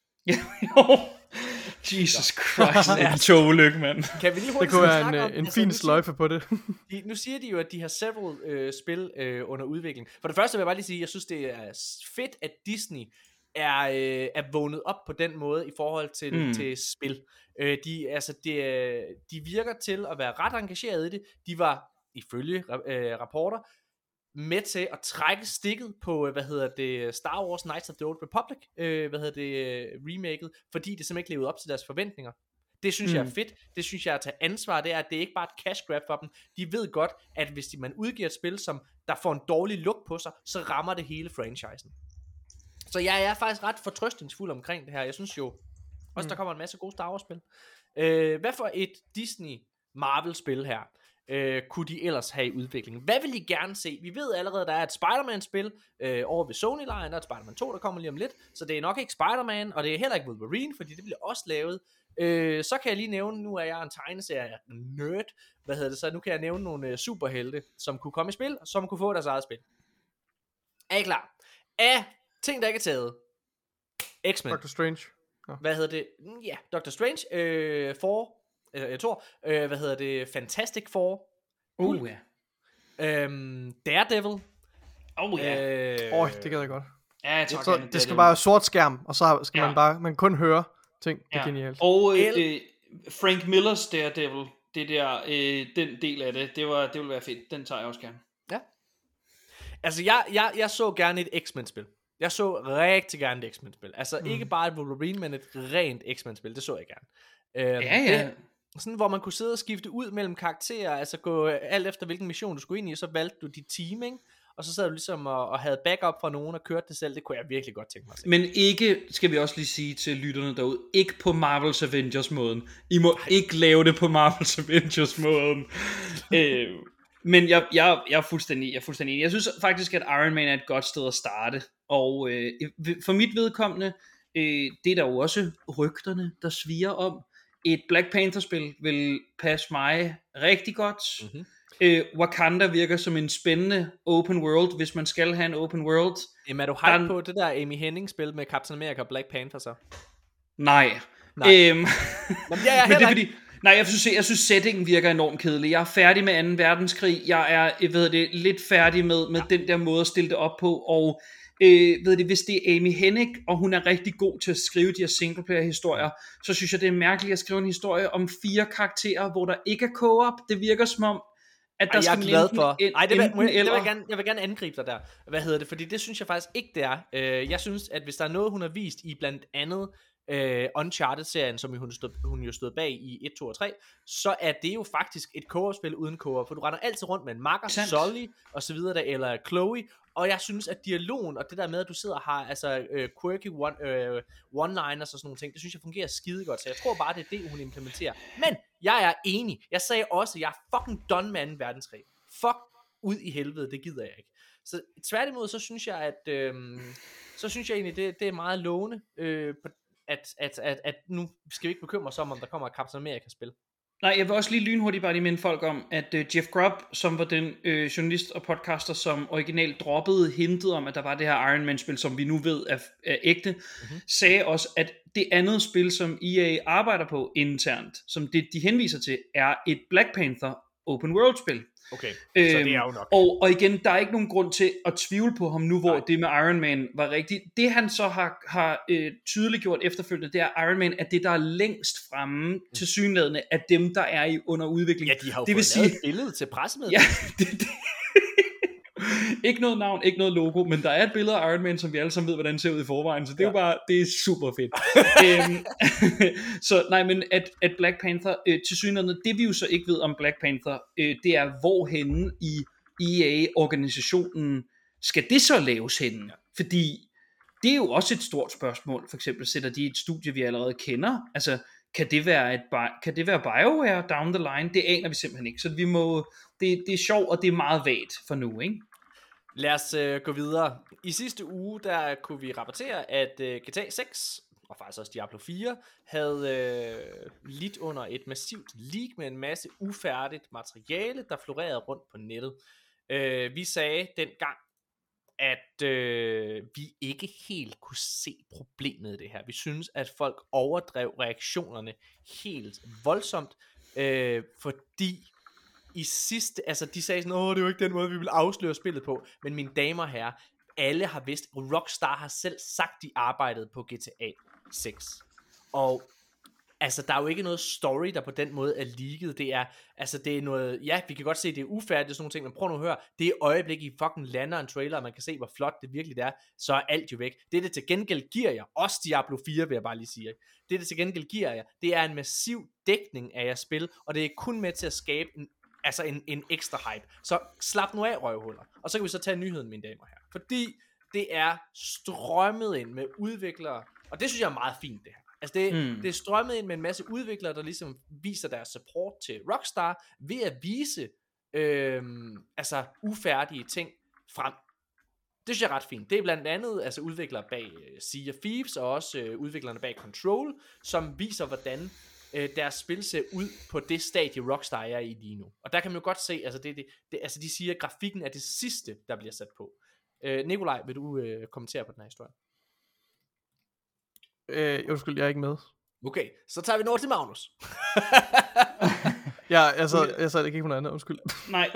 Jesus Christ, en togulykke, mand. Kan vi lige det kunne være en fin sløjfe på det. Nu siger de jo, at de har several spil under udvikling. For det første vil jeg bare lige sige, at jeg synes, det er fedt, at Disney er vågnet op på den måde i forhold til spil. De virker til at være ret engageret i det. De var, ifølge rapporter, med til at trække stikket på, Star Wars Knights of the Old Republic, remaket, fordi det simpelthen ikke levede op til deres forventninger. Det synes jeg er fedt. Det synes jeg at tage ansvar. Det er, at det ikke bare er et cash grab for dem. De ved godt, at hvis man udgiver et spil, som der får en dårlig look på sig, så rammer det hele franchisen. Så jeg er faktisk ret fortrøstningsfuld omkring det her. Jeg synes jo også, der kommer en masse gode Star Wars spil. Hvad for et Disney Marvel spil her kunne de ellers have i udvikling? Hvad vil I gerne se? Vi ved allerede, der er et Spider-Man-spil over ved Sony-lejen, der er et Spider-Man 2, der kommer lige om lidt, så det er nok ikke Spider-Man, og det er heller ikke Wolverine, fordi det bliver også lavet. Så kan jeg lige nævne, nu er jeg en tegneserie-nerd, så nu kan jeg nævne nogle superhelte, som kunne komme i spil, som kunne få deres eget spil. Er I klar? Af ting, der ikke er taget. X-Men. Doctor Strange. Hvad hedder det? Ja, Doctor Strange. Thor. Hvad hedder det? Fantastic Four. Ja. Daredevil. Ja. Det gad jeg godt. Ja, Så det skal bare være sort skærm, og så skal man kun høre ting. Det er genialt. Og Frank Millers Daredevil, det der, den del af det, det vil være fedt. Den tager jeg også gerne. Ja. Altså, jeg så gerne et X-Men-spil. Jeg så rigtig gerne et X-Men-spil. Altså, ikke bare et Wolverine, men et rent X-Men-spil. Det så jeg gerne. Ja. Sådan, hvor man kunne sidde og skifte ud mellem karakterer, altså gå alt efter hvilken mission du skulle ind i, så valgte du dit team, ikke? Og så sad du ligesom og havde backup fra nogen og kørte det selv. Det kunne jeg virkelig godt tænke mig at se. Men ikke, skal vi også lige sige til lytterne derude, ikke på Marvel's Avengers-måden. I må ikke lave det på Marvel's Avengers-måden. Men jeg er fuldstændig enig. Jeg synes faktisk, at Iron Man er et godt sted at starte. Og for mit vedkommende, det er der jo også rygterne, der sviger om. Et Black Panther-spil vil passe mig rigtig godt. Mm-hmm. Wakanda virker som en spændende open world, hvis man skal have en open world. Jamen, er du hype på det der Amy Hennig-spil med Captain America og Black Panther så? Nej. Jamen, men det er fordi, jeg synes settingen virker enormt kedelig. Jeg er færdig med 2. verdenskrig. Jeg er lidt færdig med den der måde at stille det op på. Og hvis det er Amy Hennig, og hun er rigtig god til at skrive de her singleplayer historier, så synes jeg det er mærkeligt at skrive en historie om 4 karakterer, hvor der ikke er co-op. Det virker som om at der jeg er glad for. Jeg vil gerne angribe dig der. Hvad hedder det? Fordi det synes jeg faktisk ikke det er. Jeg synes at hvis der er noget hun har vist i blandt andet Uncharted-serien, som hun jo stod bag i 1, 2 og 3, så er det jo faktisk et co-op-spil uden co-op, for du render altid rundt med en makker, Sully og så videre der, eller Chloe, og jeg synes at dialogen og det der med at du sidder og har altså quirky one-liners og sådan nogle ting, det synes jeg fungerer skide godt, så jeg tror bare det er det hun implementerer. Men jeg er enig. Jeg sagde også at jeg er fucking done med 2. verdenskrig. Fuck ud i helvede, det gider jeg ikke. Så tværtimod så synes jeg at så synes jeg egentlig det er meget lovende at nu skal vi ikke bekymre os om der kommer et Captain America-spil. Nej, jeg vil også lige lynhurtigt bare lige minde folk om, at Jeff Grubb, som var den journalist og podcaster, som originalt droppede hintet om, at der var det her Iron Man-spil, som vi nu ved er ægte, sagde også, at det andet spil, som EA arbejder på internt, som det de henviser til, er et Black Panther open world-spil. Okay, så det er jo nok. Og igen, der er ikke nogen grund til at tvivle på ham nu, hvor det med Iron Man var rigtigt. Det han så har tydeligt gjort efterfølgende, det er Iron Man, at det der er længst fremme til synlædende af dem, der er i under udvikling. Ja, de har jo det fået lavet et billede til pressemeddelelsen. Ja, det. Ikke noget navn, ikke noget logo, men der er et billede af Iron Man, som vi alle sammen ved, hvordan det ser ud i forvejen, så det er jo bare, det er super fedt. Så nej, men at Black Panther, tilsyneladende, det vi jo så ikke ved om Black Panther, det er hvorhenne i EA-organisationen skal det så laves henne? Ja. Fordi det er jo også et stort spørgsmål. For eksempel sætter de et studie, vi allerede kender, altså kan det være BioWare down the line? Det aner vi simpelthen ikke, så vi må, det er sjovt, og det er meget vagt for nu, ikke? Lad os gå videre. I sidste uge, der kunne vi rapportere, at GTA 6, og faktisk også Diablo 4, havde lidt under et massivt leak med en masse ufærdigt materiale, der florerede rundt på nettet. Vi sagde dengang, at vi ikke helt kunne se problemet i det her. Vi synes, at folk overdrev reaktionerne helt voldsomt, fordi i sidste, altså de sagde sådan, det er jo ikke den måde, vi vil afsløre spillet på, men mine damer og herrer, alle har vidst, Rockstar har selv sagt, de arbejdede på GTA 6, og altså der er jo ikke noget story, der på den måde er leaget. Det er noget, ja, vi kan godt se, det er ufærdigt og sådan nogle ting, men prøv nu at høre, det øjeblik I fucking lander en trailer, og man kan se, hvor flot det virkelig er, så er alt jo væk. Det til gengæld giver jer, også Diablo 4 vil jeg bare lige sige, det til gengæld giver jer, det er en massiv dækning af jeres spil, og det er kun med til at skabe en ekstra hype. Så slap nu af, røvhuller. Og så kan vi så tage nyheden, mine damer her. Fordi det er strømmet ind med udviklere, og det synes jeg er meget fint, det her. Altså det er strømmet ind med en masse udviklere, der ligesom viser deres support til Rockstar, ved at vise ufærdige ting frem. Det synes jeg er ret fint. Det er blandt andet udviklere bag Sea of Thieves, og også udviklerne bag Control, som viser, hvordan deres spil ser ud på det stadie Rockstar er i lige nu. Og der kan man jo godt se, de siger, at grafikken er det sidste, der bliver sat på. Nikolaj, vil du kommentere på den her historie? Undskyld, jeg er ikke med. Okay, så tager vi over til Magnus. Ja, jeg sad ikke på noget andet, undskyld. Nej,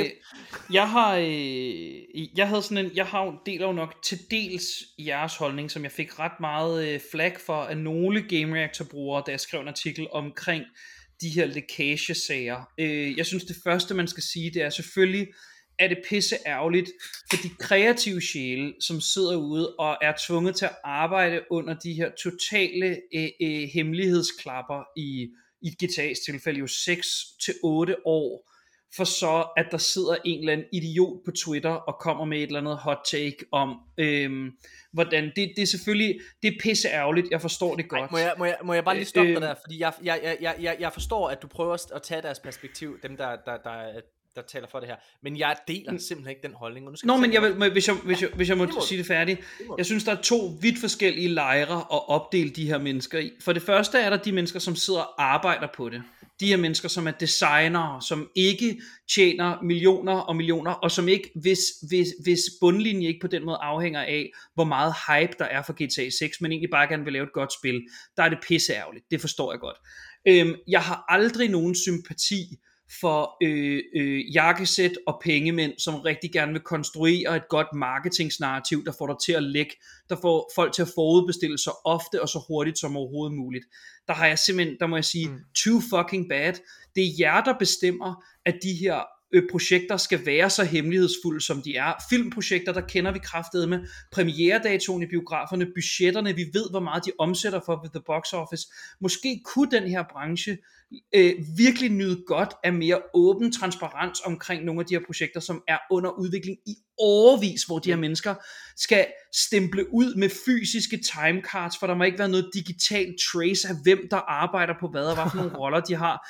jeg deler jo nok til dels jeres holdning, som jeg fik ret meget flag for af nogle Game Reactor-brugere, da jeg skrev en artikel omkring de her lækagesager. Jeg synes, det første, man skal sige, det er selvfølgelig, er det pisse ærgerligt for de kreative sjæle, som sidder ude og er tvunget til at arbejde under de her totale hemmelighedsklapper i GTA's tilfælde jo 6-8 år, for så at der sidder en eller anden idiot på Twitter og kommer med et eller andet hot take om hvordan det er selvfølgelig, det er pisse ærgerligt. Jeg forstår det godt. Må jeg bare lige stoppe dig der, fordi jeg forstår, at du prøver at tage deres perspektiv, dem der taler for det her, men jeg deler simpelthen ikke den holdning. Men hvis jeg må sige det færdigt, jeg synes der er 2 vidt forskellige lejre at opdele de her mennesker i. For det første er der de mennesker, som sidder og arbejder på det. De her mennesker, som er designere, som ikke tjener millioner og millioner, og som ikke, hvis bundlinje ikke på den måde afhænger af, hvor meget hype der er for GTA 6, men egentlig bare gerne vil lave et godt spil, der er det pisseærgerligt. Det forstår jeg godt. Jeg har aldrig nogen sympati for jakkesæt og pengemænd, som rigtig gerne vil konstruere et godt marketingsnarrativ, der får dig til at lægge, der får folk til at forudbestille så ofte og så hurtigt som overhovedet muligt. Der har jeg simpelthen, der må jeg sige, too fucking bad. Det er jer, der bestemmer, at de her projekter skal være så hemmelighedsfulde, som de er. Filmprojekter, der kender vi kraftedeme med premieredatoen i biograferne, budgetterne, vi ved, hvor meget de omsætter for ved the box office. Måske kunne den her branche virkelig nyde godt af mere åben transparens omkring nogle af de her projekter, som er under udvikling i årevis, hvor de her mennesker skal stemple ud med fysiske timecards, for der må ikke være noget digital trace af hvem der arbejder på hvad, og hvad for nogle roller de har.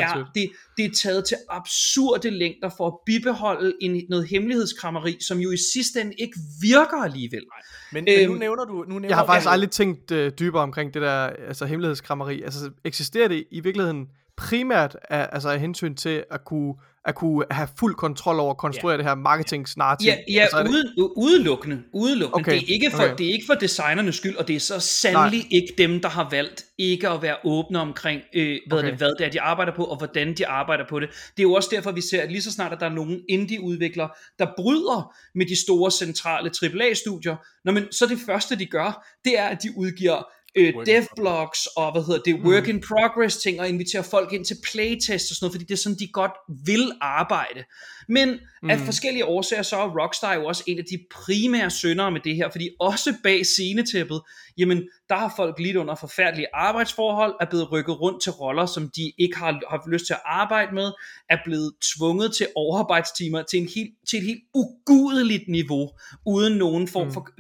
Det er taget til absurde længder for at bibeholde noget hemmelighedskrammeri, som jo i sidste ende ikke virker alligevel. Men nu nævner du... Jeg har faktisk aldrig tænkt dybere omkring det der altså hemmelighedskrammeri. Altså eksisterer det i virkeligheden primært af hensyn til at kunne have fuld kontrol over at konstruere det her marketingsnarrativ? Ja, udelukkende. Okay. Det er ikke for designernes skyld, og det er så sandelig ikke dem, der har valgt ikke at være åbne omkring, hvad det er, de arbejder på, og hvordan de arbejder på det. Det er jo også derfor, vi ser, at lige så snart, at der er nogle indie-udviklere, der bryder med de store centrale AAA-studier, så det første, de gør, det er, at de udgiver devblogs og work in progress ting, og inviterer folk ind til playtest og sådan noget, fordi det er sådan de godt vil arbejde. Men af forskellige årsager, så er Rockstar jo også en af de primære syndere med det her, fordi også bag scenetæppet, jamen der har folk lidt under forfærdelige arbejdsforhold, er blevet rykket rundt til roller, som de ikke har haft lyst til at arbejde med, er blevet tvunget til overarbejdstimer til et helt ugudeligt niveau, uden nogen form for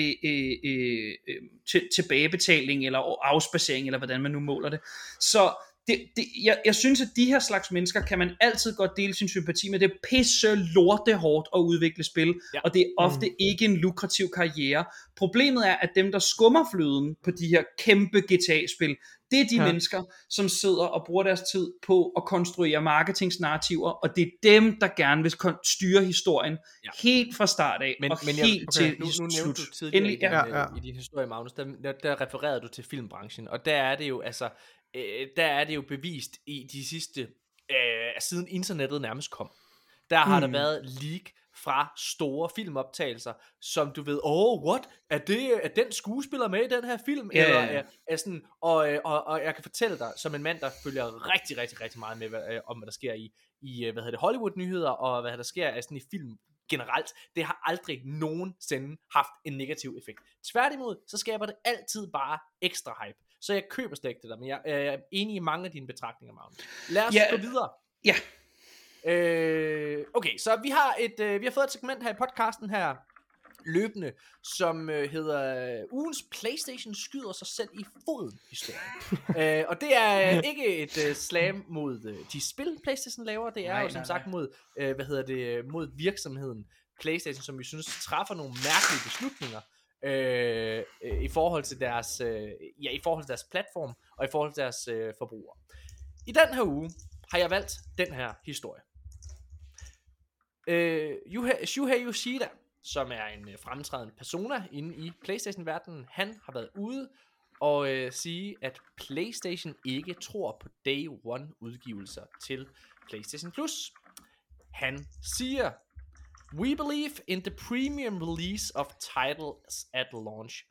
tilbagebetaling eller afspacering, eller hvordan man nu måler det. Så jeg synes, at de her slags mennesker kan man altid godt dele sin sympati med. Det er pisse lorte hårdt at udvikle spil, og det er ofte ikke en lukrativ karriere. Problemet er, at dem, der skummer fløden på de her kæmpe GTA-spil, det er de mennesker, som sidder og bruger deres tid på at konstruere marketingsnarrativer, og det er dem, der gerne vil styre historien helt fra start af, til slut. Du tidligere i din historie, Magnus, der refererede du til filmbranchen, og der er det jo bevist i de sidste, siden internettet nærmest kom. Der har der været leak fra store filmoptagelser, som du ved, what? Er den skuespiller med i den her film? Eller er sådan, og jeg kan fortælle dig, som en mand, der følger rigtig, rigtig, rigtig meget med, om hvad der sker i Hollywood-nyheder, og hvad der sker sådan i film generelt, det har aldrig nogensinde haft en negativ effekt. Tværtimod, så skaber det altid bare ekstra hype. Så jeg køber slet ikke det der, men jeg er enig i mange af dine betragtninger, Magnus. Lad os gå videre. Ja. Okay, så vi har fået et segment her i podcasten her løbende, som hedder ugens PlayStation skyder sig selv i foden historie. Og det er ikke et slam mod de spil PlayStation laver, det er som sagt mod mod virksomheden PlayStation, som vi synes træffer nogle mærkelige beslutninger i forhold til deres platform og i forhold til deres forbrugere. I den her uge har jeg valgt den her historie. Shuhei Yoshida, som er en fremtrædende persona inde i PlayStation-verdenen, han har været ude at sige, at PlayStation ikke tror på Day One udgivelser til PlayStation Plus. Han siger, "We believe in the premium release of titles at launch.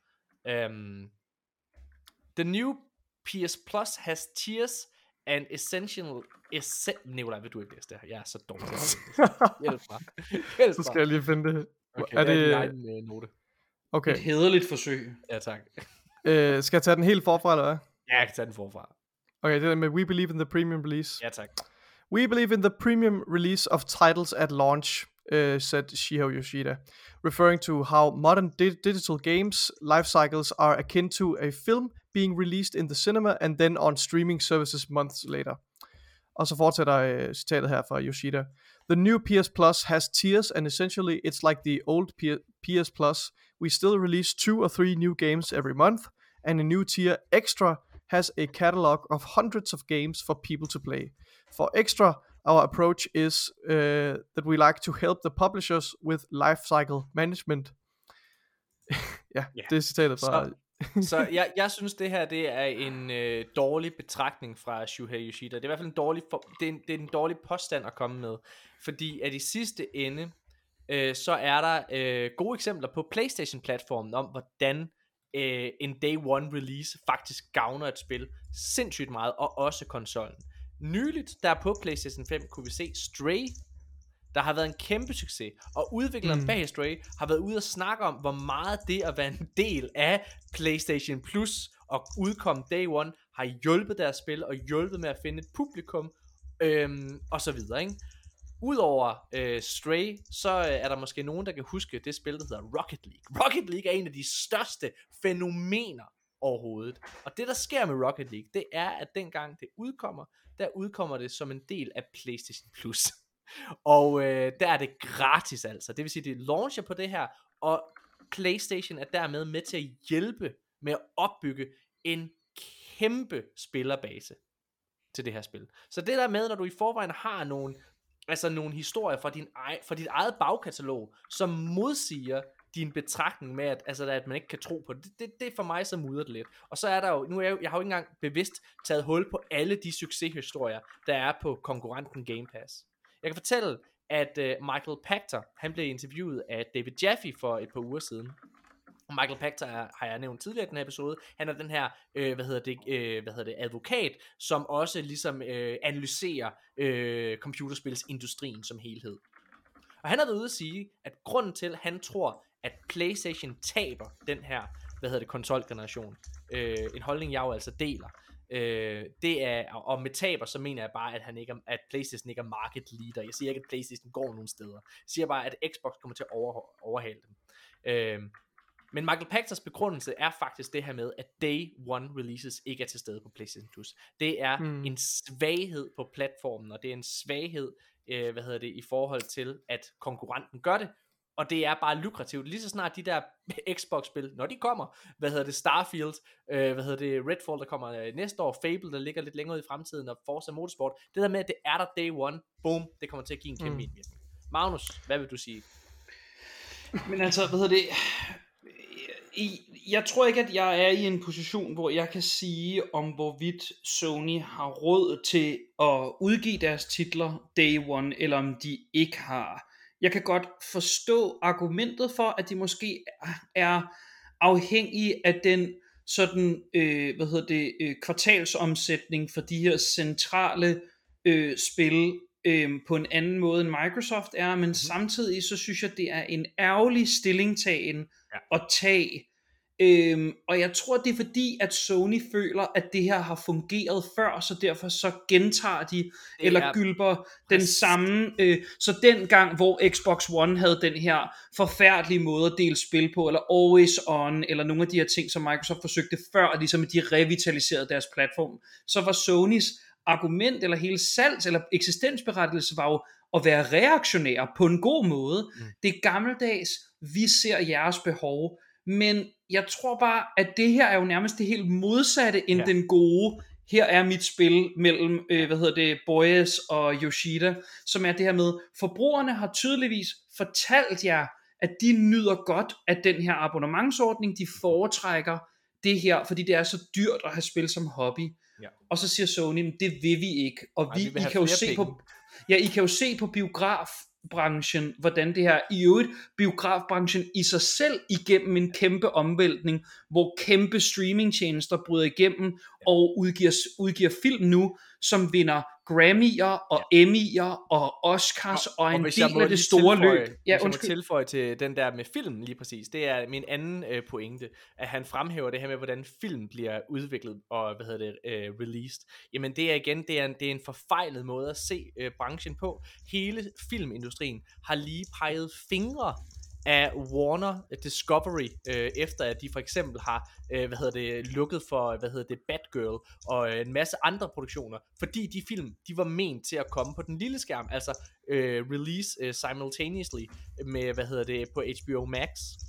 The new PS Plus has tiers and Nikolaj, vil du ikke læse det her? Jeg er så dårlig til at læse det. Hjælp mig. Så skal jeg lige finde det. Okay, er det din egen note? Okay. Et hæderligt forsøg. Ja, tak. Skal jeg tage den helt forfra, eller hvad? Ja, jeg kan tage den forfra. Okay, det er med "We believe in the premium release." Ja, tak. "We believe in the premium release of titles at launch," said Shigeru Yoshida, referring to how modern digital games life cycles are akin to a film being released in the cinema and then on streaming services months later. Og så fortsætter citatet her fra Yoshida. "The new PS Plus has tiers, and essentially it's like the old PS Plus. We still release 2 or 3 new games every month, and a new tier, Extra, has a catalog of hundreds of games for people to play. For Extra, our approach is that we like to help the publishers with life cycle management." Ja, det er citatet fra... Så jeg synes det her, det er en dårlig betragtning fra Shuhei Yoshida. Det er i hvert fald en dårlig det er en dårlig påstand at komme med, fordi at i sidste ende så er der gode eksempler på PlayStation-platformen om hvordan en Day One release faktisk gavner et spil sindssygt meget, og også konsollen. Nyligt der på PlayStation 5 kunne vi se Stray, der har været en kæmpe succes, og udvikleren bag Stray har været ude og snakke om, hvor meget det at være en del af PlayStation Plus og udkomme Day One har hjulpet deres spil og hjulpet med at finde et publikum og så videre, ikke? Udover Stray, så er der måske nogen, der kan huske det spil, der hedder Rocket League. Rocket League er en af de største fænomener overhovedet. Og det, der sker med Rocket League, det er, at dengang det udkommer, der udkommer det som en del af PlayStation Plus. Og der er det gratis altså. Det vil sige, det launcher på det her, og PlayStation er dermed med til at hjælpe med at opbygge en kæmpe spillerbase til det her spil. Så det der med, når du i forvejen har nogle historier fra dit eget bagkatalog, som modsiger din betragtning med, at man ikke kan tro på det. Det er for mig, så mudrer det lidt. Og så er der jo, jeg har jo ikke engang bevidst taget hul på alle de succeshistorier, der er på konkurrenten Game Pass. Jeg kan fortælle, at Michael Pachter, han blev interviewet af David Jaffe for et par uger siden. Og Michael Pachter har jeg nævnt tidligere i den her episode. Han er den her, advokat, som også ligesom analyserer computerspilsindustrien som helhed. Og han har været ude at sige, at grunden til, at han tror, at PlayStation taber den her, konsolgeneration, en holdning, jeg jo altså deler, det er, og med taber, så mener jeg bare, at PlayStation ikke er market leader. Jeg siger ikke, at PlayStation går nogen steder. Jeg siger bare, at Xbox kommer til at overhale dem. Men Michael Pachters begrundelse er faktisk det her med, at Day One releases ikke er til stede på PlayStation Plus. Det er en svaghed på platformen, og det er en svaghed, i forhold til, at konkurrenten gør det. Og det er bare lukrativt. Lige så snart de der Xbox-spil, når de kommer, Starfield, Redfall, der kommer næste år, Fable, der ligger lidt længere ud i fremtiden, og Forza Motorsport, det der med, at det er der Day One, boom, det kommer til at give en kæmpe indvirkning. Magnus, hvad vil du sige? Men altså, jeg tror ikke, at jeg er i en position, hvor jeg kan sige, om hvorvidt Sony har råd til at udgive deres titler Day One, eller om de ikke har. Jeg kan godt forstå argumentet for, at de måske er afhængige af den sådan, kvartalsomsætning for de her centrale spil på en anden måde end Microsoft er, men samtidig så synes jeg, det er en ærgerlig stillingtagen at tage. Og jeg tror, det er fordi, at Sony føler, at det her har fungeret før, så derfor så gentager de, eller gylper den samme. Så den gang, hvor Xbox One havde den her forfærdelige måde at dele spil på, eller Always On, eller nogle af de her ting, som Microsoft forsøgte før, ligesom de revitaliserede deres platform, så var Sonys argument, eller hele salgs, eller eksistensberettigelse, var jo at være reaktionære på en god måde. Det er gammeldags, vi ser jeres behov, men jeg tror bare, at det her er jo nærmest det helt modsatte end den gode. Her er mit spil mellem, Boyes og Yoshida, som er det her med, forbrugerne har tydeligvis fortalt jer, at de nyder godt af den her abonnementsordning, de foretrækker det her, fordi det er så dyrt at have spil som hobby. Ja. Og så siger Sony, men det vil vi ikke. Og Nej, vi vil I have kan jo flere se penge. på, ja, I kan jo se på biografbranchen, hvordan det her, i øvrigt, biografbranchen i sig selv igennem en kæmpe omvæltning, hvor kæmpe streamingtjenester bryder igennem og udgiver film nu, som vinder Grammy'er og Emmy'er og Oscars og en del af det store løb. Ja, hvis jeg må tilføje til den der med film lige præcis, det er min anden pointe, at han fremhæver det her med, hvordan film bliver udviklet og released. Jamen det er igen, det er en forfejlet måde at se branchen på. Hele filmindustrien har lige peget fingre af Warner Discovery, efter at de for eksempel har lukket for Batgirl og en masse andre produktioner, fordi de film, de var ment til at komme på den lille skærm, altså release simultaneously med på HBO Max.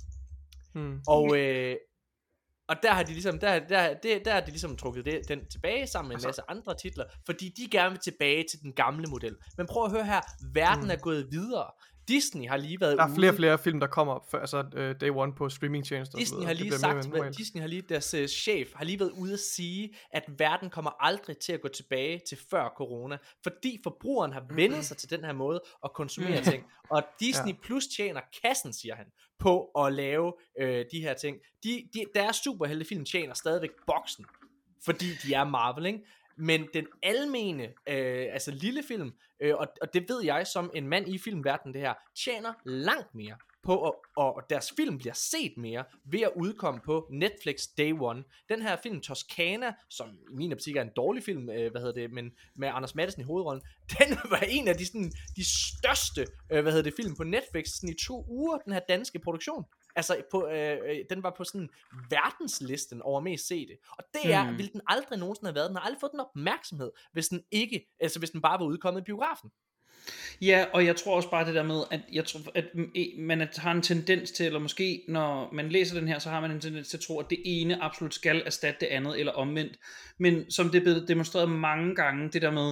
Og der har de ligesom der har de ligesom trukket den tilbage sammen med en masse andre titler, fordi de gerne vil tilbage til den gamle model. Men prøv at høre her, verden er gået videre. Disney har lige været der er flere og flere film, der kommer day one på streamingtjenester. Disney har lige deres chef har lige været ude at sige, at verden kommer aldrig til at gå tilbage til før corona, fordi forbrugeren har vendt sig til den her måde at konsumere ting, og Disney Plus tjener kassen, siger han, på at lave de her ting. Deres superheltefilm tjener stadigvæk boksen, fordi de er Marvel, ikke? Men den almene, altså lille film, og det ved jeg som en mand i filmverdenen, det her, tjener langt mere på, og deres film bliver set mere ved at udkomme på Netflix Day One. Den her film Toscana, som i min optik er en dårlig film, men med Anders Matthesen i hovedrollen, den var en af de største, film på Netflix sådan i 2 uger, den her danske produktion. Altså, den var på sådan verdenslisten over mest sete. Og det ville den aldrig nogensinde have været. Den har aldrig fået den opmærksomhed, hvis den bare var udkommet i biografen. Ja, og jeg tror også bare det der med, at man har en tendens til, eller måske når man læser den her, så har man en tendens til at tro, at det ene absolut skal erstatte det andet, eller omvendt. Men som det er blevet demonstreret mange gange, det der med,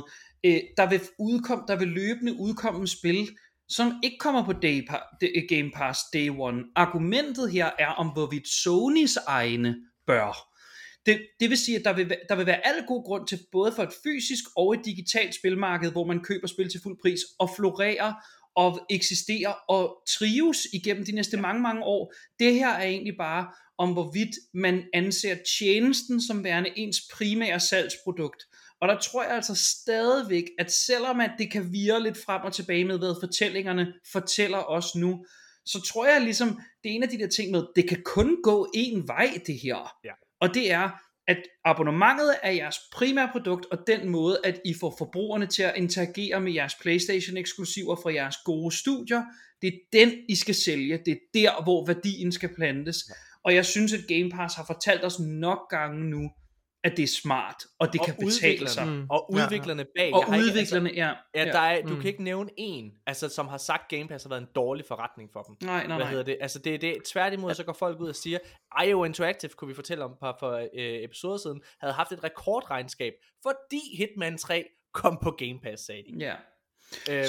der vil løbende udkomme spil, som ikke kommer på Game Pass Day One. Argumentet her er om, hvorvidt Sonys egne bør. Det vil sige, at der vil være alle gode grund til, både for et fysisk og et digitalt spilmarked, hvor man køber spil til fuld pris, og florerer og eksisterer og trives igennem de næste mange år. Det her er egentlig bare om, hvorvidt man anser tjenesten som værende ens primære salgsprodukt. Og der tror jeg altså stadigvæk, at selvom at det kan virre lidt frem og tilbage med, hvad fortællingerne fortæller os nu, så tror jeg ligesom, det er en af de der ting med, det kan kun gå en vej det her. Ja. Og det er, at abonnementet er jeres primære produkt, og den måde, at I får forbrugerne til at interagere med jeres PlayStation-eksklusiver fra jeres gode studier, det er den, I skal sælge. Det er der, hvor værdien skal plantes. Ja. Og jeg synes, at Game Pass har fortalt os nok gange nu, at det er smart, og det og kan betale sig. Og udviklerne bag. Og udviklerne, du kan ikke nævne en, altså, som har sagt, Game Pass har været en dårlig forretning for dem. Nej. Hvad hedder det? Altså, det tværtimod, så går folk ud og siger, IO Interactive, kunne vi fortælle om for episoder siden, havde haft et rekordregnskab, fordi Hitman 3 kom på Game Pass, sagde de. Ja. Jeg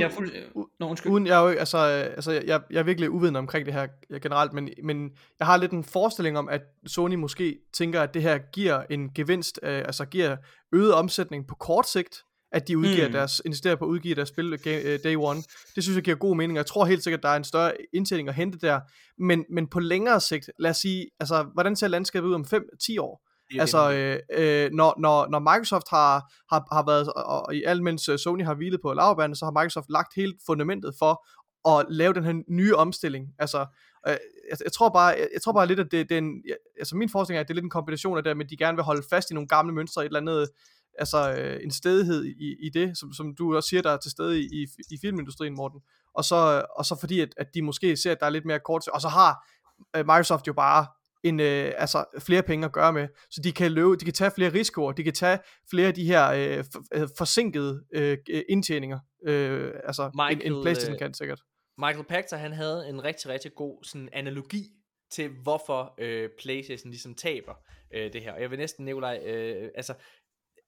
er virkelig uvidende omkring det her generelt, men jeg har lidt en forestilling om, at Sony måske tænker, at det her giver en gevinst, altså giver øget omsætning på kort sigt, at de investerer på at udgive deres spil Day One. Det synes jeg giver god mening, og jeg tror helt sikkert, at der er en større indtjening at hente der, men på længere sigt, lad os sige, altså hvordan ser landskabet ud om 5-10 år? Altså, når Microsoft har været, og i alt mens Sony har hvilet på laurbærrene, så har Microsoft lagt hele fundamentet for at lave den her nye omstilling. Altså, jeg tror bare lidt, at det er en, altså min forestilling er, at det er lidt en kombination af det, men de gerne vil holde fast i nogle gamle mønstre, et eller andet, altså en stedighed i det, som du også siger, der er til stede i filmindustrien, Morten. Og så fordi, at de måske ser, at der er lidt mere kort, og så har Microsoft jo bare flere penge at gøre med, så de kan tage flere risikoer, de kan tage flere af de her forsinkede indtjeninger, en PlayStation kan sikkert. Michael Pachter, han havde en rigtig, rigtig god sådan analogi til, hvorfor PlayStation ligesom taber det her, og jeg vil næsten, Nikolaj,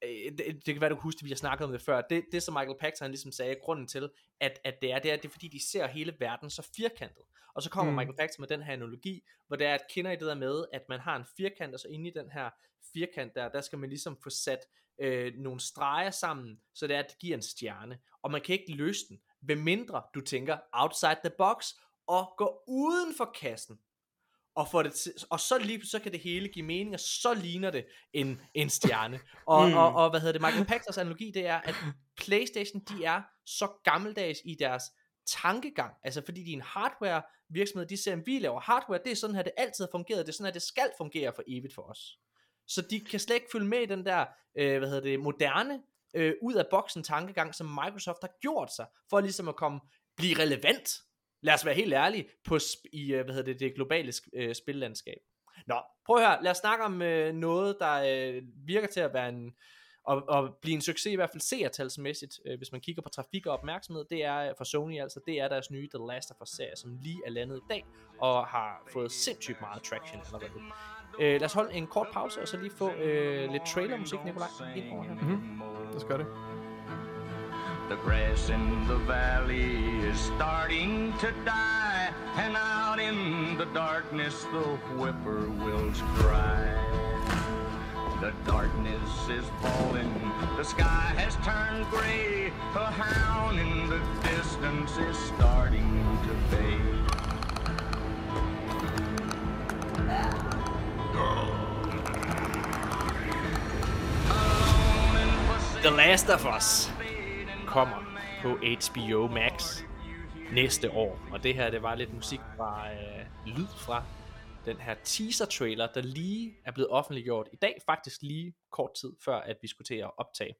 det kan være, du kan huske, at vi har snakket om det før, det som Michael Pachter ligesom sagde, grunden til, at det er fordi, de ser hele verden så firkantet. Og så kommer Michael Pachter med den her analogi, hvor det er, at kender I det der med, at man har en firkant, og så inde i den her firkant der skal man ligesom få sat nogle streger sammen, så det er, at det giver en stjerne. Og man kan ikke løse den, ved mindre du tænker outside the box, og går uden for kassen. Og så kan det hele give mening, og så ligner det en stjerne. Og hvad hedder det, Michael Pachters analogi, det er, at PlayStation, de er så gammeldags i deres tankegang, altså fordi de er en hardware virksomhed, de ser, at vi laver hardware, det er sådan her, det altid har fungeret, det er sådan her, det skal fungere for evigt for os. Så de kan slet ikke følge med i den der, moderne, ud af boksen tankegang, som Microsoft har gjort sig, for ligesom at blive relevant. Lad os være helt ærlige i det globale spillandskab. Nå, prøv at høre, lad os snakke om noget, der virker til at være og blive en succes, i hvert fald seertalsmæssigt, hvis man kigger på trafik og opmærksomhed. Det er for Sony altså, det er deres nye The Last of Us-serie, som lige er landet i dag, og har fået sindssygt meget traction allerede. Lad os holde en kort pause, og så lige få lidt trailermusik, Nikolaj. Lad os gøre det. The grass in the valley is starting to die, and out in the darkness the whippoorwills cry. The darkness is falling, the sky has turned gray, a hound in the distance is starting to bay. The Last of Us kommer på HBO Max næste år, og det her, det var lidt musik fra lyd fra den her teaser trailer, der lige er blevet offentliggjort i dag, faktisk lige kort tid før, at vi skulle til at optage.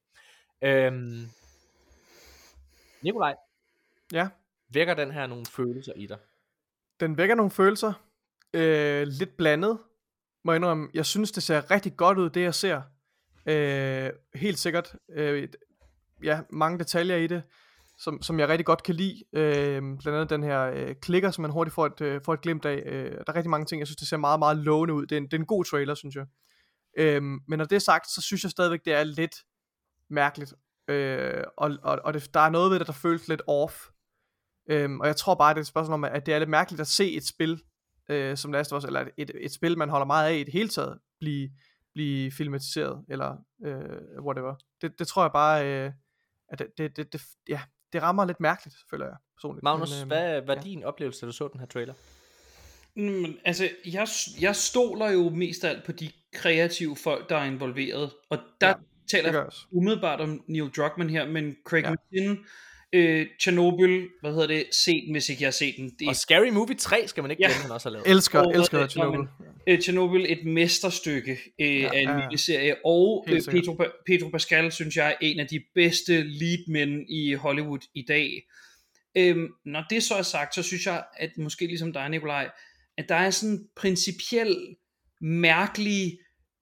Nikolaj, ja, vækker den her nogle følelser i dig? Den vækker nogle følelser, lidt blandet, må jeg indrømme. Jeg synes, det ser rigtig godt ud, det jeg ser. Helt sikkert. Ja, mange detaljer i det, som jeg rigtig godt kan lide. Blandt andet den her klikker, som man hurtigt får et glimt af. Der er rigtig mange ting, jeg synes, det ser meget, meget lovende ud. Det er en god trailer, synes jeg. Men når det er sagt, så synes jeg stadigvæk, det er lidt mærkeligt. Og der er noget ved det, der føles lidt off. Og jeg tror bare, det er et spørgsmål om, at det er lidt mærkeligt at se et spil, som Last of Us, eller et spil, man holder meget af i det hele taget, blive filmatiseret, eller whatever. Det tror jeg bare, at det rammer lidt mærkeligt, føler jeg personligt. Magnus, hvad var din oplevelse, da du så den her trailer? Altså, jeg stoler jo mest af alt på de kreative folk, der er involveret, og der taler jeg umiddelbart om Neil Druckmann her, men Craig Mazin, Chernobyl, set den, hvis ikke jeg har set den. Og Scary Movie 3 skal man ikke glemme, han også har lavet. Elsker Chernobyl. Chernobyl, et mesterstykke af en miniserie, og Pedro Pascal, synes jeg, er en af de bedste leadmænd i Hollywood i dag. Når det så er sagt, så synes jeg, at måske ligesom dig, Nikolaj, at der er sådan principiel mærkelig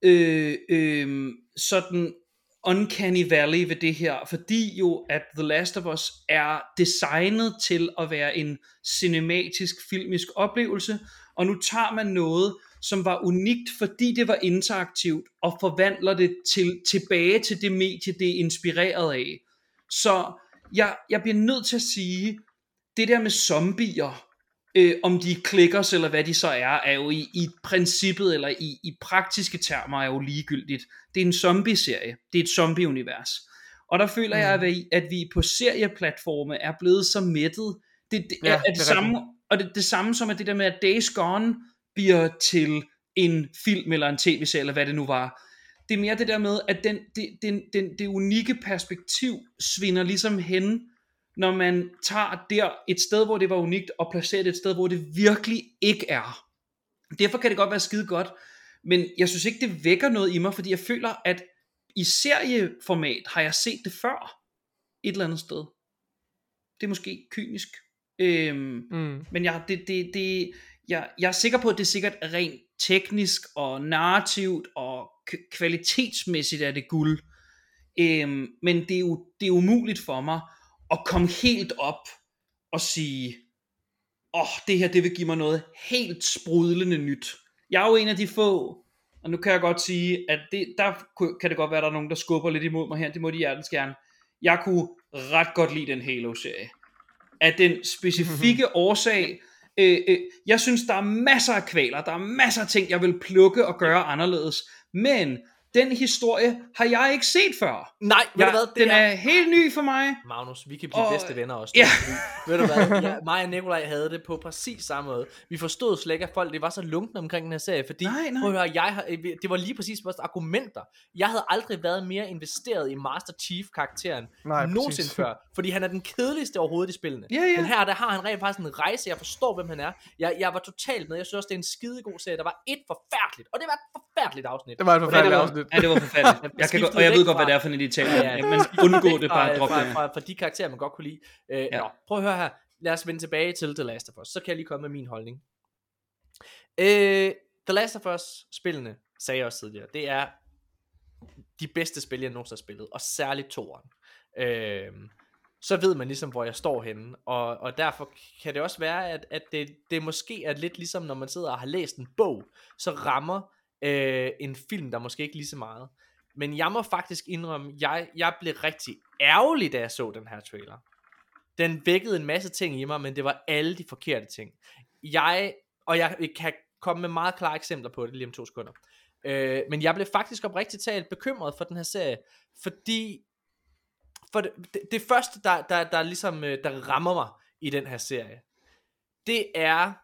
sådan uncanny valley ved det her, fordi jo at The Last of Us er designet til at være en cinematisk filmisk oplevelse, og nu tager man noget, som var unikt, fordi det var interaktivt, og forvandler det tilbage til det medie, det er inspireret af. Så jeg bliver nødt til at sige, det der med zombier, om de klikkers eller hvad de så er jo i princippet eller i praktiske termer er jo ligegyldigt. Det er en zombie-serie. Det er et zombie-univers. Og der føler jeg, at vi på serieplatforme er blevet så mættet. Det det samme som at det der med, at Days Gone bliver til en film eller en tv-serie, eller hvad det nu var. Det er mere det der med, at det unikke perspektiv svinder ligesom hen, når man tager der et sted, hvor det var unikt, og placerer det et sted, hvor det virkelig ikke er. Derfor kan det godt være skide godt, men jeg synes ikke, det vækker noget i mig, fordi jeg føler, at i serieformat har jeg set det før, et eller andet sted. Det er måske kynisk, men jeg er sikker på, at det er sikkert rent teknisk, og narrativt, og kvalitetsmæssigt er det guld, men det er umuligt for mig, at komme helt op og sige, det her, det vil give mig noget helt sprudlende nyt. Jeg er jo en af de få og nu kan jeg godt sige, at der kan det godt være, at der er nogen, der skubber lidt imod mig her, det må de hjertens gerne. Jeg kunne ret godt lide den Halo-serie. Af den specifikke årsag, jeg synes, der er masser af kvaler, der er masser af ting, jeg vil plukke og gøre anderledes, men den historie har jeg ikke set før. Nej, ved du hvad? Den er helt ny for mig. Magnus, vi kan blive bedste venner også. Ja. Ved du hvad? Mig og Nikolaj havde det på præcis samme måde. Vi forstod slet ikke, at folk det var så lunkne omkring den her serie, fordi prøv at høre, det var lige præcis vores argumenter. Jeg havde aldrig været mere investeret i Master Chief-karakteren nogensinde før, fordi han er den kedeligste overhovedet i spillene. Ja. Men her der har han rent faktisk en rejse, jeg forstår, hvem han er. Jeg var totalt med. Jeg synes også, det er en skidegod serie. Der var et forfærdeligt, og det var et forfærdeligt afsnit. Det var et forfærdeligt afsnit. Ja, det var forfærdeligt. Og jeg ved godt, hvad det er for en Italien. Men undgå det bare. Fra de karakterer, man godt kunne lide. Nå, prøv at høre her. Lad os vende tilbage til The Last of Us. Så kan jeg lige komme med min holdning. The Last of Us-spillene, sagde jeg også tidligere, det er de bedste spil, jeg nogensinde har spillet. Og særligt toeren. Så ved man ligesom, hvor jeg står henne. Og derfor kan det også være, at det måske er lidt ligesom, når man sidder og har læst en bog, så rammer en film, der måske ikke lige så meget. Men jeg må faktisk indrømme, jeg blev rigtig ærgerlig, da jeg så den her trailer. Den vækkede en masse ting i mig, men det var alle de forkerte ting. Jeg kan komme med meget klare eksempler på det lige om 2 sekunder. Men jeg blev faktisk oprigtigt talt bekymret for den her serie, fordi for det første, der ligesom der rammer mig i den her serie, det er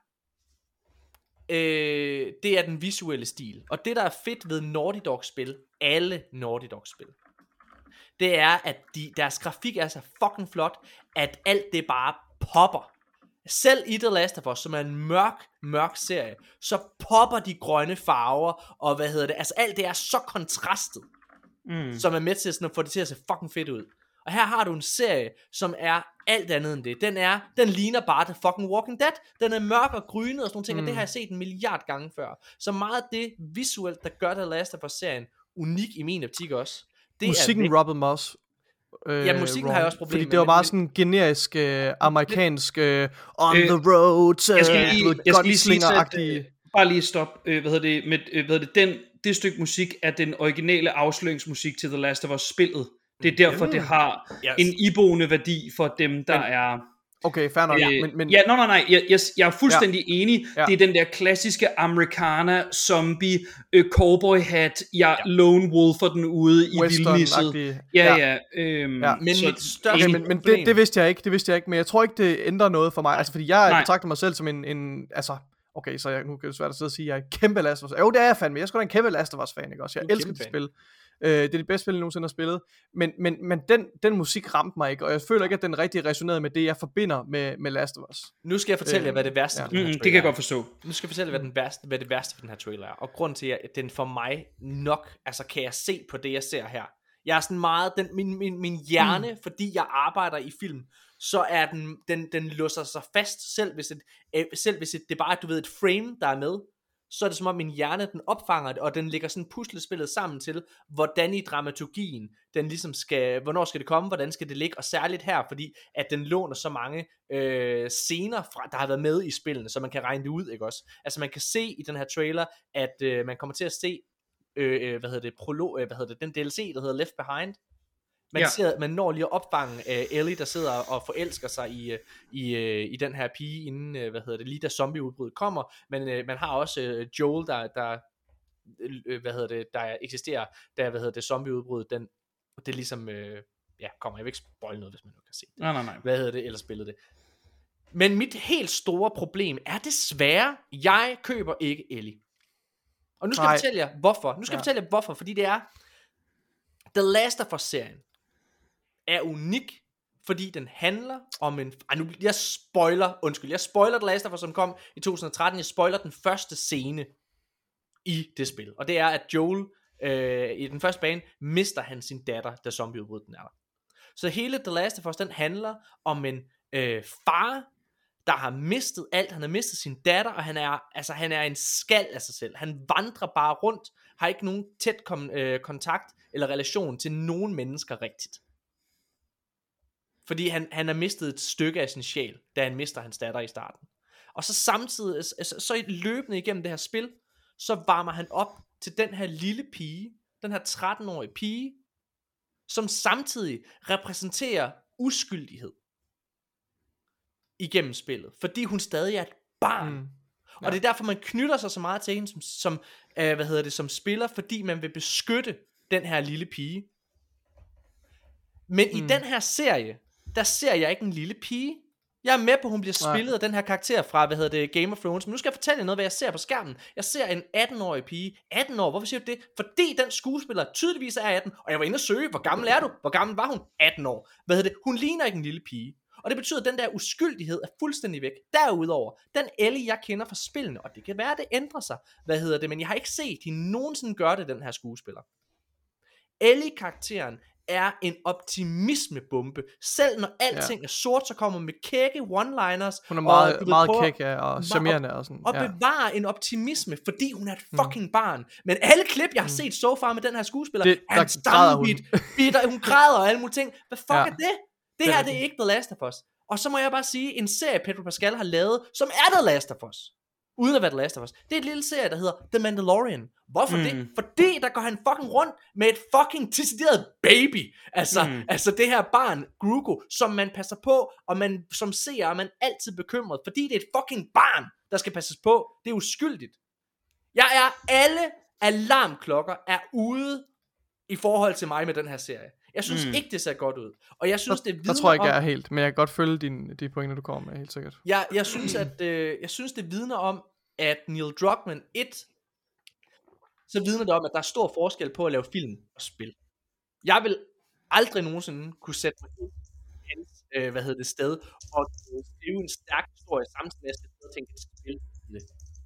den visuelle stil. Og det der er fedt ved Naughty Dog spil, alle Naughty Dog spil, det er at deres grafik er så fucking flot, at alt det bare popper. Selv i The Last of Us, som er en mørk serie, så popper de grønne farver, og altså alt det er så kontrastet, som er med til sådan at få det til at se fucking fedt ud. Og her har du en serie, som er alt andet end det. Den ligner bare The fucking Walking Dead. Den er mørk og grynet og sådan nogle ting, og det har jeg set 1 milliard gange før. Så meget af det visuelt, der gør The Last of Us-serien unik i min optik også. Musikken Robert Moss. Musikken har jeg også problemer med. Fordi det var bare sådan generisk amerikansk on the road. Jeg skal lige sige, bare lige stop. Det stykke musik er den originale afsløringsmusik til The Last of Us spillet. Det er derfor, det har en iboende værdi for dem, der er... Okay, fair nok. Ja, nej. Jeg er fuldstændig enig. Ja. Det er den der klassiske americana, zombie, cowboy hat, lone wolfer den ude i vildnisset. Men det vidste jeg ikke. Men jeg tror ikke, det ændrer noget for mig. Altså, fordi jeg betragter mig selv som en altså... Okay, så nu kan det svært at sidde og sige, at jeg er en kæmpe Last of Us. Jo, det er jeg fandme. Jeg er sgu da en kæmpe Last of Us fan, ikke også? Jeg elsker det spil. Det er det bedste spil, jeg nogensinde har spillet. Men den musik ramte mig ikke, og jeg føler ikke, at den rigtig resonerede med det, jeg forbinder med Last of Us. Nu skal jeg fortælle jer, hvad det værste for den her trailer det kan jeg godt forstå. Nu skal jeg fortælle jer, hvad det værste for den her trailer er. Og grund til, at den for mig nok, altså kan jeg se på det, jeg ser her. Jeg er sådan meget, min hjerne, fordi jeg arbejder i film, så er den låser sig fast, selv hvis det bare er, du ved, et frame, der er med, så er det som om min hjerne, den opfanger det, og den lægger sådan puslespillet sammen til, hvordan i dramaturgien, den ligesom hvornår skal det komme, hvordan skal det ligge, og særligt her, fordi at den låner så mange scener, der har været med i spillene, så man kan regne det ud, ikke også? Altså man kan se i den her trailer, at man kommer til at se, den DLC, der hedder Left Behind. Man når lige at opfange Ellie, der sidder og forelsker sig i den her pige inden, lige da zombieudbruddet kommer, men man har også Joel, der eksisterer, da zombieudbruddet, det ligesom, kommer, jeg vil ikke spoil noget, hvis man nu kan se det. Nej. Eller spillet det. Men mit helt store problem er desværre, jeg køber ikke Ellie. Og nu skal jeg fortælle jer, hvorfor. Fordi det er, The Last of Us-serien er unik, fordi den handler om jeg spoiler The Last of Us, som kom i 2013. Jeg spoiler den første scene i det spil. Og det er, at Joel i den første bane mister han sin datter, da zombieudbruddet er der. Så hele The Last of Us, den handler om en far, der har mistet alt. Han har mistet sin datter, og han er en skal af sig selv. Han vandrer bare rundt, har ikke nogen tæt kontakt eller relation til nogen mennesker rigtigt. Fordi han har mistet et stykke af sin sjæl, da han mister hans datter i starten. Og så samtidig, så løbende igennem det her spil, så varmer han op til den her lille pige, den her 13-årige pige, som samtidig repræsenterer uskyldighed igennem spillet, fordi hun stadig er et barn. Ja. Og det er derfor, man knytter sig så meget til hende som spiller, fordi man vil beskytte den her lille pige. Men i den her serie, der ser jeg ikke en lille pige. Jeg er med på, at hun bliver spillet af den her karakter fra, Game of Thrones. Men nu skal jeg fortælle jer noget, hvad jeg ser på skærmen. Jeg ser en 18-årig pige. 18 år, hvorfor siger du det? Fordi den skuespiller tydeligvis er 18, og jeg var inde og søge, hvor gammel er du? Hvor gammel var hun? 18 år. Hun ligner ikke en lille pige. Og det betyder, at den der uskyldighed er fuldstændig væk. Derudover, den Ellie, jeg kender fra spillene, og det kan være, at det ændrer sig, men jeg har ikke set hende nogensinde gøre det, den her skuespiller. Ellie-karakteren er en optimismebombe. Selv når alting er sort, så kommer med kække one-liners. Hun er meget kæk og charmerende og sådan. Og bevare en optimisme, fordi hun er et fucking barn. Men alle klip, jeg har set so far med den her skuespiller, er en stambitter, hun græder og alle mulige ting. Hvad fuck er det? Det her, det er ikke The Last of Us. Og så må jeg bare sige, en serie Pedro Pascal har lavet, som er The Last of Us. Uden at være The Last of Us. Det er et lille serie, der hedder The Mandalorian. Hvorfor det? Fordi der går han fucking rundt med et fucking decideret baby. Altså det her barn, Grogu, som man passer på, og man som seer er man altid bekymret, fordi det er et fucking barn, der skal passes på. Det er uskyldigt. Alle alarmklokker er ude i forhold til mig med den her serie. Jeg synes ikke, det ser godt ud. Og jeg synes, det vidner om... Der tror jeg ikke, jeg er helt, men jeg kan godt følge de pointer, du kommer med, helt sikkert. Jeg synes, det vidner om, at Neil Druckmann, så vidner det om, at der er stor forskel på at lave film og spil. Jeg vil aldrig nogensinde kunne sætte mig ind i hans sted, og skrive en stærk historie samtidig med at tænke, at jeg skal spille det.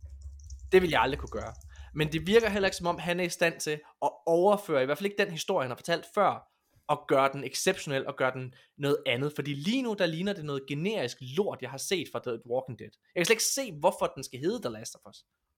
Det vil jeg aldrig kunne gøre. Men det virker heller ikke som om, han er i stand til at overføre, i hvert fald ikke den historie, han har fortalt før, og gøre den exceptionel, og gøre den noget andet. Fordi lige nu, der ligner det noget generisk lort, jeg har set fra The Walking Dead. Jeg kan slet ikke se, hvorfor den skal hedde The Last of Us.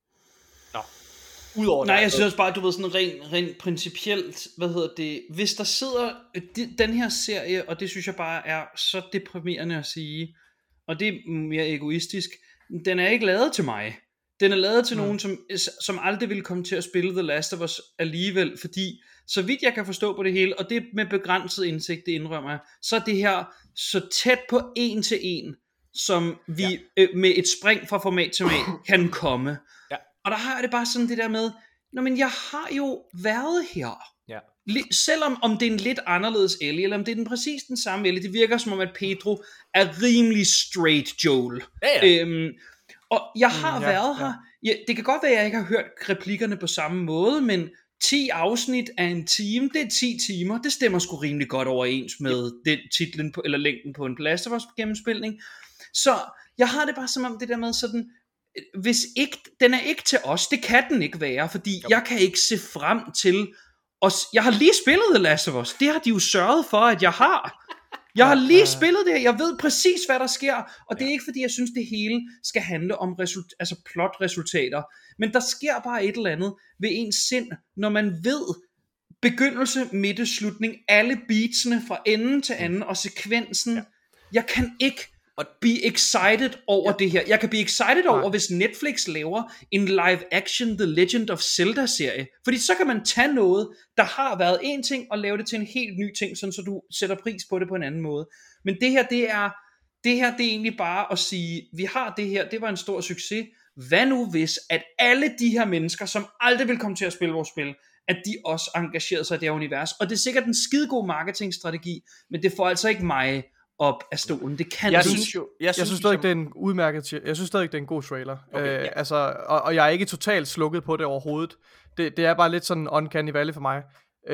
Nå. Udover jeg synes bare, du ved sådan rent principielt, hvis der sidder den her serie, og det synes jeg bare er så deprimerende at sige, og det er mere egoistisk, den er ikke lavet til mig. Den er lavet til nogen, som aldrig ville komme til at spille The Last of Us alligevel, fordi så vidt jeg kan forstå på det hele, og det med begrænset indsigt, det indrømmer jeg, så er det her så tæt på 1-til-1, som vi med et spring fra format til format kan komme. Ja. Og der har jeg det bare sådan det der med, men jeg har jo været her. Ja. Selvom det er en lidt anderledes Ellie, eller om det er præcis den samme Ellie, det virker som om, at Pedro er rimelig straight Joel. Ja. Og jeg har været her. Ja, det kan godt være, at jeg ikke har hørt replikkerne på samme måde, men 10 afsnit af en time, det er 10 timer. Det stemmer sgu rimelig godt overens med den titlen på, eller længden på en Last of Us gennemspilning. Så jeg har det bare som om det der med sådan, hvis ikke, den er ikke til os, det kan den ikke være, fordi jeg kan ikke se frem til, jeg har lige spillet The Last of Us, det har de jo sørget for, at jeg har. Jeg har lige spillet det, jeg ved præcis, hvad der sker, og det er ikke fordi, jeg synes, det hele skal handle om plot-resultater, men der sker bare et eller andet ved ens sind, når man ved begyndelse, midte, slutning, alle beatsene fra ende til anden, og sekvensen. Jeg kan ikke be excited over det her. Jeg kan be excited over, hvis Netflix laver en live-action The Legend of Zelda-serie, fordi så kan man tage noget, der har været en ting, og lave det til en helt ny ting, sådan så du sætter pris på det på en anden måde. Men det her, det er egentlig bare at sige, vi har det her, det var en stor succes. Hvad nu hvis, at alle de her mennesker, som aldrig vil komme til at spille vores spil, at de også engagerede sig i det her univers, og det er sikkert en skidegod marketingstrategi, men det får altså ikke mig op af stolen. Det kan jeg synes stadig, det er en udmærket. Jeg synes stadig, det er en god trailer. Okay, og jeg er ikke totalt slukket på det overhovedet. Det er bare lidt sådan uncanny valley for mig.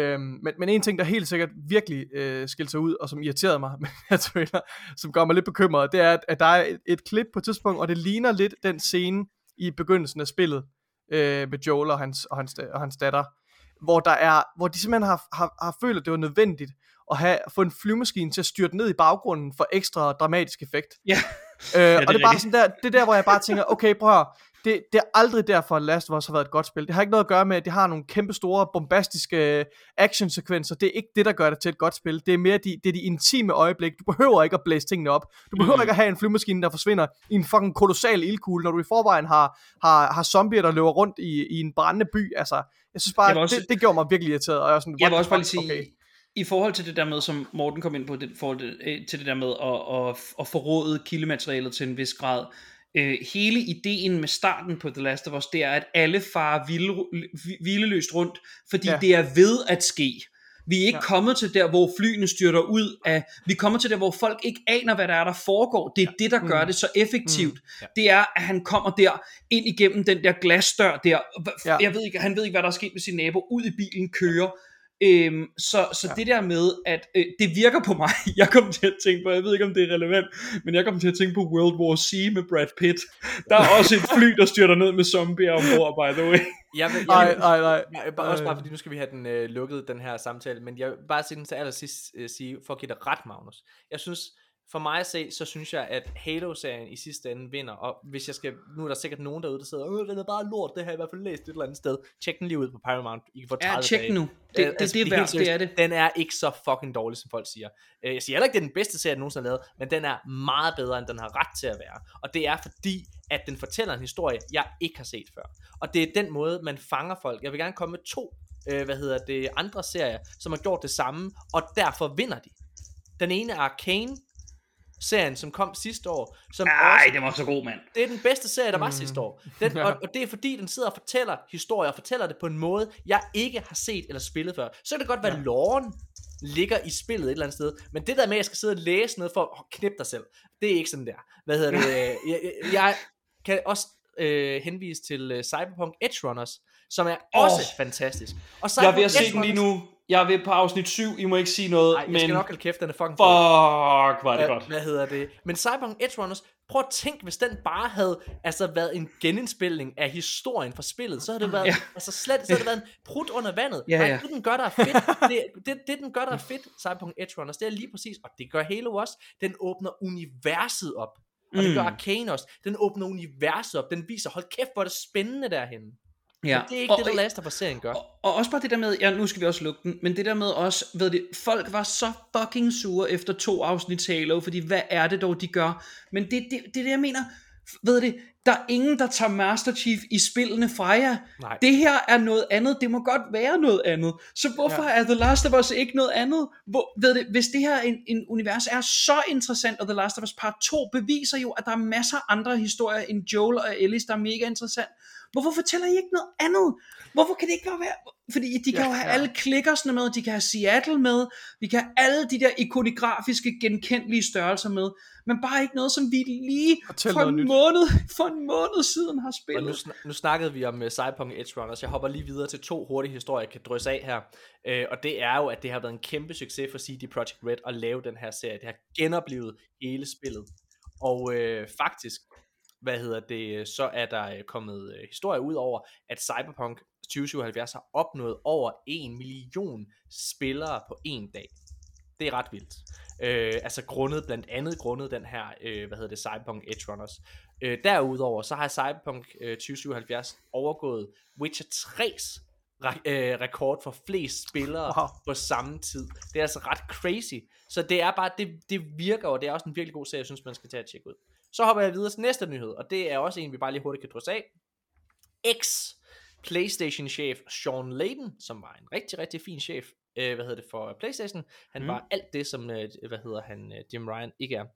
Men en ting, der helt sikkert virkelig skilte sig ud, og som irriterede mig med den her trailer, som gør mig lidt bekymret, det er, at der er et klip på et tidspunkt, og det ligner lidt den scene i begyndelsen af spillet med Joel og hans datter, hvor de simpelthen har følt, at det var nødvendigt at få en flyvemaskine til at styrte ned i baggrunden for ekstra dramatisk effekt. Og det er bare sådan der, det der, hvor jeg bare tænker, okay, prøv at høre, det er aldrig derfor, at Last of Us har været et godt spil. Det har ikke noget at gøre med, at det har nogle kæmpe store, bombastiske actionsekvenser. Det er ikke det, der gør det til et godt spil. Det er mere det er de intime øjeblik. Du behøver ikke at blæse tingene op. Du behøver ikke at have en flyvemaskine, der forsvinder i en fucking kolossal ildkugle, når du i forvejen har zombier, der løber rundt i en brændende by. Altså, jeg synes bare, også, det gjorde mig virkelig irriteret. Og jeg vil også bare lige sige, i forhold til det der med, som Morten kom ind på, til det der med at forråde kildematerialet til en vis grad, hele ideen med starten på The Last of Us, det er, at alle farer hvileløst rundt, fordi det er ved at ske. Vi er ikke kommet til der, hvor flyene styrter ud af, vi kommer til der, hvor folk ikke aner, hvad der er, der foregår. Det er det, der gør det så effektivt. Det er, at han kommer der ind igennem den der glasdør der. Han ved ikke, hvad der er sket med sin nabo, ud i bilen, kører. Så det der med, at det virker på mig, jeg kom til at tænke på, jeg ved ikke om det er relevant, men jeg kom til at tænke på World War C med Brad Pitt. Der er også et fly, der styrter ned med zombier ombord, by the way. Også bare fordi nu skal vi have den lukket, den her samtale, men jeg vil bare sige den til allersidst, sige, for at give dig ret, Magnus. Jeg synes, for mig at se, så synes jeg, at Halo-serien i sidste ende vinder, og hvis jeg skal, nu er der sikkert nogen derude, der sidder, den er bare lort, det har jeg i hvert fald læst et eller andet sted. Tjek den lige ud på Paramount, I kan få 30 tjek dage. Nu. Det er værd, det er det. Den er ikke så fucking dårlig, som folk siger. Jeg siger heller ikke, det er den bedste serie, den nogensinde har lavet, men den er meget bedre, end den har ret til at være. Og det er fordi, at den fortæller en historie, jeg ikke har set før. Og det er den måde, man fanger folk. Jeg vil gerne komme med 2, andre serier, som har gjort det samme, og derfor vinder de. Den ene er Arcane, serien, som kom sidste år. Det var så god, mand. Det er den bedste serie, der var sidste år. Og det er fordi, den sidder og fortæller historier, og fortæller det på en måde, jeg ikke har set eller spillet før. Så kan det godt være, at loven ligger i spillet et eller andet sted, men det der med, at jeg skal sidde og læse noget for at knippe dig selv, det er ikke sådan der. Jeg kan også henvise til Cyberpunk Edge Runners, som er også fantastisk. Og jeg er ved at se den lige nu. Jeg er ved på afsnit 7, I må ikke sige noget. Nej, jeg skal nok holde kæft, den er fucking var det godt. Hvad hedder det? Men Cyberpunk Edge Runners, prøv at tænke, hvis den bare havde været en genindspilning af historien fra spillet, så havde det været, så havde det været en prut under vandet. Nej, det den gør, der er fedt. Det den gør, der er fedt, Cyberpunk Edge Runners, det er lige præcis, og det gør Halo også, den åbner universet op. Og det gør Arcane også. Den åbner universet op. Den viser, hold kæft, hvor er det spændende derhenne. Ja. Det er ikke det, der Last of Us-serien gør. Og også bare det der med, nu skal vi også lukke den, men det der med også, folk var så fucking sure efter 2 afsnit Halo, fordi hvad er det dog, de gør? Men det jeg mener, der er ingen, der tager Master Chief i spillene fra jer. Nej. Det her er noget andet, det må godt være noget andet. Så hvorfor er The Last of Us ikke noget andet? Hvis det her en univers er så interessant, og The Last of Us Part 2 beviser jo, at der er masser af andre historier end Joel og Ellie, der er mega interessant. Hvorfor fortæller I ikke noget andet? Hvorfor kan det ikke bare være? Fordi de kan jo have alle klikkersne med, de kan have Seattle med, vi kan have alle de der ikonografiske, genkendelige størrelser med, men bare ikke noget, som vi lige for en måned siden har spillet. Og nu snakkede vi om Cyberpunk Edge Runners. Jeg hopper lige videre til 2 hurtige historier, jeg kan drysse af her. Og det er jo, at det har været en kæmpe succes for CD Projekt Red at lave den her serie. Det har genoplevet hele spillet. Og faktisk, så er der kommet historier ud over, at Cyberpunk 2077 har opnået over 1 million spillere på en dag. Det er ret vildt. Blandt andet grundet den her, Cyberpunk Edge Runners. Derudover, så har Cyberpunk 2077 overgået Witcher 3's rekord for flest spillere på samme tid. Det er altså ret crazy. Så det er bare, det virker, og det er også en virkelig god serie, jeg synes, man skal tage at tjekke ud. Så hopper jeg videre til næste nyhed, og det er også en, vi bare lige hurtigt kan drysse af. Ex-PlayStation-chef Sean Layden, som var en rigtig, rigtig fin chef, for PlayStation. Han var alt det, som, Jim Ryan ikke er.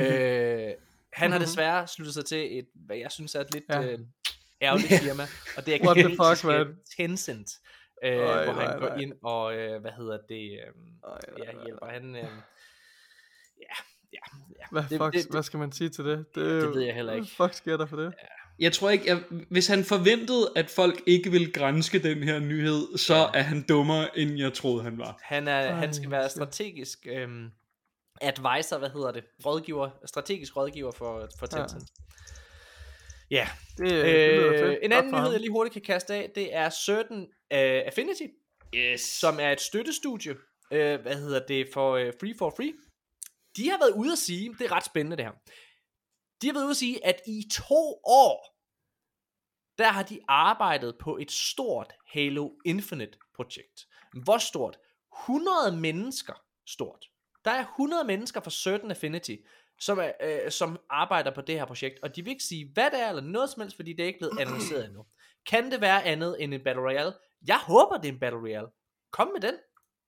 Han har desværre sluttet sig til et, hvad jeg synes er et lidt ærgerligt firma, og det er Tencent, hvor han går ind og, hjælper han, hvad skal man sige til det? Det ved jeg heller ikke. Hvad fuck sker der for det? Ja. Jeg tror ikke, hvis han forventede, at folk ikke ville granske den her nyhed, så er han dummere, end jeg troede, han var. Han skal være strategisk advisor, strategisk rådgiver for Tencent. Ja. En anden nyhed, jeg lige hurtigt kan kaste af, det er Certain Affinity, som er et støttestudie, for Free for Free. De har været ude at sige, det er ret spændende det her, de har været ude at sige, at i 2 år, der har de arbejdet på et stort Halo Infinite projekt. Hvor stort? 100 mennesker stort. Der er 100 mennesker fra Certain Affinity, som arbejder på det her projekt, og de vil ikke sige, hvad det er, eller noget som helst, fordi det er ikke blevet annonceret endnu. Kan det være andet end en Battle Royale? Jeg håber, det er en Battle Royale. Kom med den.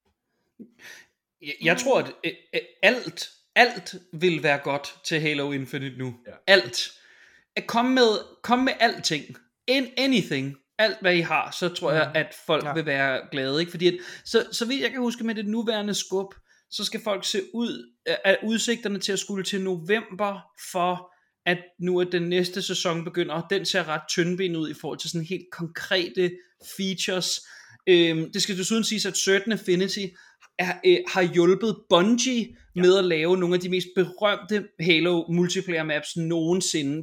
Jeg tror, at alt vil være godt til Halo Infinite nu. Ja. Alt. Kom med alting. Anything. Alt hvad I har, så tror jeg, at folk vil være glade. Ikke? Fordi så vidt jeg kan huske med det nuværende skub, så skal folk se ud af udsigterne til at skulle til november, for at nu at den næste sæson begynder. Den ser ret tyndben ud i forhold til sådan helt konkrete features. Det skal desuden siges, at Certain Affinity har hjulpet Bungie med at lave nogle af de mest berømte Halo multiplayer maps nogensinde.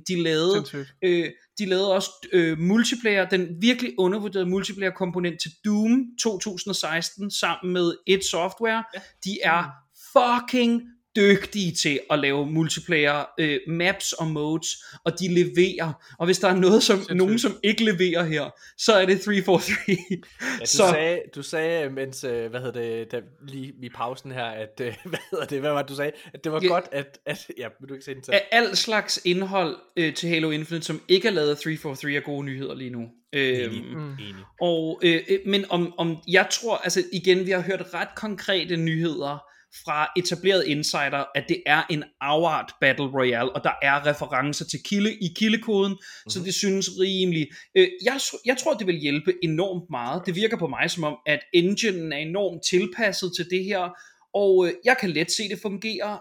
De lavede også multiplayer, den virkelig undervurderede multiplayer komponent til Doom 2016 sammen med id Software. De er fucking dygtige til at lave multiplayer maps og modes, og de leverer. Og hvis der er noget som nogen som ikke leverer her, så er det 343. Ja, du sagde mens lige i pausen her, at hvad var det du sagde, at det var godt at ja, vil du ikke se den til? Al slags indhold til Halo Infinite, som ikke er lavet af 343, er gode nyheder lige nu. Enig. Og men om jeg tror, altså igen, vi har hørt ret konkrete nyheder fra etablerede insider, at det er en afart Battle Royale, og der er referencer til kildekoden, så det synes rimeligt. Jeg tror, det vil hjælpe enormt meget. Det virker på mig som om, at enginen er enormt tilpasset til det her, og jeg kan let se det fungere.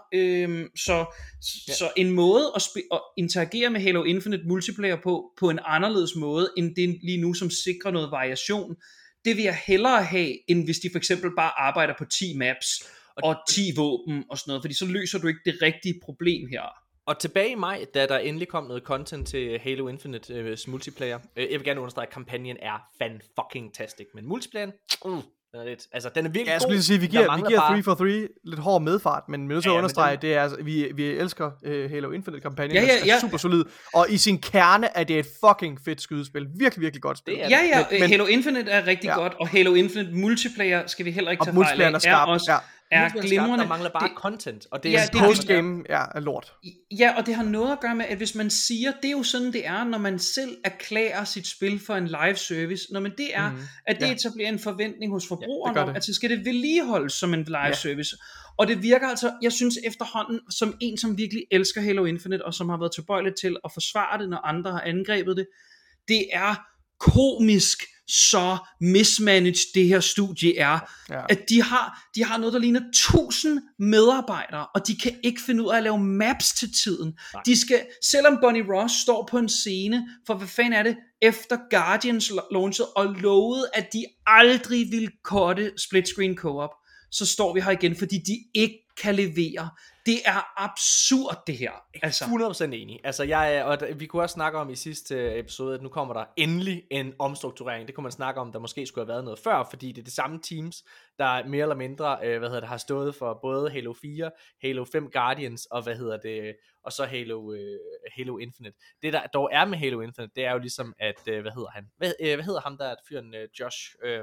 Så en måde at interagere med Halo Infinite multiplayer på en anderledes måde, end det lige nu, som sikrer noget variation, det vil jeg hellere have, end hvis de for eksempel bare arbejder på 10 maps, og 10 våben og sådan noget, fordi så løser du ikke det rigtige problem her. Og tilbage i maj, da der endelig kom noget content til Halo Infinite multiplayer, jeg vil gerne understrege, at kampagnen er fan-fucking-tastic, men multiplayeren, den er lidt, altså den er virkelig god. Jeg skulle lige sige, vi giver 343 lidt hård medfart, men vi er nødt til at understrege, det er, altså, vi elsker Halo Infinite-kampagnen, er super solid, og i sin kerne er det et fucking fedt skydespil, virkelig godt spil. Men Halo Infinite er rigtig godt, og Halo Infinite multiplayer skal vi heller ikke tage fejl af, er glimrende. Der mangler bare content, og det er postgame er lort. Ja, og det har noget at gøre med, at hvis man siger, det er jo sådan det er, når man selv erklærer sit spil for en live service, når man det er, at det etablerer en forventning hos forbrugerne om, at så skal det vedligeholdes som en live service. Og det virker altså, jeg synes efterhånden, som en, som virkelig elsker Halo Infinite, og som har været tilbøjelig til at forsvare det, når andre har angrebet det, det er komisk, så mismanaged det her studie er, at de har noget, der ligner 1000 medarbejdere, og de kan ikke finde ud af at lave maps til tiden. De skal, selvom Bonnie Ross står på en scene, for hvad fanden er det, efter Guardians launchet, og lovede, at de aldrig ville cutte split screen co-op, så står vi her igen, fordi de ikke kan levere. Det er absurd det her. Altså. 100% enig. Altså vi kunne også snakke om i sidste episode, at nu kommer der endelig en omstrukturering. Det kunne man snakke om, der måske skulle have været noget før, fordi det er de samme teams, der mere eller mindre har stået for både Halo 4, Halo 5 Guardians og og så Halo Infinite. Det der dog er med Halo Infinite, det er jo ligesom at hvad hedder ham der fyren Josh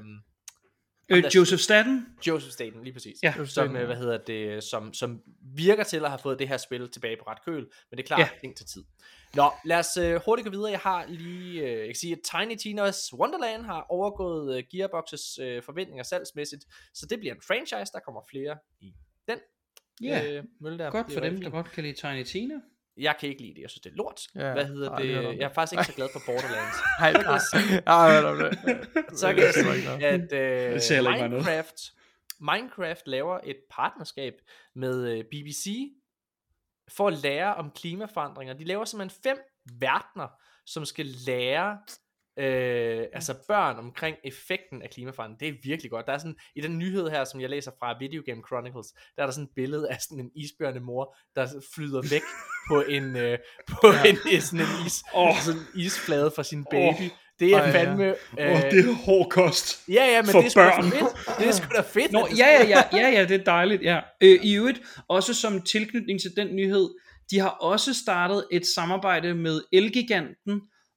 Joseph Staten, lige præcis. Ja, som virker til at have fået det her spil tilbage på ret køl, men det er klart, ting til tid. Nå, lad os hurtigt gå videre. Jeg har lige, jeg kan sige, at Tiny Tina's Wonderland har overgået Gearbox's forventninger salgsmæssigt, så det bliver en franchise, der kommer flere i den. Mølle der. Godt for dem, der godt kan lide Tiny Tina. Jeg kan ikke lide det, jeg synes det er lort. Jeg er faktisk ikke så glad for Borderlands. Så kan jeg sige, at Minecraft laver et partnerskab med BBC for at lære om klimaforandringer. De laver simpelthen 5 verdener, som skal lære børn omkring effekten af klimaforandring. Det er virkelig godt. Der er sådan, i den nyhed her, som jeg læser fra Video Game Chronicles, der er der sådan et billede af sådan en isbjørnemor, der flyder væk på sådan en isflade fra sin baby. Det er fandme... det er hård kost. Ja, men det er sgu da fedt. Det er sgu da fedt. Nå, ja, det er dejligt, ja. I øvrigt, også som tilknytning til den nyhed, de har også startet et samarbejde med Elgiganten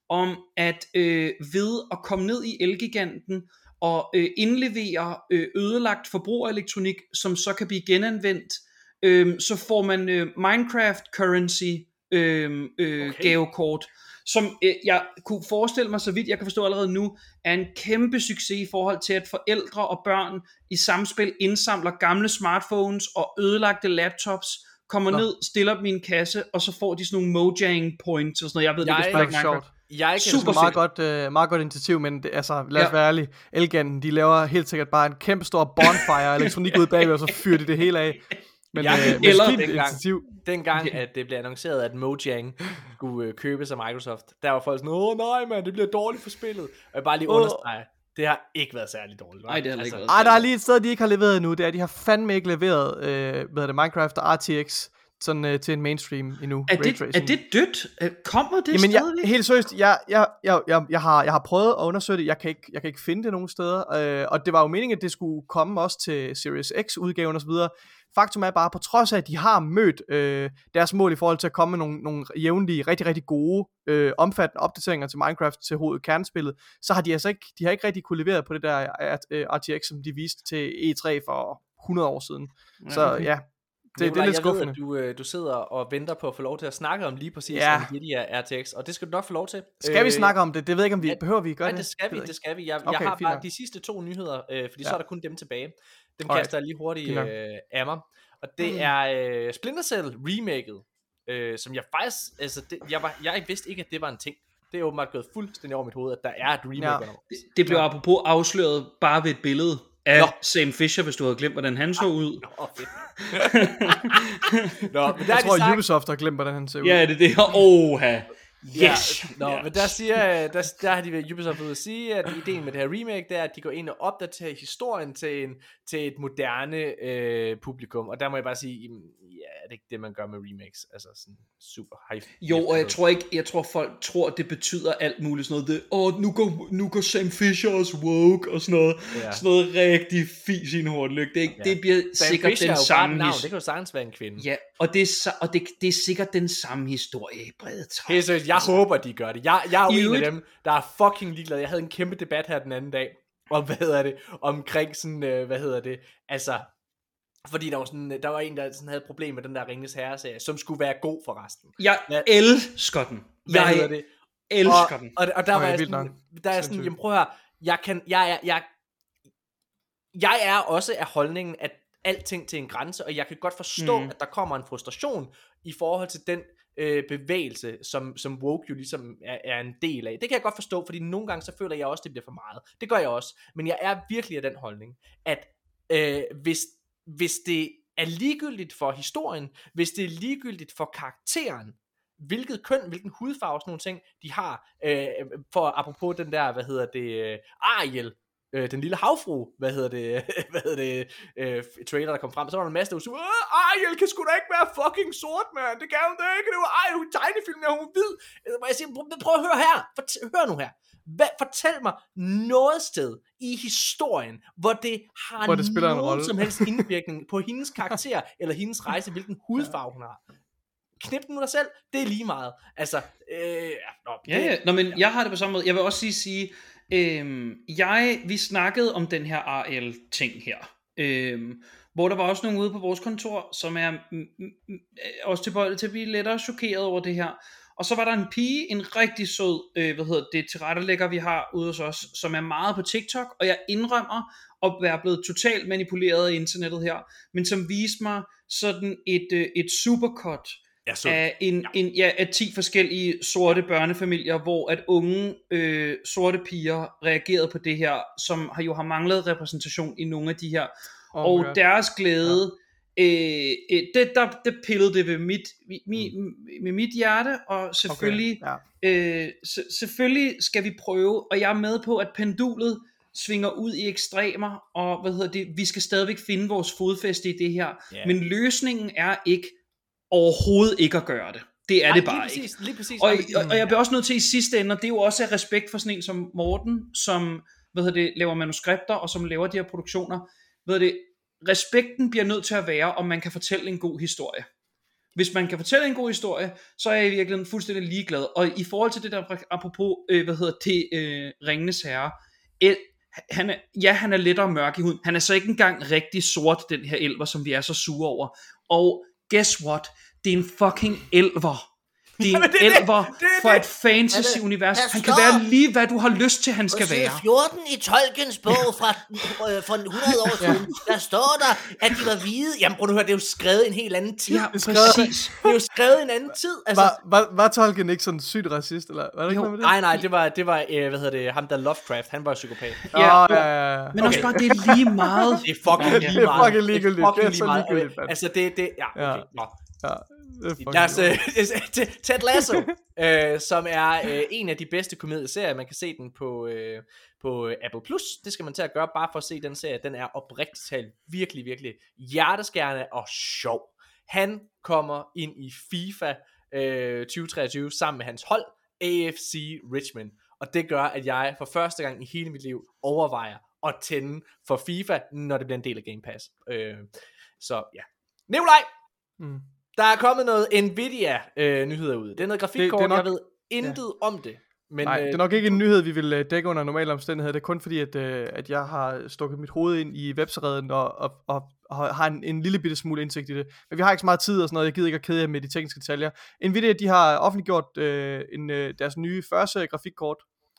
om at ved at komme ned i Elgiganten og indlevere ødelagt forbrugerelektronik, som så kan blive genanvendt, så får man Minecraft currency gavekort, som jeg kunne forestille mig, så vidt jeg kan forstå allerede nu, er en kæmpe succes i forhold til, at forældre og børn i samspil indsamler gamle smartphones og ødelagte laptops, kommer ned, stiller dem i en kasse, og så får de sådan nogle Mojang points og sådan noget. Jeg ved ikke, det er sjovt. Super meget godt initiativ, men det, altså, lad os være ærlige. Elgiganten, de laver helt sikkert bare en kæmpe stor bonfire elektronik ud bagved, og så fyrer de det hele af. Men dengang at det blev annonceret, at Mojang skulle købe sig Microsoft, der var folk sådan, nej man, det bliver dårligt for spillet. Og jeg bare lige understrege, det har ikke været særlig dårligt. Nej, det har ikke været. Der er lige et sted, de ikke har leveret endnu. Det er, de har fandme ikke leveret Minecraft og RTX sådan, til en mainstream endnu. Er det dødt? Kommer det stadigvæk? Helt seriøst, jeg har prøvet at undersøge det. Jeg kan ikke finde det nogen steder. Og det var jo meningen, at det skulle komme også til Series X udgaven og så videre. Faktum er bare, på trods af, at de har mødt deres mål i forhold til at komme med nogle jævnlige, rigtig, rigtig gode, omfattende opdateringer til Minecraft til kernespillet, så har de altså ikke, rigtig kunne levere på det der RTX, som de viste til E3 for 100 år siden. Så ja, det er lidt skuffende. Jeg ved, at du sidder og venter på at få lov til at snakke om lige præcis Nvidia RTX, og det skal du nok få lov til. Skal vi snakke om det? Det ved jeg ikke, om vi behøver vi gøre det. Det skal vi. Jeg har bare de sidste 2 nyheder, fordi så er der kun dem tilbage. Dem kaster jeg lige hurtigt af mig. Og det er Splinter Cell remaket, som jeg faktisk, altså jeg vidste ikke, at det var en ting. Det er åbenbart gået fuldstændig over mit hoved, at der er et remake. Det blev apropos afsløret bare ved et billede af Sam Fisher, hvis du havde glemt, hvordan han så ud. Men jeg tror, Ubisoft har glemt, hvordan han ser ud. Ja, det her. Yes. Men der har de ved Ubisoft ud at sige, at ideen med det her remake, det er, at de går ind og opdaterer historien til et moderne publikum. Og der må jeg bare sige, er det ikke det, man gør med remakes? Altså sådan super hype. Jo, og jeg tror folk tror, det betyder alt muligt sådan noget. Nu går Sam Fisher også woke og sådan noget. Ja. Sådan noget rigtig fis i en hårdlyg. Det bliver Sam sikkert Fisher den samme historie. Det kan jo sagtens være en kvinde. Ja, og det er sikkert den samme historie i brede træk. Helt seriøst, jeg håber, de gør det. Jeg er jo en af dem, der er fucking ligeglad. Jeg havde en kæmpe debat her den anden dag, om, omkring sådan, altså, fordi der var en, der sådan havde et problem med den der Ringenes Herre-serie, som skulle være god for resten. Jeg elsker den. Jeg elsker den. Og der var jeg sådan, jamen prøv at høre, jeg er også af holdningen, at alting til en grænse, og jeg kan godt forstå, at der kommer en frustration i forhold til den bevægelse, som woke jo ligesom er en del af. Det kan jeg godt forstå, fordi nogle gange så føler jeg også, det bliver for meget. Det gør jeg også. Men jeg er virkelig af den holdning, at hvis det er ligegyldigt for historien, hvis det er ligegyldigt for karakteren, hvilket køn, hvilken hudfarve, sådan nogle ting, de har, for apropos den der, Ariel, den lille havfru, trailer, der kom frem, så var der en masse, der var super, Ariel kan sgu da ikke være fucking sort, man, det kan hun da ikke, det var Ariel, hun tegnefilm, hun er hvid. Jeg siger, prøv at høre her, hør nu her. Fortæl mig noget sted i historien, hvor det har nogen som helst indvirkning på hendes karakter, eller hendes rejse, hvilken hudfarve hun har. Knip den nu dig selv, det er lige meget. Altså, men jeg har det på samme måde. Jeg vil også sige, vi snakkede om den her AL-ting her, hvor der var også nogen ude på vores kontor, som er også tilbøjelige til at blive lettere chokeret over det her. Og så var der en pige, en rigtig sød, tilrettelægger vi har ude hos os, som er meget på TikTok, og jeg indrømmer at være blevet totalt manipuleret af internettet her, men som viste mig sådan et supercut af 10 forskellige sorte børnefamilier, hvor at unge sorte piger reagerede på det her, som har manglet repræsentation i nogle af de her, og deres glæde, det pillede det ved mit hjerte, og selvfølgelig, selvfølgelig skal vi prøve, og jeg er med på, at pendulet svinger ud i ekstremer, og vi skal stadigvæk finde vores fodfæste i det her, men løsningen er ikke overhovedet ikke at gøre det. Det er det bare ikke. Lige præcis. Og jeg bliver også nødt til i sidste ende, og det er jo også af respekt for sådan en som Morten, som laver manuskripter, og som laver de her produktioner. Respekten bliver nødt til at være, om man kan fortælle en god historie. Hvis man kan fortælle en god historie, så er jeg i virkeligheden fuldstændig ligeglad. Og i forhold til det der, apropos, Ringenes Herre, han er lettere mørk i huden. Han er så ikke engang rigtig sort, den her elver, som vi er så sure over. Og guess what? Det er en fucking elver. Det er en elver for et fantasy-univers. Han kan være lige, hvad du har lyst til, han skal være. På 14 i Tolkiens bog fra 100 år siden, der står der, at de var hvide. Jamen prøv at høre, det er jo skrevet i en helt anden tid. Ja, præcis. Det er jo skrevet i en anden tid. Altså. Var Tolkien ikke sådan sygt racist, eller var det ikke noget med det? Nej, det var ham der Lovecraft, han var psykopat. Ja. Men også bare, det er lige meget. Det er fucking lige meget. Det er fucking ligegyldigt. Det er så ligegyldigt. Altså ja, okay, nå. Ja. Lad os Ted Lasso, som er en af de bedste komedieserier. Man kan se den på Apple Plus. Det skal man til at gøre bare for at se den serie. Den er oprigtigt talt virkelig, virkelig hjerteskærende og sjov. Han kommer ind i FIFA 2023 sammen med hans hold AFC Richmond, og det gør, at jeg for første gang i hele mit liv overvejer at tænde for FIFA, når det bliver en del af Game Pass. Så ja, Nikolaj. Der er kommet noget Nvidia-nyheder ud. Det er noget grafikkort, jeg ved intet om det. Men, nej, det er nok ikke en nyhed, vi vil dække under normale omstændigheder. Det er kun fordi, at jeg har stukket mit hoved ind i websereden og har en lille bitte smule indsigt i det. Men vi har ikke så meget tid og sådan noget. Jeg gider ikke at kede jer med de tekniske detaljer. Nvidia, de har offentliggjort deres nye 40-serie grafikkort,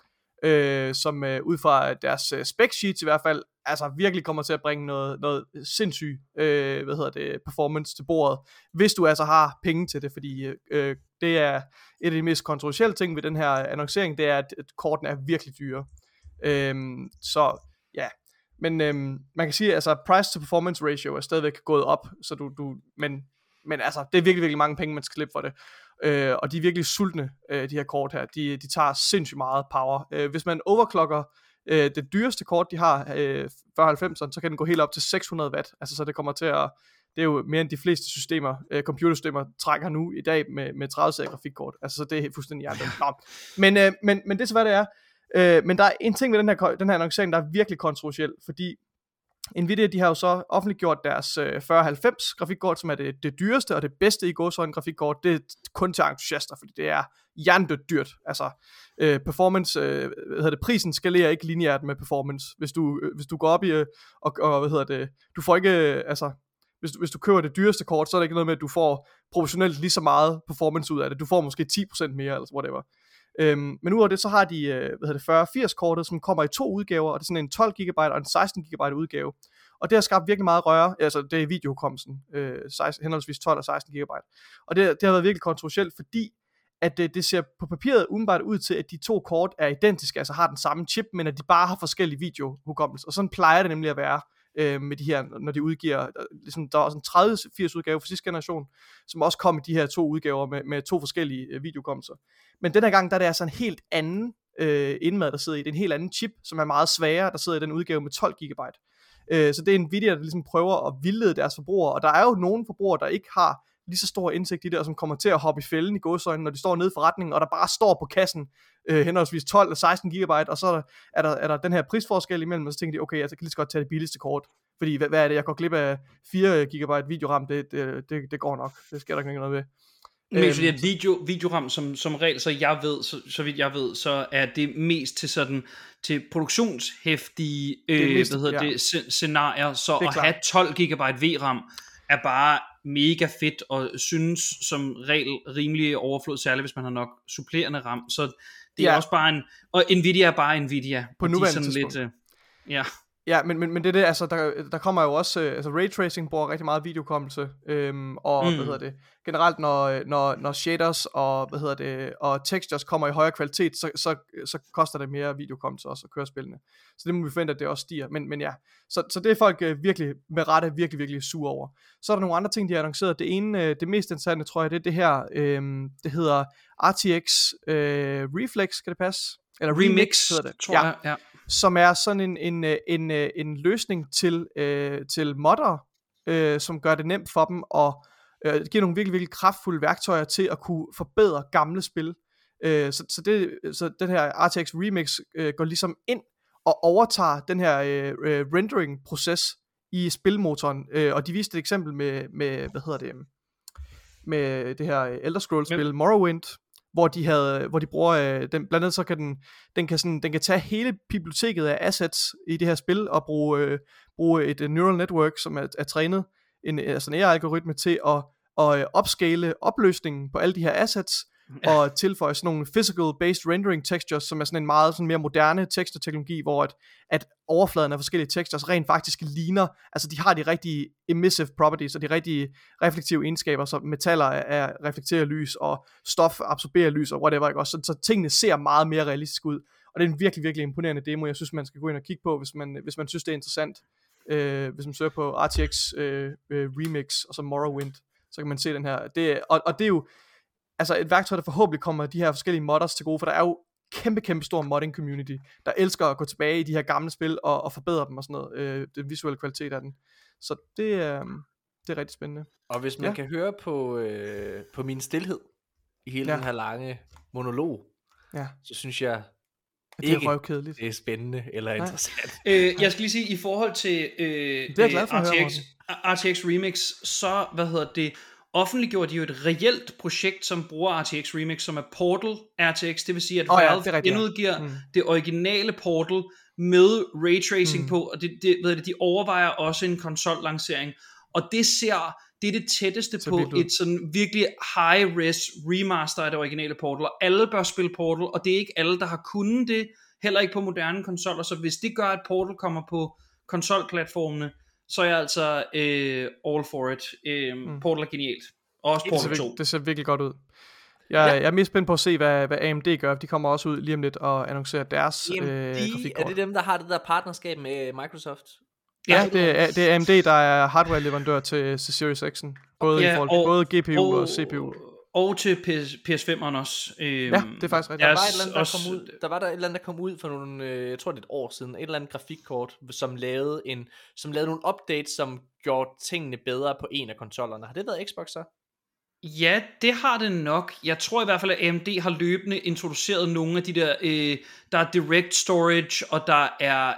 som ud fra deres spec sheets i hvert fald, altså virkelig kommer til at bringe noget sindssygt performance til bordet, hvis du altså har penge til det, fordi det er et af de mest kontroversielle ting ved den her annoncering, det er, at kortene er virkelig dyre. Så ja, men man kan sige, altså price to performance ratio er stadigvæk gået op, så men altså, det er virkelig, virkelig mange penge, man skal slippe for det. Og de er virkelig sultne, de her kort her. De tager sindssygt meget power. Hvis man overclocker det dyreste kort, de har, 4090'eren, så kan den gå helt op til 600 watt. Altså, så det kommer til at... Det er jo mere end de fleste systemer, computersystemer trækker nu i dag med 30-serie grafikkort. Altså, så det er fuldstændig hjertet. Men det er så, hvad det er. Men der er en ting ved den her annoncering, der er virkelig kontroversiel, fordi Nvidia, de har jo så offentliggjort deres 4090 grafikkort, som er det dyreste og det bedste i gåseøjne grafikkort. Det er kun til entusiaster, fordi det er hjernedødt dyrt. Altså performance, prisen skalerer ikke lineært med performance. Hvis du går op i og du får ikke altså hvis du køber det dyreste kort, så er det ikke noget med at du får proportionelt lige så meget performance ud af det. Du får måske 10% mere eller whatever. Men udover det, så har de 4080 kortet, som kommer i 2 udgaver, og det er sådan en 12 GB og en 16 GB udgave. Og det har skabt virkelig meget røre, altså det er videohukommelsen, henholdsvis 12 og 16 GB. Og det har været virkelig kontroversielt, fordi at det ser på papiret umiddelbart ud til, at de to kort er identiske, altså har den samme chip, men at de bare har forskellige videohukommelse. Og sådan plejer det nemlig at være med de her, når de udgiver, ligesom, der var sådan en 3080 udgave for sidste generation, som også kom i de her 2 udgaver med 2 forskellige videohukommelser. Men den her gang, der er det altså en helt anden indmad, der sidder i. Det er en helt anden chip, som er meget sværere, der sidder i den udgave med 12 GB. Så det er Nvidia, der ligesom prøver at vildlede deres forbrugere, og der er jo nogle forbrugere, der ikke har lige så stor indsigt i det, og som kommer til at hoppe i fælden i gåseøjne, når de står nede i forretningen, og der bare står på kassen henholdsvis 12 og 16 GB, og så er der den her prisforskel imellem, og så tænker de, okay, jeg kan lige så godt tage det billigste kort, fordi hvad er det, jeg går glip af 4 GB videoram, det går nok, det sker der ikke noget ved. Men fordi at videoram som regel, så vidt jeg ved, så er det mest til sådan til produktionshæftige scenarier, så at have 12 GB VRAM er bare mega fedt og synes som regel rimelig overflod, særligt hvis man har nok supplerende RAM. Så det er også bare og Nvidia er bare Nvidia på nuværende tidspunkt. Lidt Ja, men det er det, altså der kommer jo også, altså raytracing bruger rigtig meget videokommelse, og generelt når shaders og og textures kommer i højere kvalitet, så koster det mere videokommelse også at køre spillene. Så det må vi forvente, at det også stiger, men ja, så det er folk virkelig med rette virkelig sure over. Så er der nogle andre ting, de har annonceret. Det ene, det mest interessante, tror jeg, det er det her, det hedder RTX Reflex, skal det passe? Eller Remix hedder det, tror jeg, ja. Som er sådan en løsning til moddere, som gør det nemt for dem og giver nogle virkelig kraftfulde værktøjer til at kunne forbedre gamle spil. Så den her RTX Remix går ligesom ind og overtager den her rendering proces i spilmotoren, og de viste et eksempel med med det her Elder Scrolls spil Morrowind, hvor de bruger den, blandt andet så kan den kan tage hele biblioteket af assets i det her spil og bruge et neural network, som er trænet altså en AI-algoritme til at upscale opløsningen på alle de her assets og tilføje sådan nogle physical-based rendering textures, som er sådan en meget sådan mere moderne teksturteknologi, hvor at overfladen af forskellige tekster rent faktisk ligner, altså de har de rigtige emissive properties, og de rigtige reflektive egenskaber, så metaller reflekterer lys, og stof absorberer lys, og whatever, ikke? Også, så tingene ser meget mere realistisk ud, og det er en virkelig, virkelig imponerende demo, jeg synes, man skal gå ind og kigge på, hvis man synes, det er interessant. Hvis man søger på RTX Remix, og så Morrowind, så kan man se den her, og det er jo altså et værktøj, der forhåbentlig kommer de her forskellige modders til gode, for der er jo kæmpe stor modding community, der elsker at gå tilbage i de her gamle spil og forbedre dem og sådan noget, den visuelle kvalitet af den. Så det er rigtig spændende. Og hvis man kan høre på min stilhed i hele den her lange monolog, så synes jeg ikke, det er spændende eller interessant. Jeg skal lige sige, i forhold til RTX Remix, så, offentliggjorde de jo et reelt projekt, som bruger RTX Remix, som er Portal RTX, det vil sige, at Valve genudgiver det originale Portal med raytracing på, og de overvejer også en konsollancering, og det er det tætteste på et sådan virkelig high-res remaster af det originale Portal, og alle bør spille Portal, og det er ikke alle, der har kunnet det, heller ikke på moderne konsoller, så hvis det gør, at Portal kommer på konsolplatformene, så er jeg altså all for it. Portal er genialt. Og også Portal 2. Det ser virkelig godt ud. Jeg er mest spændt på at se, hvad AMD gør. De kommer også ud lige om lidt og annoncerer deres grafikkort. Er det dem, der har det der partnerskab med Microsoft? Ja, det er AMD, der er hardware-leverandør til Series X'en. Både GPU og CPU. Og til PS5'eren også. Ja, det er faktisk rigtigt. Der var der et eller andet, der kom ud for nogle, jeg tror det er et år siden, et eller andet grafikkort, som lavede nogle updates, som gjorde tingene bedre på en af konsollerne. Har det været Xbox så? Ja, det har det nok. Jeg tror i hvert fald, at AMD har løbende introduceret nogle af de der, der er Direct Storage, og der er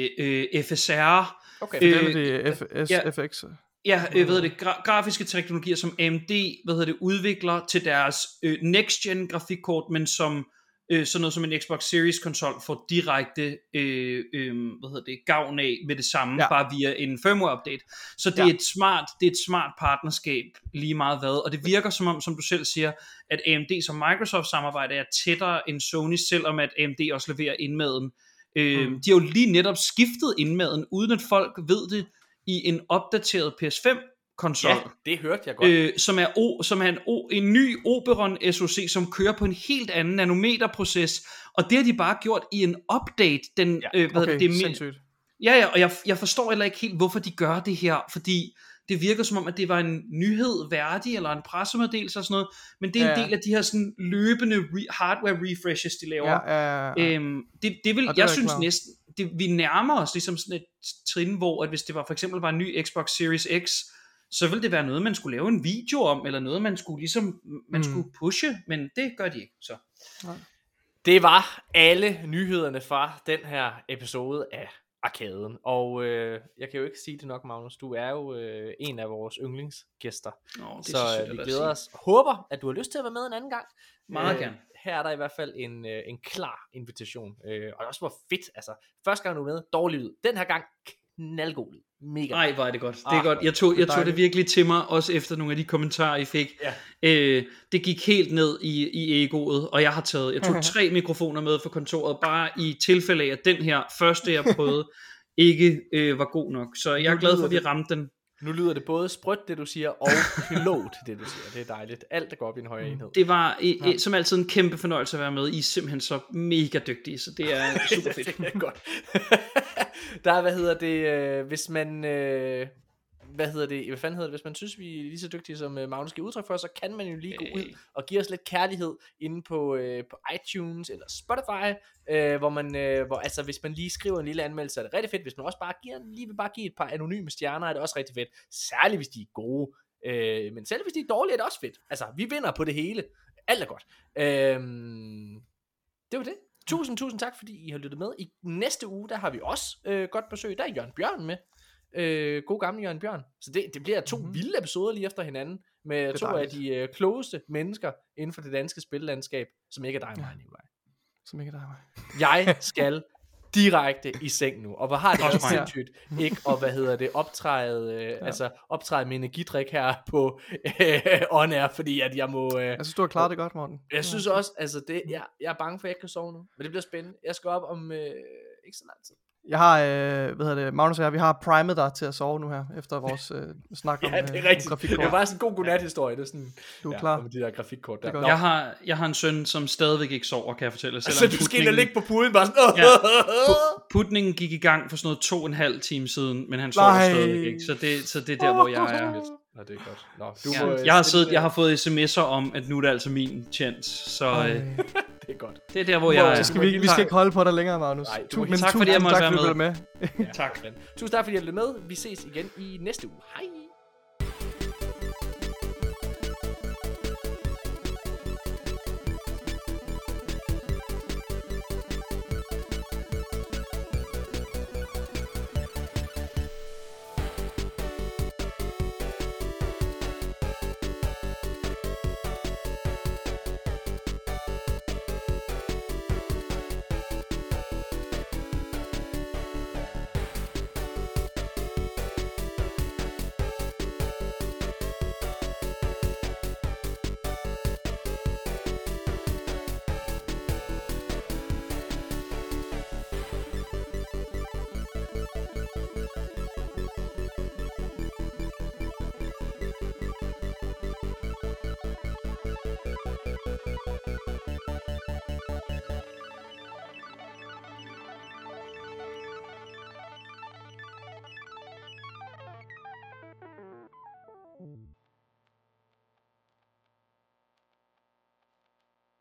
FSR. Okay, det er FX. Ja, grafiske teknologier, som AMD udvikler til deres next-gen grafikkort, men som sådan noget som en Xbox Series konsol får direkte gavn af med det samme, bare via en firmware update. Så det er et smart partnerskab lige meget hvad, og det virker som du selv siger, at AMD som Microsoft samarbejde er tættere end Sony, selvom at AMD også leverer indmaden. De har jo lige netop skiftet indmaden, uden at folk ved det, i en opdateret PS5-konsol. Ja, det hørte jeg godt. Som er en ny Oberon SoC, som kører på en helt anden nanometerproces, og det har de bare gjort i en update. Sindssygt. Ja, og jeg forstår heller ikke helt, hvorfor de gør det her, fordi det virker som om, at det var en nyhed værdig, eller en pressemeddelelse og sådan noget, men det er en del af de her sådan løbende hardware refreshes, de laver. Det vil, jeg synes næsten, vi nærmer os ligesom sådan et trin, hvor at hvis det for eksempel var en ny Xbox Series X, så ville det være noget, man skulle lave en video om, eller noget, man skulle skulle pushe, men det gør de ikke. Så. Det var alle nyhederne fra den her episode af Arkaden, og jeg kan jo ikke sige det nok, Magnus, du er jo en af vores yndlingsgæster, så vi glæder os. Håber, at du har lyst til at være med en anden gang. Meget gerne. Her er der i hvert fald en klar invitation, og også hvor fedt, altså første gang du er med, dårlig lyd, den her gang knaldgod lyd, mega. Ej, hvor er det godt, det er godt, jeg tog det virkelig til mig, også efter nogle af de kommentarer I fik. Det gik helt ned i egoet, og jeg tog 3 mikrofoner med for kontoret, bare i tilfælde af, at den her første jeg prøvede, ikke var god nok, så jeg er glad for, at vi ramte den. Nu lyder det både sprødt, det du siger, og klogt, det du siger. Det er dejligt. Alt der går op i en højere enhed. Det var som altid en kæmpe fornøjelse at være med. I er simpelthen så mega dygtige, så det er super fedt. Det er godt. Der er, hvis man... hvad fanden hedder det, hvis man synes vi er lige så dygtige som Magnus giver udtryk for, så kan man jo lige gå ud og give os lidt kærlighed inde på iTunes eller Spotify, hvor altså hvis man lige skriver en lille anmeldelse, er det rigtig fedt. Hvis man også bare vil give et par anonyme stjerner, er det også rigtig fedt, særligt hvis de er gode, men selv hvis de er dårlige, er det også fedt. Altså vi vinder på det hele, alt er godt. Det var det. Tusind tak, fordi I har lyttet med. I næste uge, der har vi også godt besøg. Der er Jørgen Bjørn med. God gamle Jørgen Bjørn. Så det bliver 2 vilde episoder lige efter hinanden. med to dejligt. af de klogeste mennesker inden for det danske spillandskab, som ikke er dig, mig, Nikolaj. Som ikke er dig. Jeg skal direkte i seng nu, og hvor har det Også også mig. sindssygt ikke, og optræde med energidrik her på on air, fordi at jeg må... Jeg synes, du har klaret det godt, Morten. Jeg synes også, altså det, jeg er bange for, at jeg ikke kan sove nu, men det bliver spændende. Jeg skal op om ikke så lang tid. Jeg har, Magnus og jeg, vi har primet dig til at sove nu her, efter vores snak om, Ja, det er rigtigt. grafikkort. Det var bare sådan en god godnat-historie. Det er sådan, Du er klar. Med de der grafikkort der. Det er Nå, godt. Jeg har en søn, som stadigvæk ikke sover, kan jeg fortælle. så du skal ind og ligge på puden, bare sådan... Ja. Putningen gik i gang for sådan noget 2,5 time siden, men han sover Nej. stadigvæk ikke. Så det er der, hvor jeg er. Nå, det er godt. Nå, du Ja, må, jeg har fået sms'er om, at nu er det altså min chance. Så det er godt. det er der, hvor jeg er. Så vi skal ikke holde på dig længere, Magnus. Nej, du må tak, fordi jeg måtte være med. med. Ja, tak. Tusind tak, fordi I lyttede med. Vi ses igen i næste uge. Hej.